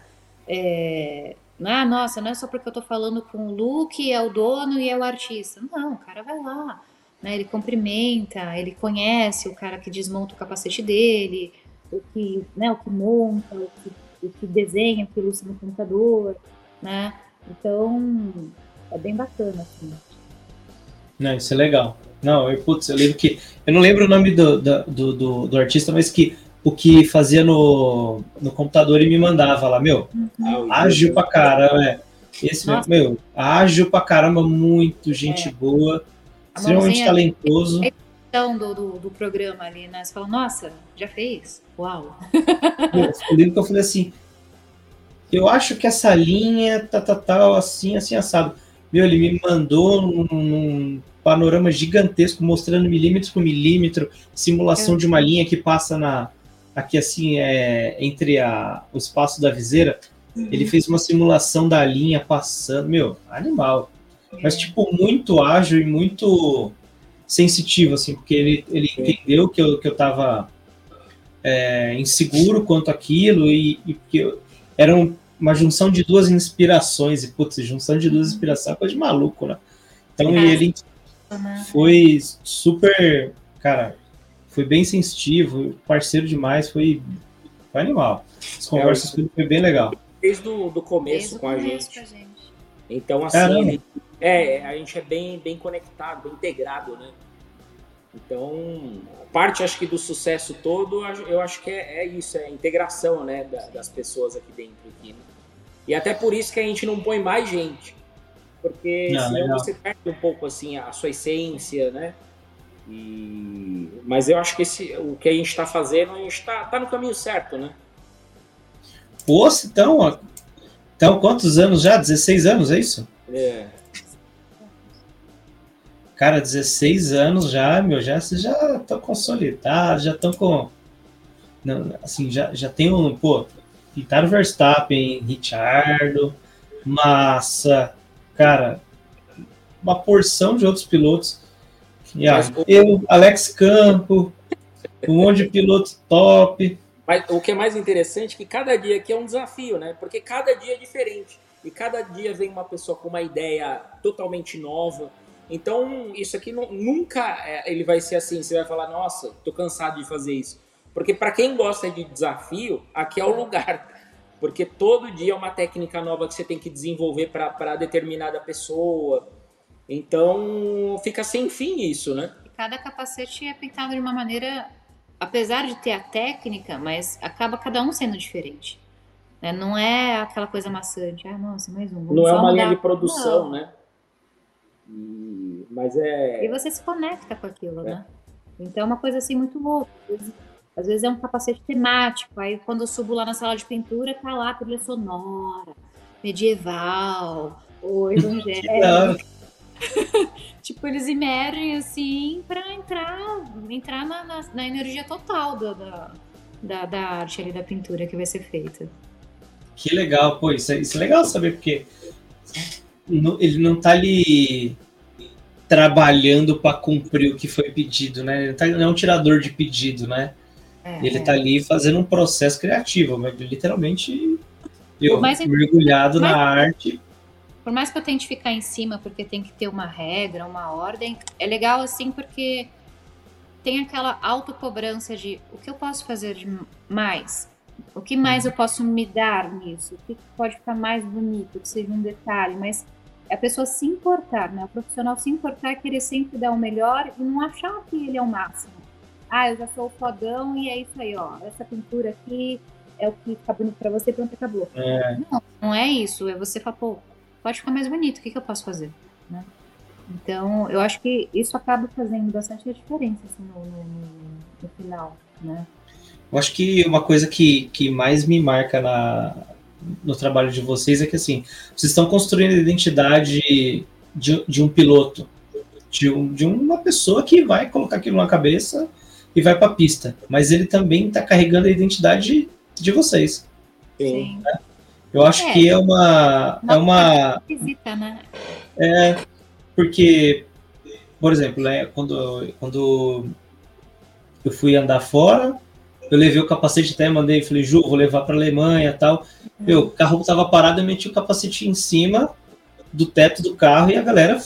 Nossa, não é só porque eu tô falando com o Lu, que é o dono e é o artista. Não, o cara vai lá, né? Ele cumprimenta, ele conhece o cara que desmonta o capacete dele, o que monta, o que desenha, o que ilustra no computador, né? Então, é bem bacana, assim. Não, isso é legal. Não, eu lembro que... Eu não lembro o nome do artista, mas que o que fazia no computador e me mandava lá, ágil pra caramba, esse mesmo, ágil pra caramba, muito gente boa, extremamente talentoso. Do programa ali, né? Você fala, nossa, já fez? Uau! Eu lembro que eu falei assim, eu acho que essa linha assim, assado. Ele me mandou num panorama gigantesco, mostrando milímetro por milímetro, simulação de uma linha que passa aqui assim, entre o espaço da viseira. Ele fez uma simulação da linha passando, animal. Mas, tipo, muito ágil e muito sensitivo, assim, porque ele entendeu que eu tava inseguro quanto àquilo e que era uma junção de duas inspirações, e, putz, junção de duas inspirações é coisa de maluco, né? Então, ele foi super, cara, foi bem sensitivo, parceiro demais, foi animal. As conversas foi bem legal. Desde o começo com a gente. Então, assim, a gente é bem conectado, bem integrado, né? Então, parte, acho que do sucesso todo, eu acho que é isso, é a integração, né, das pessoas aqui dentro. Aqui, né? E até por isso que a gente não põe mais gente. Porque senão você perde um pouco, assim, a sua essência, né? Mas eu acho que o que a gente está fazendo, a gente tá no caminho certo, né? Pô, então quantos anos já? 16 anos, é isso? Cara, 16 anos já, vocês já estão consolidados, já estão com... Não, assim, já tem pintaram Verstappen, Ricciardo, Massa, cara, uma porção de outros pilotos. Alex Campo, um monte de piloto top. Mas o que é mais interessante é que cada dia aqui é um desafio, né? Porque cada dia é diferente. e cada dia vem uma pessoa com uma ideia totalmente nova. Então, isso aqui nunca ele vai ser assim, você vai falar, nossa, tô cansado de fazer isso. Porque para quem gosta de desafio, aqui é o lugar. Porque todo dia é uma técnica nova que você tem que desenvolver para determinada pessoa. Então, fica sem fim isso, né? Cada capacete é pintado de uma maneira, apesar de ter a técnica, mas acaba cada um sendo diferente. Né? Não é aquela coisa maçante. Ah, nossa, mais um. Não é uma linha de produção, né? Mas E você se conecta com aquilo, né? Então é uma coisa assim muito louca. Às vezes é um capacete temático. Aí quando eu subo lá na sala de pintura, tá lá a trilha sonora, medieval, ou evangélico. Tipo, eles emergem assim pra entrar na energia total da arte ali, da pintura que vai ser feita. Que legal, pô, isso é legal saber, porque ele não tá ali trabalhando para cumprir o que foi pedido, né? Ele não é um tirador de pedido, né? Ele tá ali fazendo um processo criativo, mas literalmente mergulhado na arte. Por mais que eu tente ficar em cima, porque tem que ter uma regra, uma ordem, é legal assim porque tem aquela autocobrança de o que eu posso fazer de mais? O que mais eu posso me dar nisso? O que pode ficar mais bonito, que seja um detalhe, mas a pessoa se importar, né? O profissional se importar e querer sempre dar o melhor e não achar que ele é o máximo. Ah, eu já sou o fodão e é isso aí, ó. Essa pintura aqui é o que fica bonito pra você, pronto, acabou. Não é isso. É você falar, pô, pode ficar mais bonito, o que eu posso fazer? Né? Então, eu acho que isso acaba fazendo bastante a diferença assim, no final, né? Eu acho que uma coisa que mais me marca no trabalho de vocês é que, assim, vocês estão construindo a identidade de um piloto, de uma pessoa que vai colocar aquilo na cabeça e vai para a pista, mas ele também está carregando a identidade de vocês. Sim. Né? Eu acho que é uma visita, né? Porque, por exemplo, né, quando eu fui andar fora, eu levei o capacete até, mandei, falei, Ju, vou levar para a Alemanha e tal. O carro estava parado, eu meti o capacete em cima do teto do carro e a galera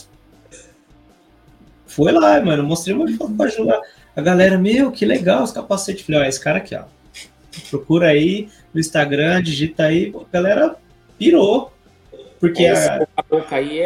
foi lá, mano. Mostrei uma foto pra Ju lá. A galera, meu, que legal os capacetes. Falei, ó, esse cara aqui, ó. Procura aí no Instagram, digita aí. A galera pirou. Porque esse boca aí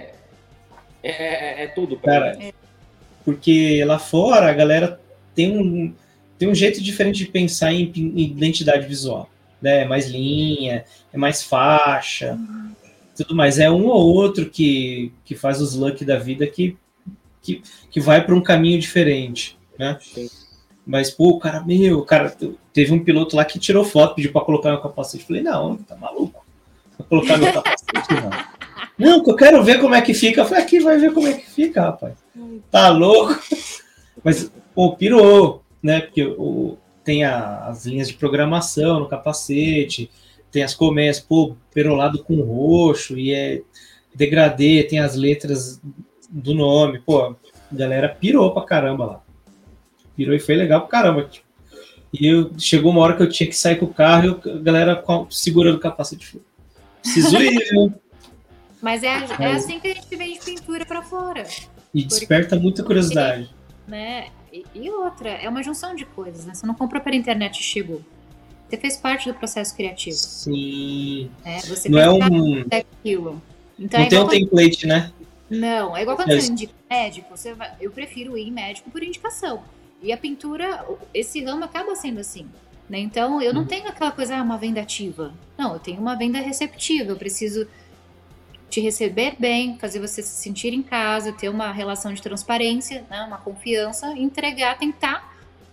é tudo pra cara, porque lá fora a galera tem um jeito diferente de pensar em identidade visual, né? É mais linha, é mais faixa, tudo mais. É um ou outro que faz os look da vida que vai para um caminho diferente, né? Sim. Mas, pô, o cara, teve um piloto lá que tirou foto, pediu para colocar meu capacete. Falei, não, tá maluco? Vou colocar meu capacete, não. Não, que eu quero ver como é que fica. Eu falei, aqui vai ver como é que fica, rapaz. Tá louco? Mas, pô, pirou, né? Porque tem as linhas de programação no capacete, tem as colmeias, pô, perolado com roxo, e é degradê, tem as letras do nome, pô, a galera pirou pra caramba lá. Pirou e foi legal pra caramba. Tipo. E chegou uma hora que eu tinha que sair com o carro e a galera segurando o capacete. Preciso ir, viu? Mas é assim que a gente vende pintura pra fora. E desperta muita curiosidade. Né? E outra, é uma junção de coisas, né? Você não comprou pela internet e chegou. Você fez parte do processo criativo. Sim. Você não fez parte daquilo. Então, não tem um template, né? Não, é igual quando você indica médico, eu prefiro ir em médico por indicação. E a pintura, esse ramo acaba sendo assim. Né? Então, eu não tenho aquela coisa, uma venda ativa. Não, eu tenho uma venda receptiva. Eu preciso te receber bem, fazer você se sentir em casa, ter uma relação de transparência, né? Uma confiança, tentar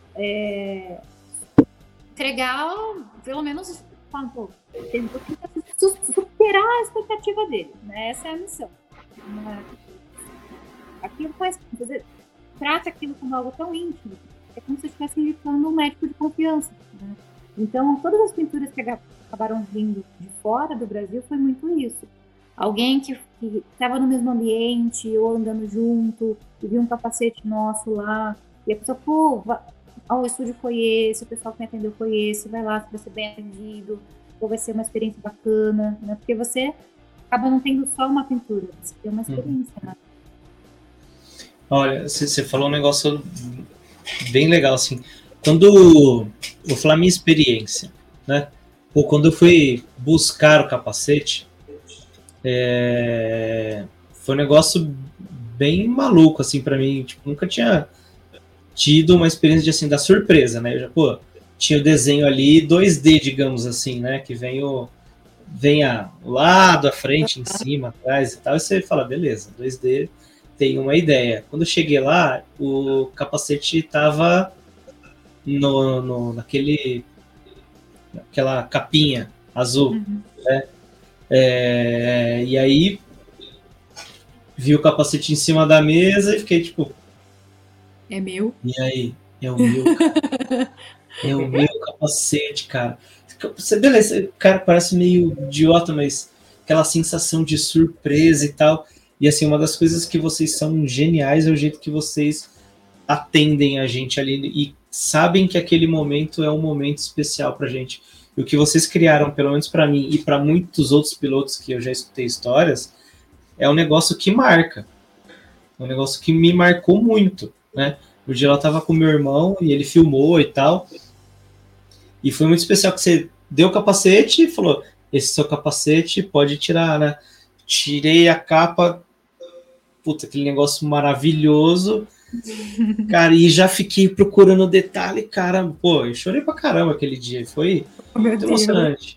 entregar, pelo menos, superar a expectativa dele. Né? Essa é a missão. Aquilo faz, você trata aquilo como algo tão íntimo, é como se estivesse indicando um médico de confiança. Né? Então, todas as pinturas que acabaram vindo de fora do Brasil foi muito isso. Alguém que estava no mesmo ambiente ou andando junto e viu um capacete nosso lá e a pessoa, pô, o estúdio foi esse, o pessoal que me atendeu foi esse, vai lá, você vai ser bem atendido, ou vai ser uma experiência bacana, né? Porque você acaba não tendo só uma pintura, você tem uma experiência, né? Olha, você falou um negócio bem legal, assim. Quando eu falar minha experiência, né? Ou quando eu fui buscar o capacete, foi um negócio bem maluco, assim, pra mim. Tipo, nunca tinha tido uma experiência de, assim, da surpresa, né? Eu já, tinha o desenho ali 2D, digamos assim, né? Que vem o lado, a frente, em cima, atrás e tal. E você fala, beleza, 2D, tem uma ideia. Quando eu cheguei lá, o capacete tava naquela capinha azul, né? E aí vi o capacete em cima da mesa e fiquei tipo, é meu? E aí? É o meu, cara. É o meu capacete, cara. Beleza, cara, parece meio idiota, mas aquela sensação de surpresa e tal. E assim, uma das coisas que vocês são geniais é o jeito que vocês atendem a gente ali e sabem que aquele momento é um momento especial pra gente. E o que vocês criaram, pelo menos pra mim e pra muitos outros pilotos que eu já escutei histórias, é um negócio que marca. É um negócio que me marcou muito, né? O dia lá tava com meu irmão e ele filmou e tal. E foi muito especial que você deu o capacete e falou, esse seu capacete pode tirar, né? Tirei a capa, puta, aquele negócio maravilhoso, cara, e já fiquei procurando detalhe, cara, pô, eu chorei pra caramba aquele dia, foi muito emocionante.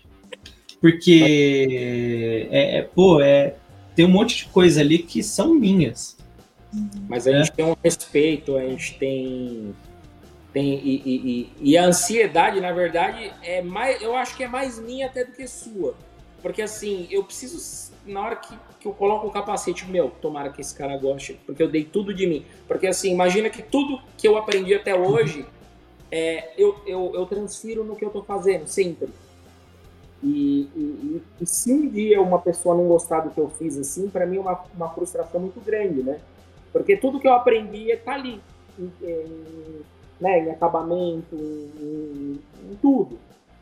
Porque, tem um monte de coisa ali que são minhas. Mas a gente tem um respeito, a gente tem e a ansiedade, na verdade, eu acho que é mais minha até do que sua. Porque assim, eu preciso, na hora que eu coloco o capacete, tomara que esse cara goste, porque eu dei tudo de mim. Porque assim, imagina que tudo que eu aprendi até hoje, eu transfiro no que eu tô fazendo, sempre. E se um dia uma pessoa não gostar do que eu fiz, assim, para mim é uma frustração muito grande, né? Porque tudo que eu aprendi tá ali, em acabamento, em tudo.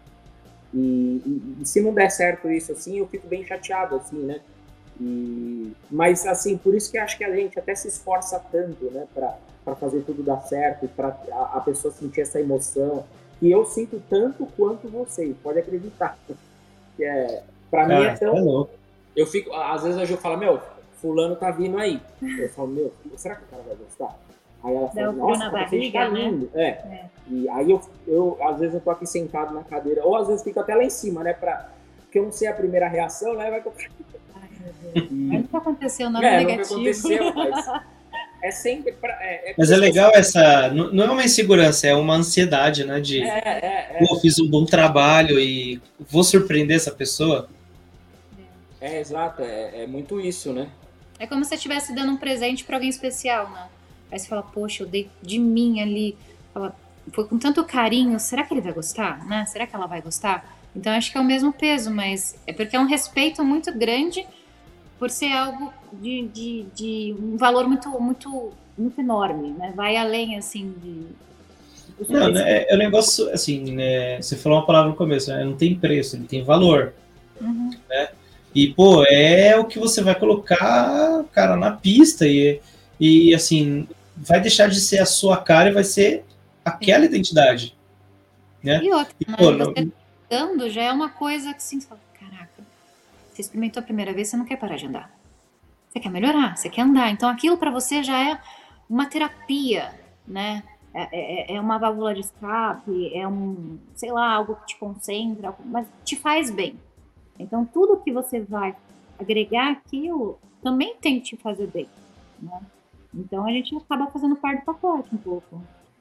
E se não der certo isso, assim, eu fico bem chateado, assim, né? Mas, assim, por isso que acho que a gente até se esforça tanto, né? Pra fazer tudo dar certo, pra a pessoa sentir essa emoção. E eu sinto tanto quanto vocês, pode acreditar. Pra mim é tão... Eu fico, às vezes eu falo, fulano tá vindo aí. Eu falo, será que o cara vai gostar? Aí ela fala, nossa, barriga, tá lindo. Né? E aí eu, às vezes eu tô aqui sentado na cadeira, ou às vezes fico até lá em cima, né? Porque eu não sei a primeira reação, né? Ai, meu Deus. Nunca aconteceu nada negativo. Nunca aconteceu, mas é sempre... Mas é legal essa... Não é uma insegurança, é uma ansiedade, né? De, pô, fiz um bom trabalho e vou surpreender essa pessoa. Exato, é muito isso, né? É como se você estivesse dando um presente pra alguém especial, né? Aí você fala, poxa, eu dei de mim ali. Foi com tanto carinho, será que ele vai gostar? Né? Será que ela vai gostar? Então acho que é o mesmo peso, mas é porque é um respeito muito grande por ser algo de um valor muito, muito, muito enorme, né? Vai além, assim, de... Não, né, é um negócio, assim, né, você falou uma palavra no começo, né, não tem preço, ele tem valor, né? E, pô, é o que você vai colocar, cara, na pista e assim, vai deixar de ser a sua cara e vai ser aquela identidade, né? E outra, e, pô, não... você andando já é uma coisa que, assim, você fala, caraca, você experimentou a primeira vez, você não quer parar de andar. Você quer melhorar, você quer andar. Então, aquilo para você já é uma terapia, né? É uma válvula de escape, sei lá, algo que te concentra, mas te faz bem. Então, tudo que você vai agregar aquilo também tem que te fazer bem, né? Então, a gente acaba fazendo parte do pacote um pouco.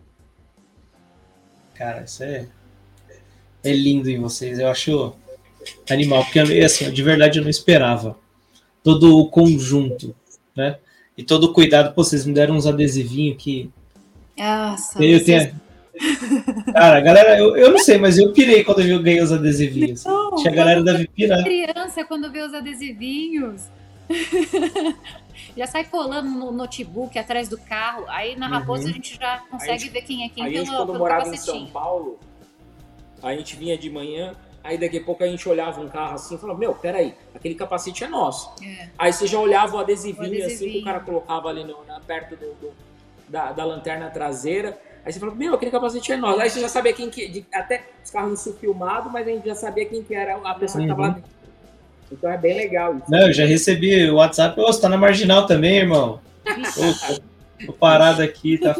Cara, isso é lindo em vocês. Eu acho animal, porque, assim, de verdade eu não esperava. Todo o conjunto, né? E todo o cuidado. Pô, vocês me deram uns adesivinhos que... Nossa, Cara, galera, eu não sei, mas eu pirei quando eu ganhei os adesivinhos. Não, a galera deve pirar. Criança, quando vê os adesivinhos, já sai colando no notebook atrás do carro. Aí na Raposa a gente já consegue ver quem é quem pelo capacetinho. Quando morava em São Paulo, a gente vinha de manhã, Aí daqui a pouco a gente olhava um carro assim e falava, meu, peraí, aquele capacete é nosso. Aí você já olhava o adesivinho assim que o cara colocava ali perto da lanterna traseira. Aí você falava, meu, aquele capacete é nosso. Aí você já sabia quem que... Até os carros não se filmavam, mas a gente já sabia quem que era a pessoa que estava lá dentro. Então é bem legal isso. Não, eu já recebi o WhatsApp. Ô, você tá na Marginal também, irmão? Tô parado aqui, tá...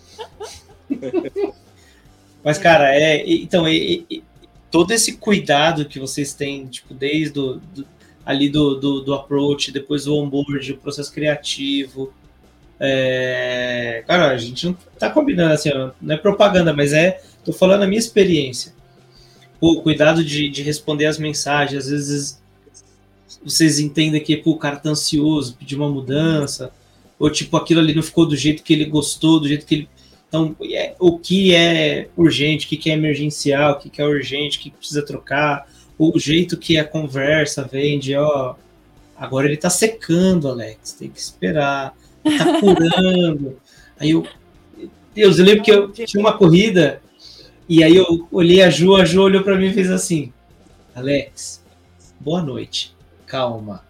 Mas, cara, então, todo esse cuidado que vocês têm, tipo, desde ali do approach, depois o onboard, o processo criativo. Cara, a gente não tá combinando assim, não é propaganda, mas tô falando a minha experiência. O cuidado de responder as mensagens, às vezes vocês entendem que o cara tá ansioso, pedir uma mudança, ou tipo, aquilo ali não ficou do jeito que ele gostou, do jeito que ele... Então, o que é urgente, o que é emergencial, o que é urgente, o que precisa trocar, o jeito que a conversa vem de, agora ele tá secando, Alex, tem que esperar, tá curando. Aí eu lembro que eu tinha uma corrida, e aí eu olhei a Ju olhou pra mim e fez assim, Alex, boa noite, calma.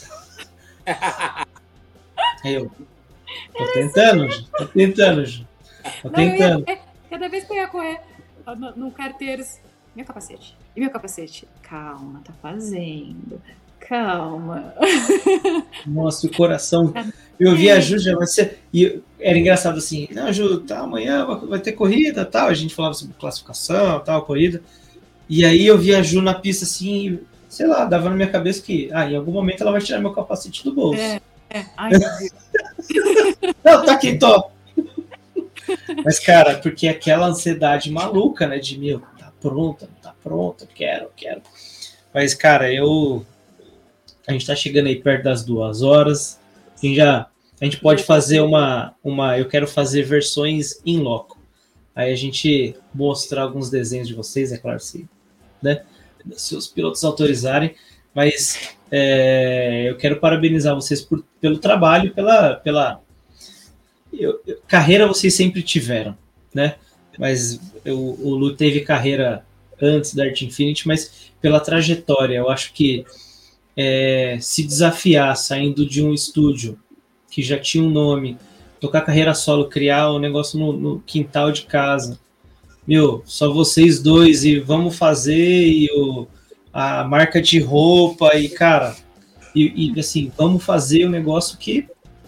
Aí eu, tô tentando, Ju. Cada vez que eu ia correr no Carteiros, meu capacete. E meu capacete? Calma, tá fazendo. Calma. Nossa, o coração. Eu vi a Ju, e era engraçado assim, não, Ju, tá, amanhã vai ter corrida, tal. A gente falava sobre classificação, tal, corrida. E aí eu vi a Ju na pista assim, sei lá, dava na minha cabeça que, em algum momento ela vai tirar meu capacete do bolso. Ai, meu Deus. Não, tá aqui, top. Mas, cara, porque aquela ansiedade maluca, né, de, meu, tá pronta, quero. Mas, cara, a gente tá chegando aí perto das 2 horas, a gente pode fazer eu quero fazer versões in loco. Aí a gente mostrar alguns desenhos de vocês, é claro, se os pilotos autorizarem, mas eu quero parabenizar vocês pelo trabalho, pela carreira vocês sempre tiveram, né? Mas o Lu teve carreira antes da Art Infinity, mas pela trajetória, eu acho que se desafiar saindo de um estúdio que já tinha um nome, tocar carreira solo, criar um negócio no quintal de casa, só vocês dois e vamos fazer a marca de roupa e, cara, e assim, vamos fazer um negócio que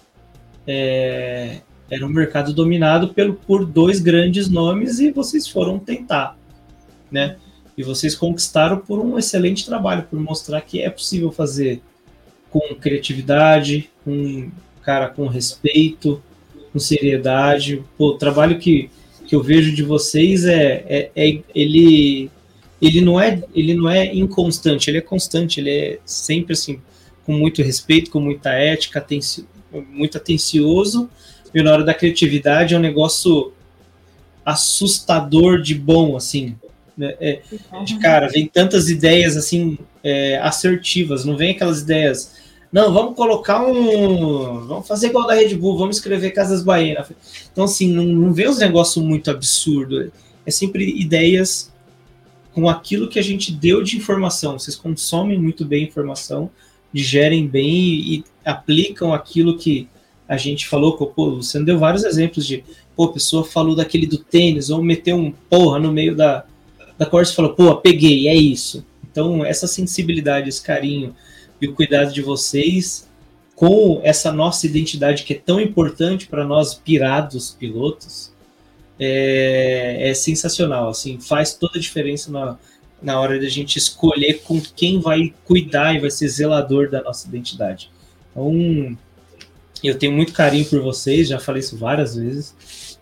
era um mercado dominado por 2 grandes nomes e vocês foram tentar, né? E vocês conquistaram por um excelente trabalho, por mostrar que é possível fazer com criatividade, com respeito, com seriedade. O trabalho que eu vejo de vocês ele não é inconstante, ele é constante, ele é sempre assim, com muito respeito, com muita ética, muito atencioso, e na hora da criatividade é um negócio assustador de bom, assim, de cara, vem tantas ideias assim, assertivas, não vem aquelas ideias, não, vamos fazer igual da Red Bull, vamos escrever Casas Bahia. Então, assim, não vem uns negócios muito absurdos, é sempre ideias com aquilo que a gente deu de informação. Vocês consomem muito bem a informação, digerem bem e aplicam aquilo que a gente falou. Você deu vários exemplos de, a pessoa falou daquele do tênis, ou meteu um porra no meio da corda e falou, peguei, é isso. Então, essa sensibilidade, esse carinho e o cuidado de vocês com essa nossa identidade que é tão importante para nós pirados pilotos, é sensacional, assim, faz toda a diferença na hora da gente escolher com quem vai cuidar e vai ser zelador da nossa identidade. Então, eu tenho muito carinho por vocês, já falei isso várias vezes.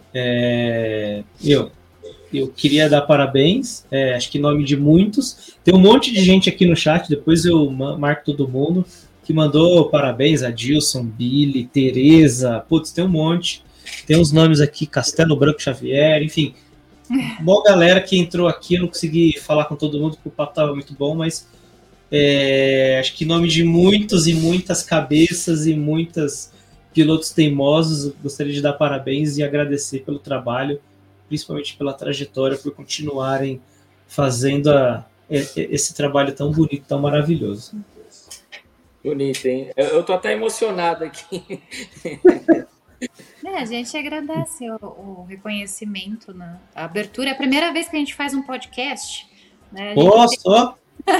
Eu queria dar parabéns, acho que em nome de muitos. Tem um monte de gente aqui no chat, depois eu marco todo mundo, que mandou parabéns, Adilson, Billy, Tereza, tem um monte. Tem uns nomes aqui, Castelo Branco Xavier, enfim. Boa galera que entrou aqui, eu não consegui falar com todo mundo, porque o papo estava muito bom, mas acho que em nome de muitos e muitas cabeças e muitos pilotos teimosos, gostaria de dar parabéns e agradecer pelo trabalho, principalmente pela trajetória, por continuarem fazendo esse trabalho tão bonito, tão maravilhoso. Bonito, hein? Eu tô até emocionado aqui. A gente agradece o reconhecimento, né? A abertura. É a primeira vez que a gente faz um podcast. Né? Só!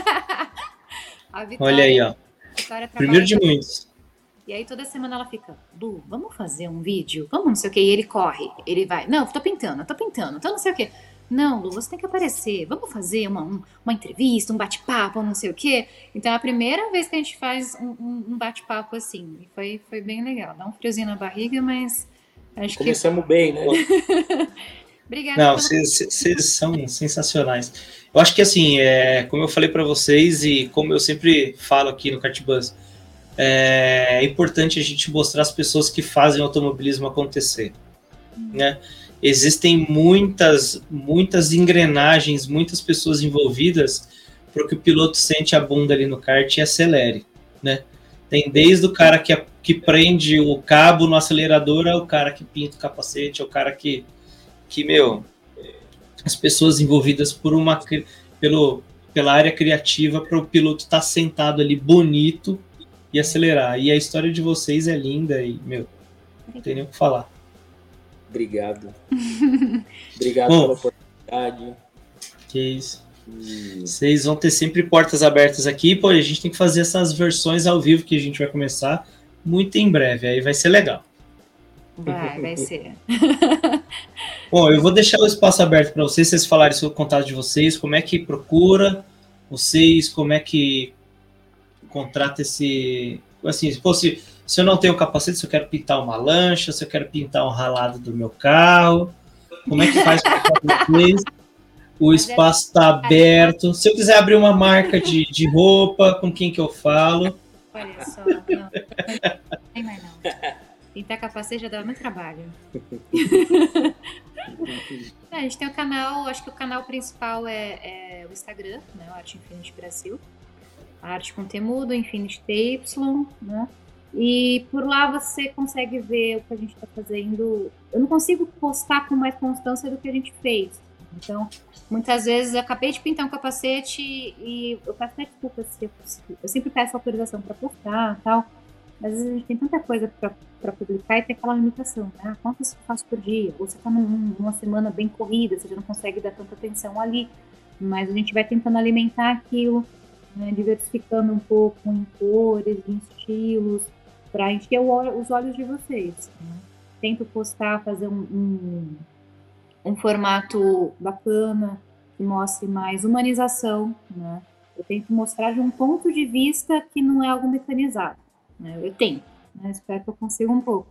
Olha aí, ó. Primeiro de muitos. E aí toda semana ela fica, Lu, vamos fazer um vídeo? Vamos não sei o quê. E ele corre, ele vai. Não, tô pintando, então não sei o quê. Não, Lu, você tem que aparecer. Vamos fazer uma entrevista, um bate-papo, não sei o quê. Então é a primeira vez que a gente faz um bate-papo assim. E foi bem legal. Dá um friozinho na barriga, mas acho Começamos bem, né? Obrigada. Não, vocês são sensacionais. Eu acho que assim, como eu falei para vocês e como eu sempre falo aqui no Kartbuzz, é importante a gente mostrar as pessoas que fazem o automobilismo acontecer, né? Existem muitas engrenagens, muitas pessoas envolvidas para que o piloto sente a bunda ali no kart e acelere, né? Tem desde o cara que prende o cabo no acelerador, ao cara que pinta o capacete, ao cara que as pessoas envolvidas pela área criativa para o piloto estar sentado ali bonito e acelerar. E a história de vocês é linda e, não tem nem o que falar. Obrigado. Obrigado pela oportunidade. Que isso. Vocês vão ter sempre portas abertas aqui. Pô, a gente tem que fazer essas versões ao vivo que a gente vai começar muito em breve. Aí vai ser legal. Vai ser. Bom, eu vou deixar o espaço aberto para vocês falarem sobre o contato de vocês, como é que procura vocês, como é que contrata esse... Assim, se eu não tenho capacete, se eu quero pintar uma lancha, se eu quero pintar um ralado do meu carro, como é que faz para vocês? O espaço está aberto. Se eu quiser abrir uma marca de roupa, com quem que eu falo? Olha só, não tem mais não. Pintar capacete já dá muito trabalho. A gente tem o canal, acho que o canal principal é o Instagram, né? O Arte Infinity Brasil. A arte com T mudo, Infinity TY, né? E por lá você consegue ver o que a gente está fazendo. Eu não consigo postar com mais constância do que a gente fez. Então, muitas vezes eu acabei de pintar um capacete e eu peço desculpa se eu sempre peço autorização para postar e tal. Mas às vezes a gente tem tanta coisa para publicar e tem aquela limitação, né? Quanto você faz por dia? Ou você está numa semana bem corrida, você já não consegue dar tanta atenção ali. Mas a gente vai tentando alimentar aquilo, né? Diversificando um pouco em cores, em estilos, para encher os olhos de vocês. Né? Tento postar, fazer um formato bacana, que mostre mais humanização, né? Eu tento mostrar de um ponto de vista que não é algo mecanizado. Eu tento, né? Espero que eu consiga um pouco.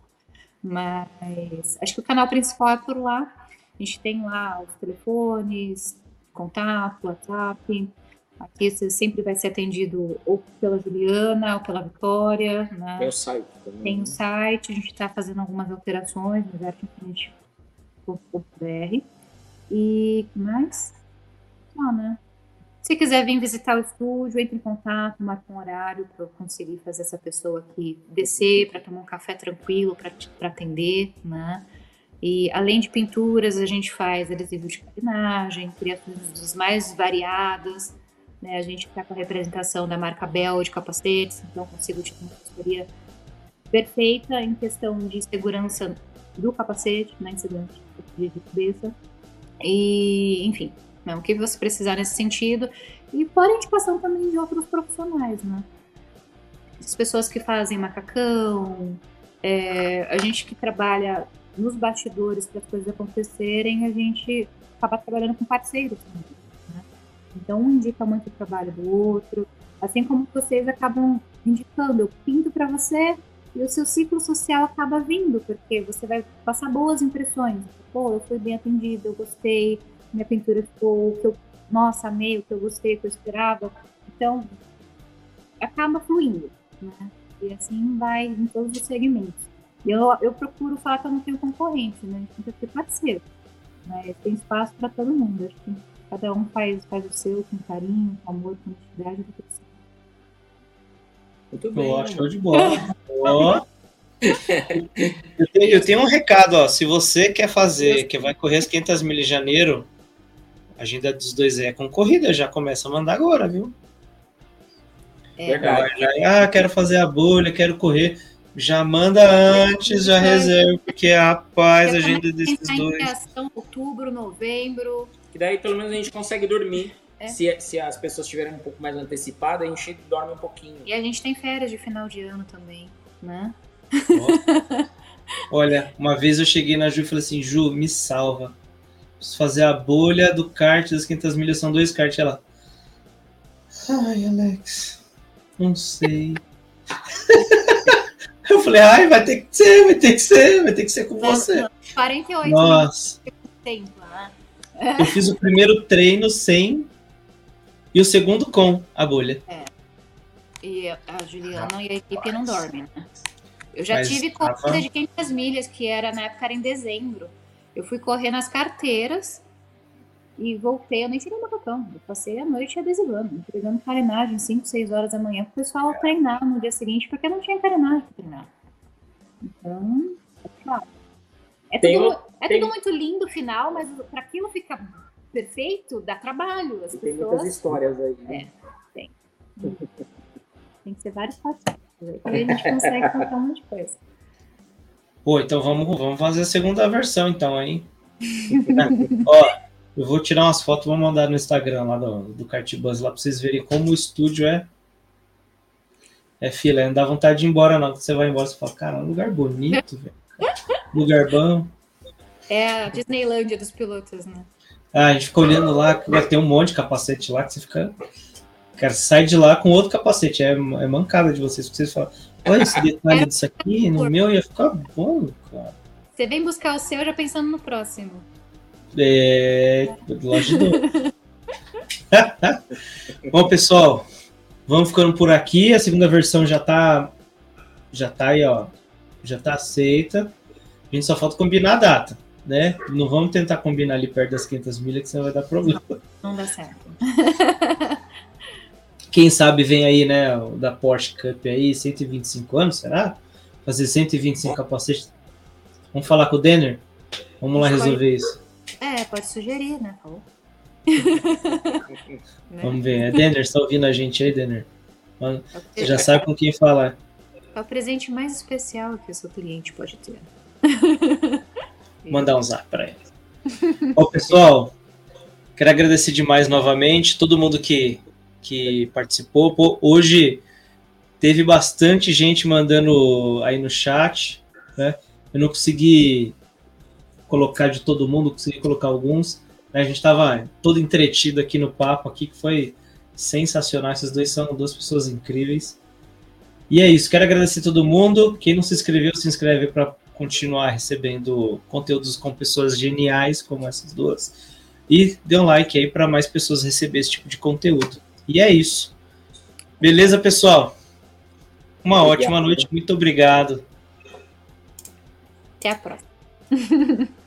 Mas acho que o canal principal é por lá. A gente tem lá os telefones, contato, WhatsApp. Aqui você sempre vai ser atendido ou pela Juliana ou pela Vitória. Né? Tem o site também. Tem o site, a gente está fazendo algumas alterações no arteinfinity.br. E o que mais? Né? Se quiser vir visitar o estúdio, entre em contato, marca um horário para eu conseguir fazer essa pessoa aqui descer, para tomar um café tranquilo, para atender, né? E além de pinturas, a gente faz adesivo de cabinagem, criações das mais variadas, né? A gente está com a representação da marca Bell de capacetes, então consigo ter uma consultoria perfeita em questão de segurança do capacete, né? Em segurança de cabeça. E, enfim... o que você precisar nesse sentido. E fora a indicação também de outros profissionais, né? As pessoas que fazem macacão, a gente que trabalha nos bastidores para as coisas acontecerem, a gente acaba trabalhando com parceiros também, né? Então um indica muito o trabalho do outro, assim como vocês acabam indicando, eu pinto para você e o seu ciclo social acaba vindo, porque você vai passar boas impressões. Pô, eu fui bem atendida, eu gostei, minha pintura ficou o que eu, nossa, amei, o que eu gostei, o que eu esperava. Então, acaba fluindo, né? E assim vai em todos os segmentos. E eu procuro falar que eu não tenho concorrente, né? A gente tem que ter parceiro, né? Tem espaço para todo mundo. Acho que cada um faz o seu com carinho, com amor, com honestidade. Muito bem. Show de bola. Eu tenho um recado, ó. Se você quer fazer, que vai correr as 500 milhas em janeiro, A agenda dos dois é concorrida, já começa a mandar agora, viu? Verdade. Quero fazer a bolha, quero correr. Já manda antes, já reserva, porque rapaz, a agenda desses dois. Criação, outubro, novembro. Que daí pelo menos a gente consegue dormir. Se as pessoas estiverem um pouco mais antecipadas, a gente dorme um pouquinho. E a gente tem férias de final de ano também, né? Olha, uma vez eu cheguei na Ju e falei assim, Ju, me salva. Preciso fazer a bolha do kart das 500 milhas, são 2 karts. Ela, ai, Alex, não sei. Eu falei, vai ter que ser com você. 48 Nossa. tempo, né? Eu fiz o primeiro treino sem e o segundo com a bolha. E a Juliana e a equipe não dormem, né? Eu já tive corrida de 500 milhas, que na época era em dezembro. Eu fui correr nas carteiras e voltei. Eu nem cheguei no macacão. Eu passei a noite adesivando, entregando carenagem 5, 6 horas da manhã pro pessoal treinar no dia seguinte, porque não tinha carenagem pra treinar. Então, claro. É tudo muito lindo o final, mas para aquilo ficar perfeito, dá trabalho. Tem muitas histórias aí. Né? Tem. Tem que ser vários passos. Aí a gente consegue contar um monte de coisa. Pô, então vamos fazer a segunda versão, então, hein? Ó, eu vou tirar umas fotos e vou mandar no Instagram lá do Kart Buzz lá pra vocês verem como o estúdio é fila. Não dá vontade de ir embora, não. Quando você vai embora, você fala, cara, um lugar bonito, velho. Lugar bom. É a Disneylândia dos pilotos, né? A gente fica olhando lá, vai ter um monte de capacete lá que você fica. Cara, você sai de lá com outro capacete. É mancada de vocês. Porque vocês falam, olha esse detalhe disso aqui, no meu ia ficar bom, cara. Você vem buscar o seu já pensando no próximo. Loja do. Bom, pessoal, vamos ficando por aqui. A segunda versão já tá aí, ó. Já tá aceita. A gente só falta combinar a data, né? Não vamos tentar combinar ali perto das 500 milhas, que senão vai dar problema. Não dá certo. Quem sabe vem aí, né, da Porsche Cup aí, 125 anos, será? Fazer 125 capacetes. Vamos falar com o Denner? Vamos lá resolver isso. Pode sugerir, né? Vamos ver. Denner, você tá ouvindo a gente aí, Denner? Você já sabe com quem falar. É o presente mais especial que o seu cliente pode ter. Mandar um zap para ele. Bom, pessoal, quero agradecer demais novamente todo mundo que participou. Pô, hoje teve bastante gente mandando aí no chat, né? Eu não consegui colocar de todo mundo, consegui colocar alguns. Né? A gente estava todo entretido aqui no papo, aqui, que foi sensacional. Esses dois são 2 pessoas incríveis. E é isso, quero agradecer todo mundo. Quem não se inscreveu, se inscreve para continuar recebendo conteúdos com pessoas geniais como essas duas. E dê um like aí para mais pessoas receber esse tipo de conteúdo. E é isso. Beleza, pessoal? Uma ótima noite. Muito obrigado. Até a próxima.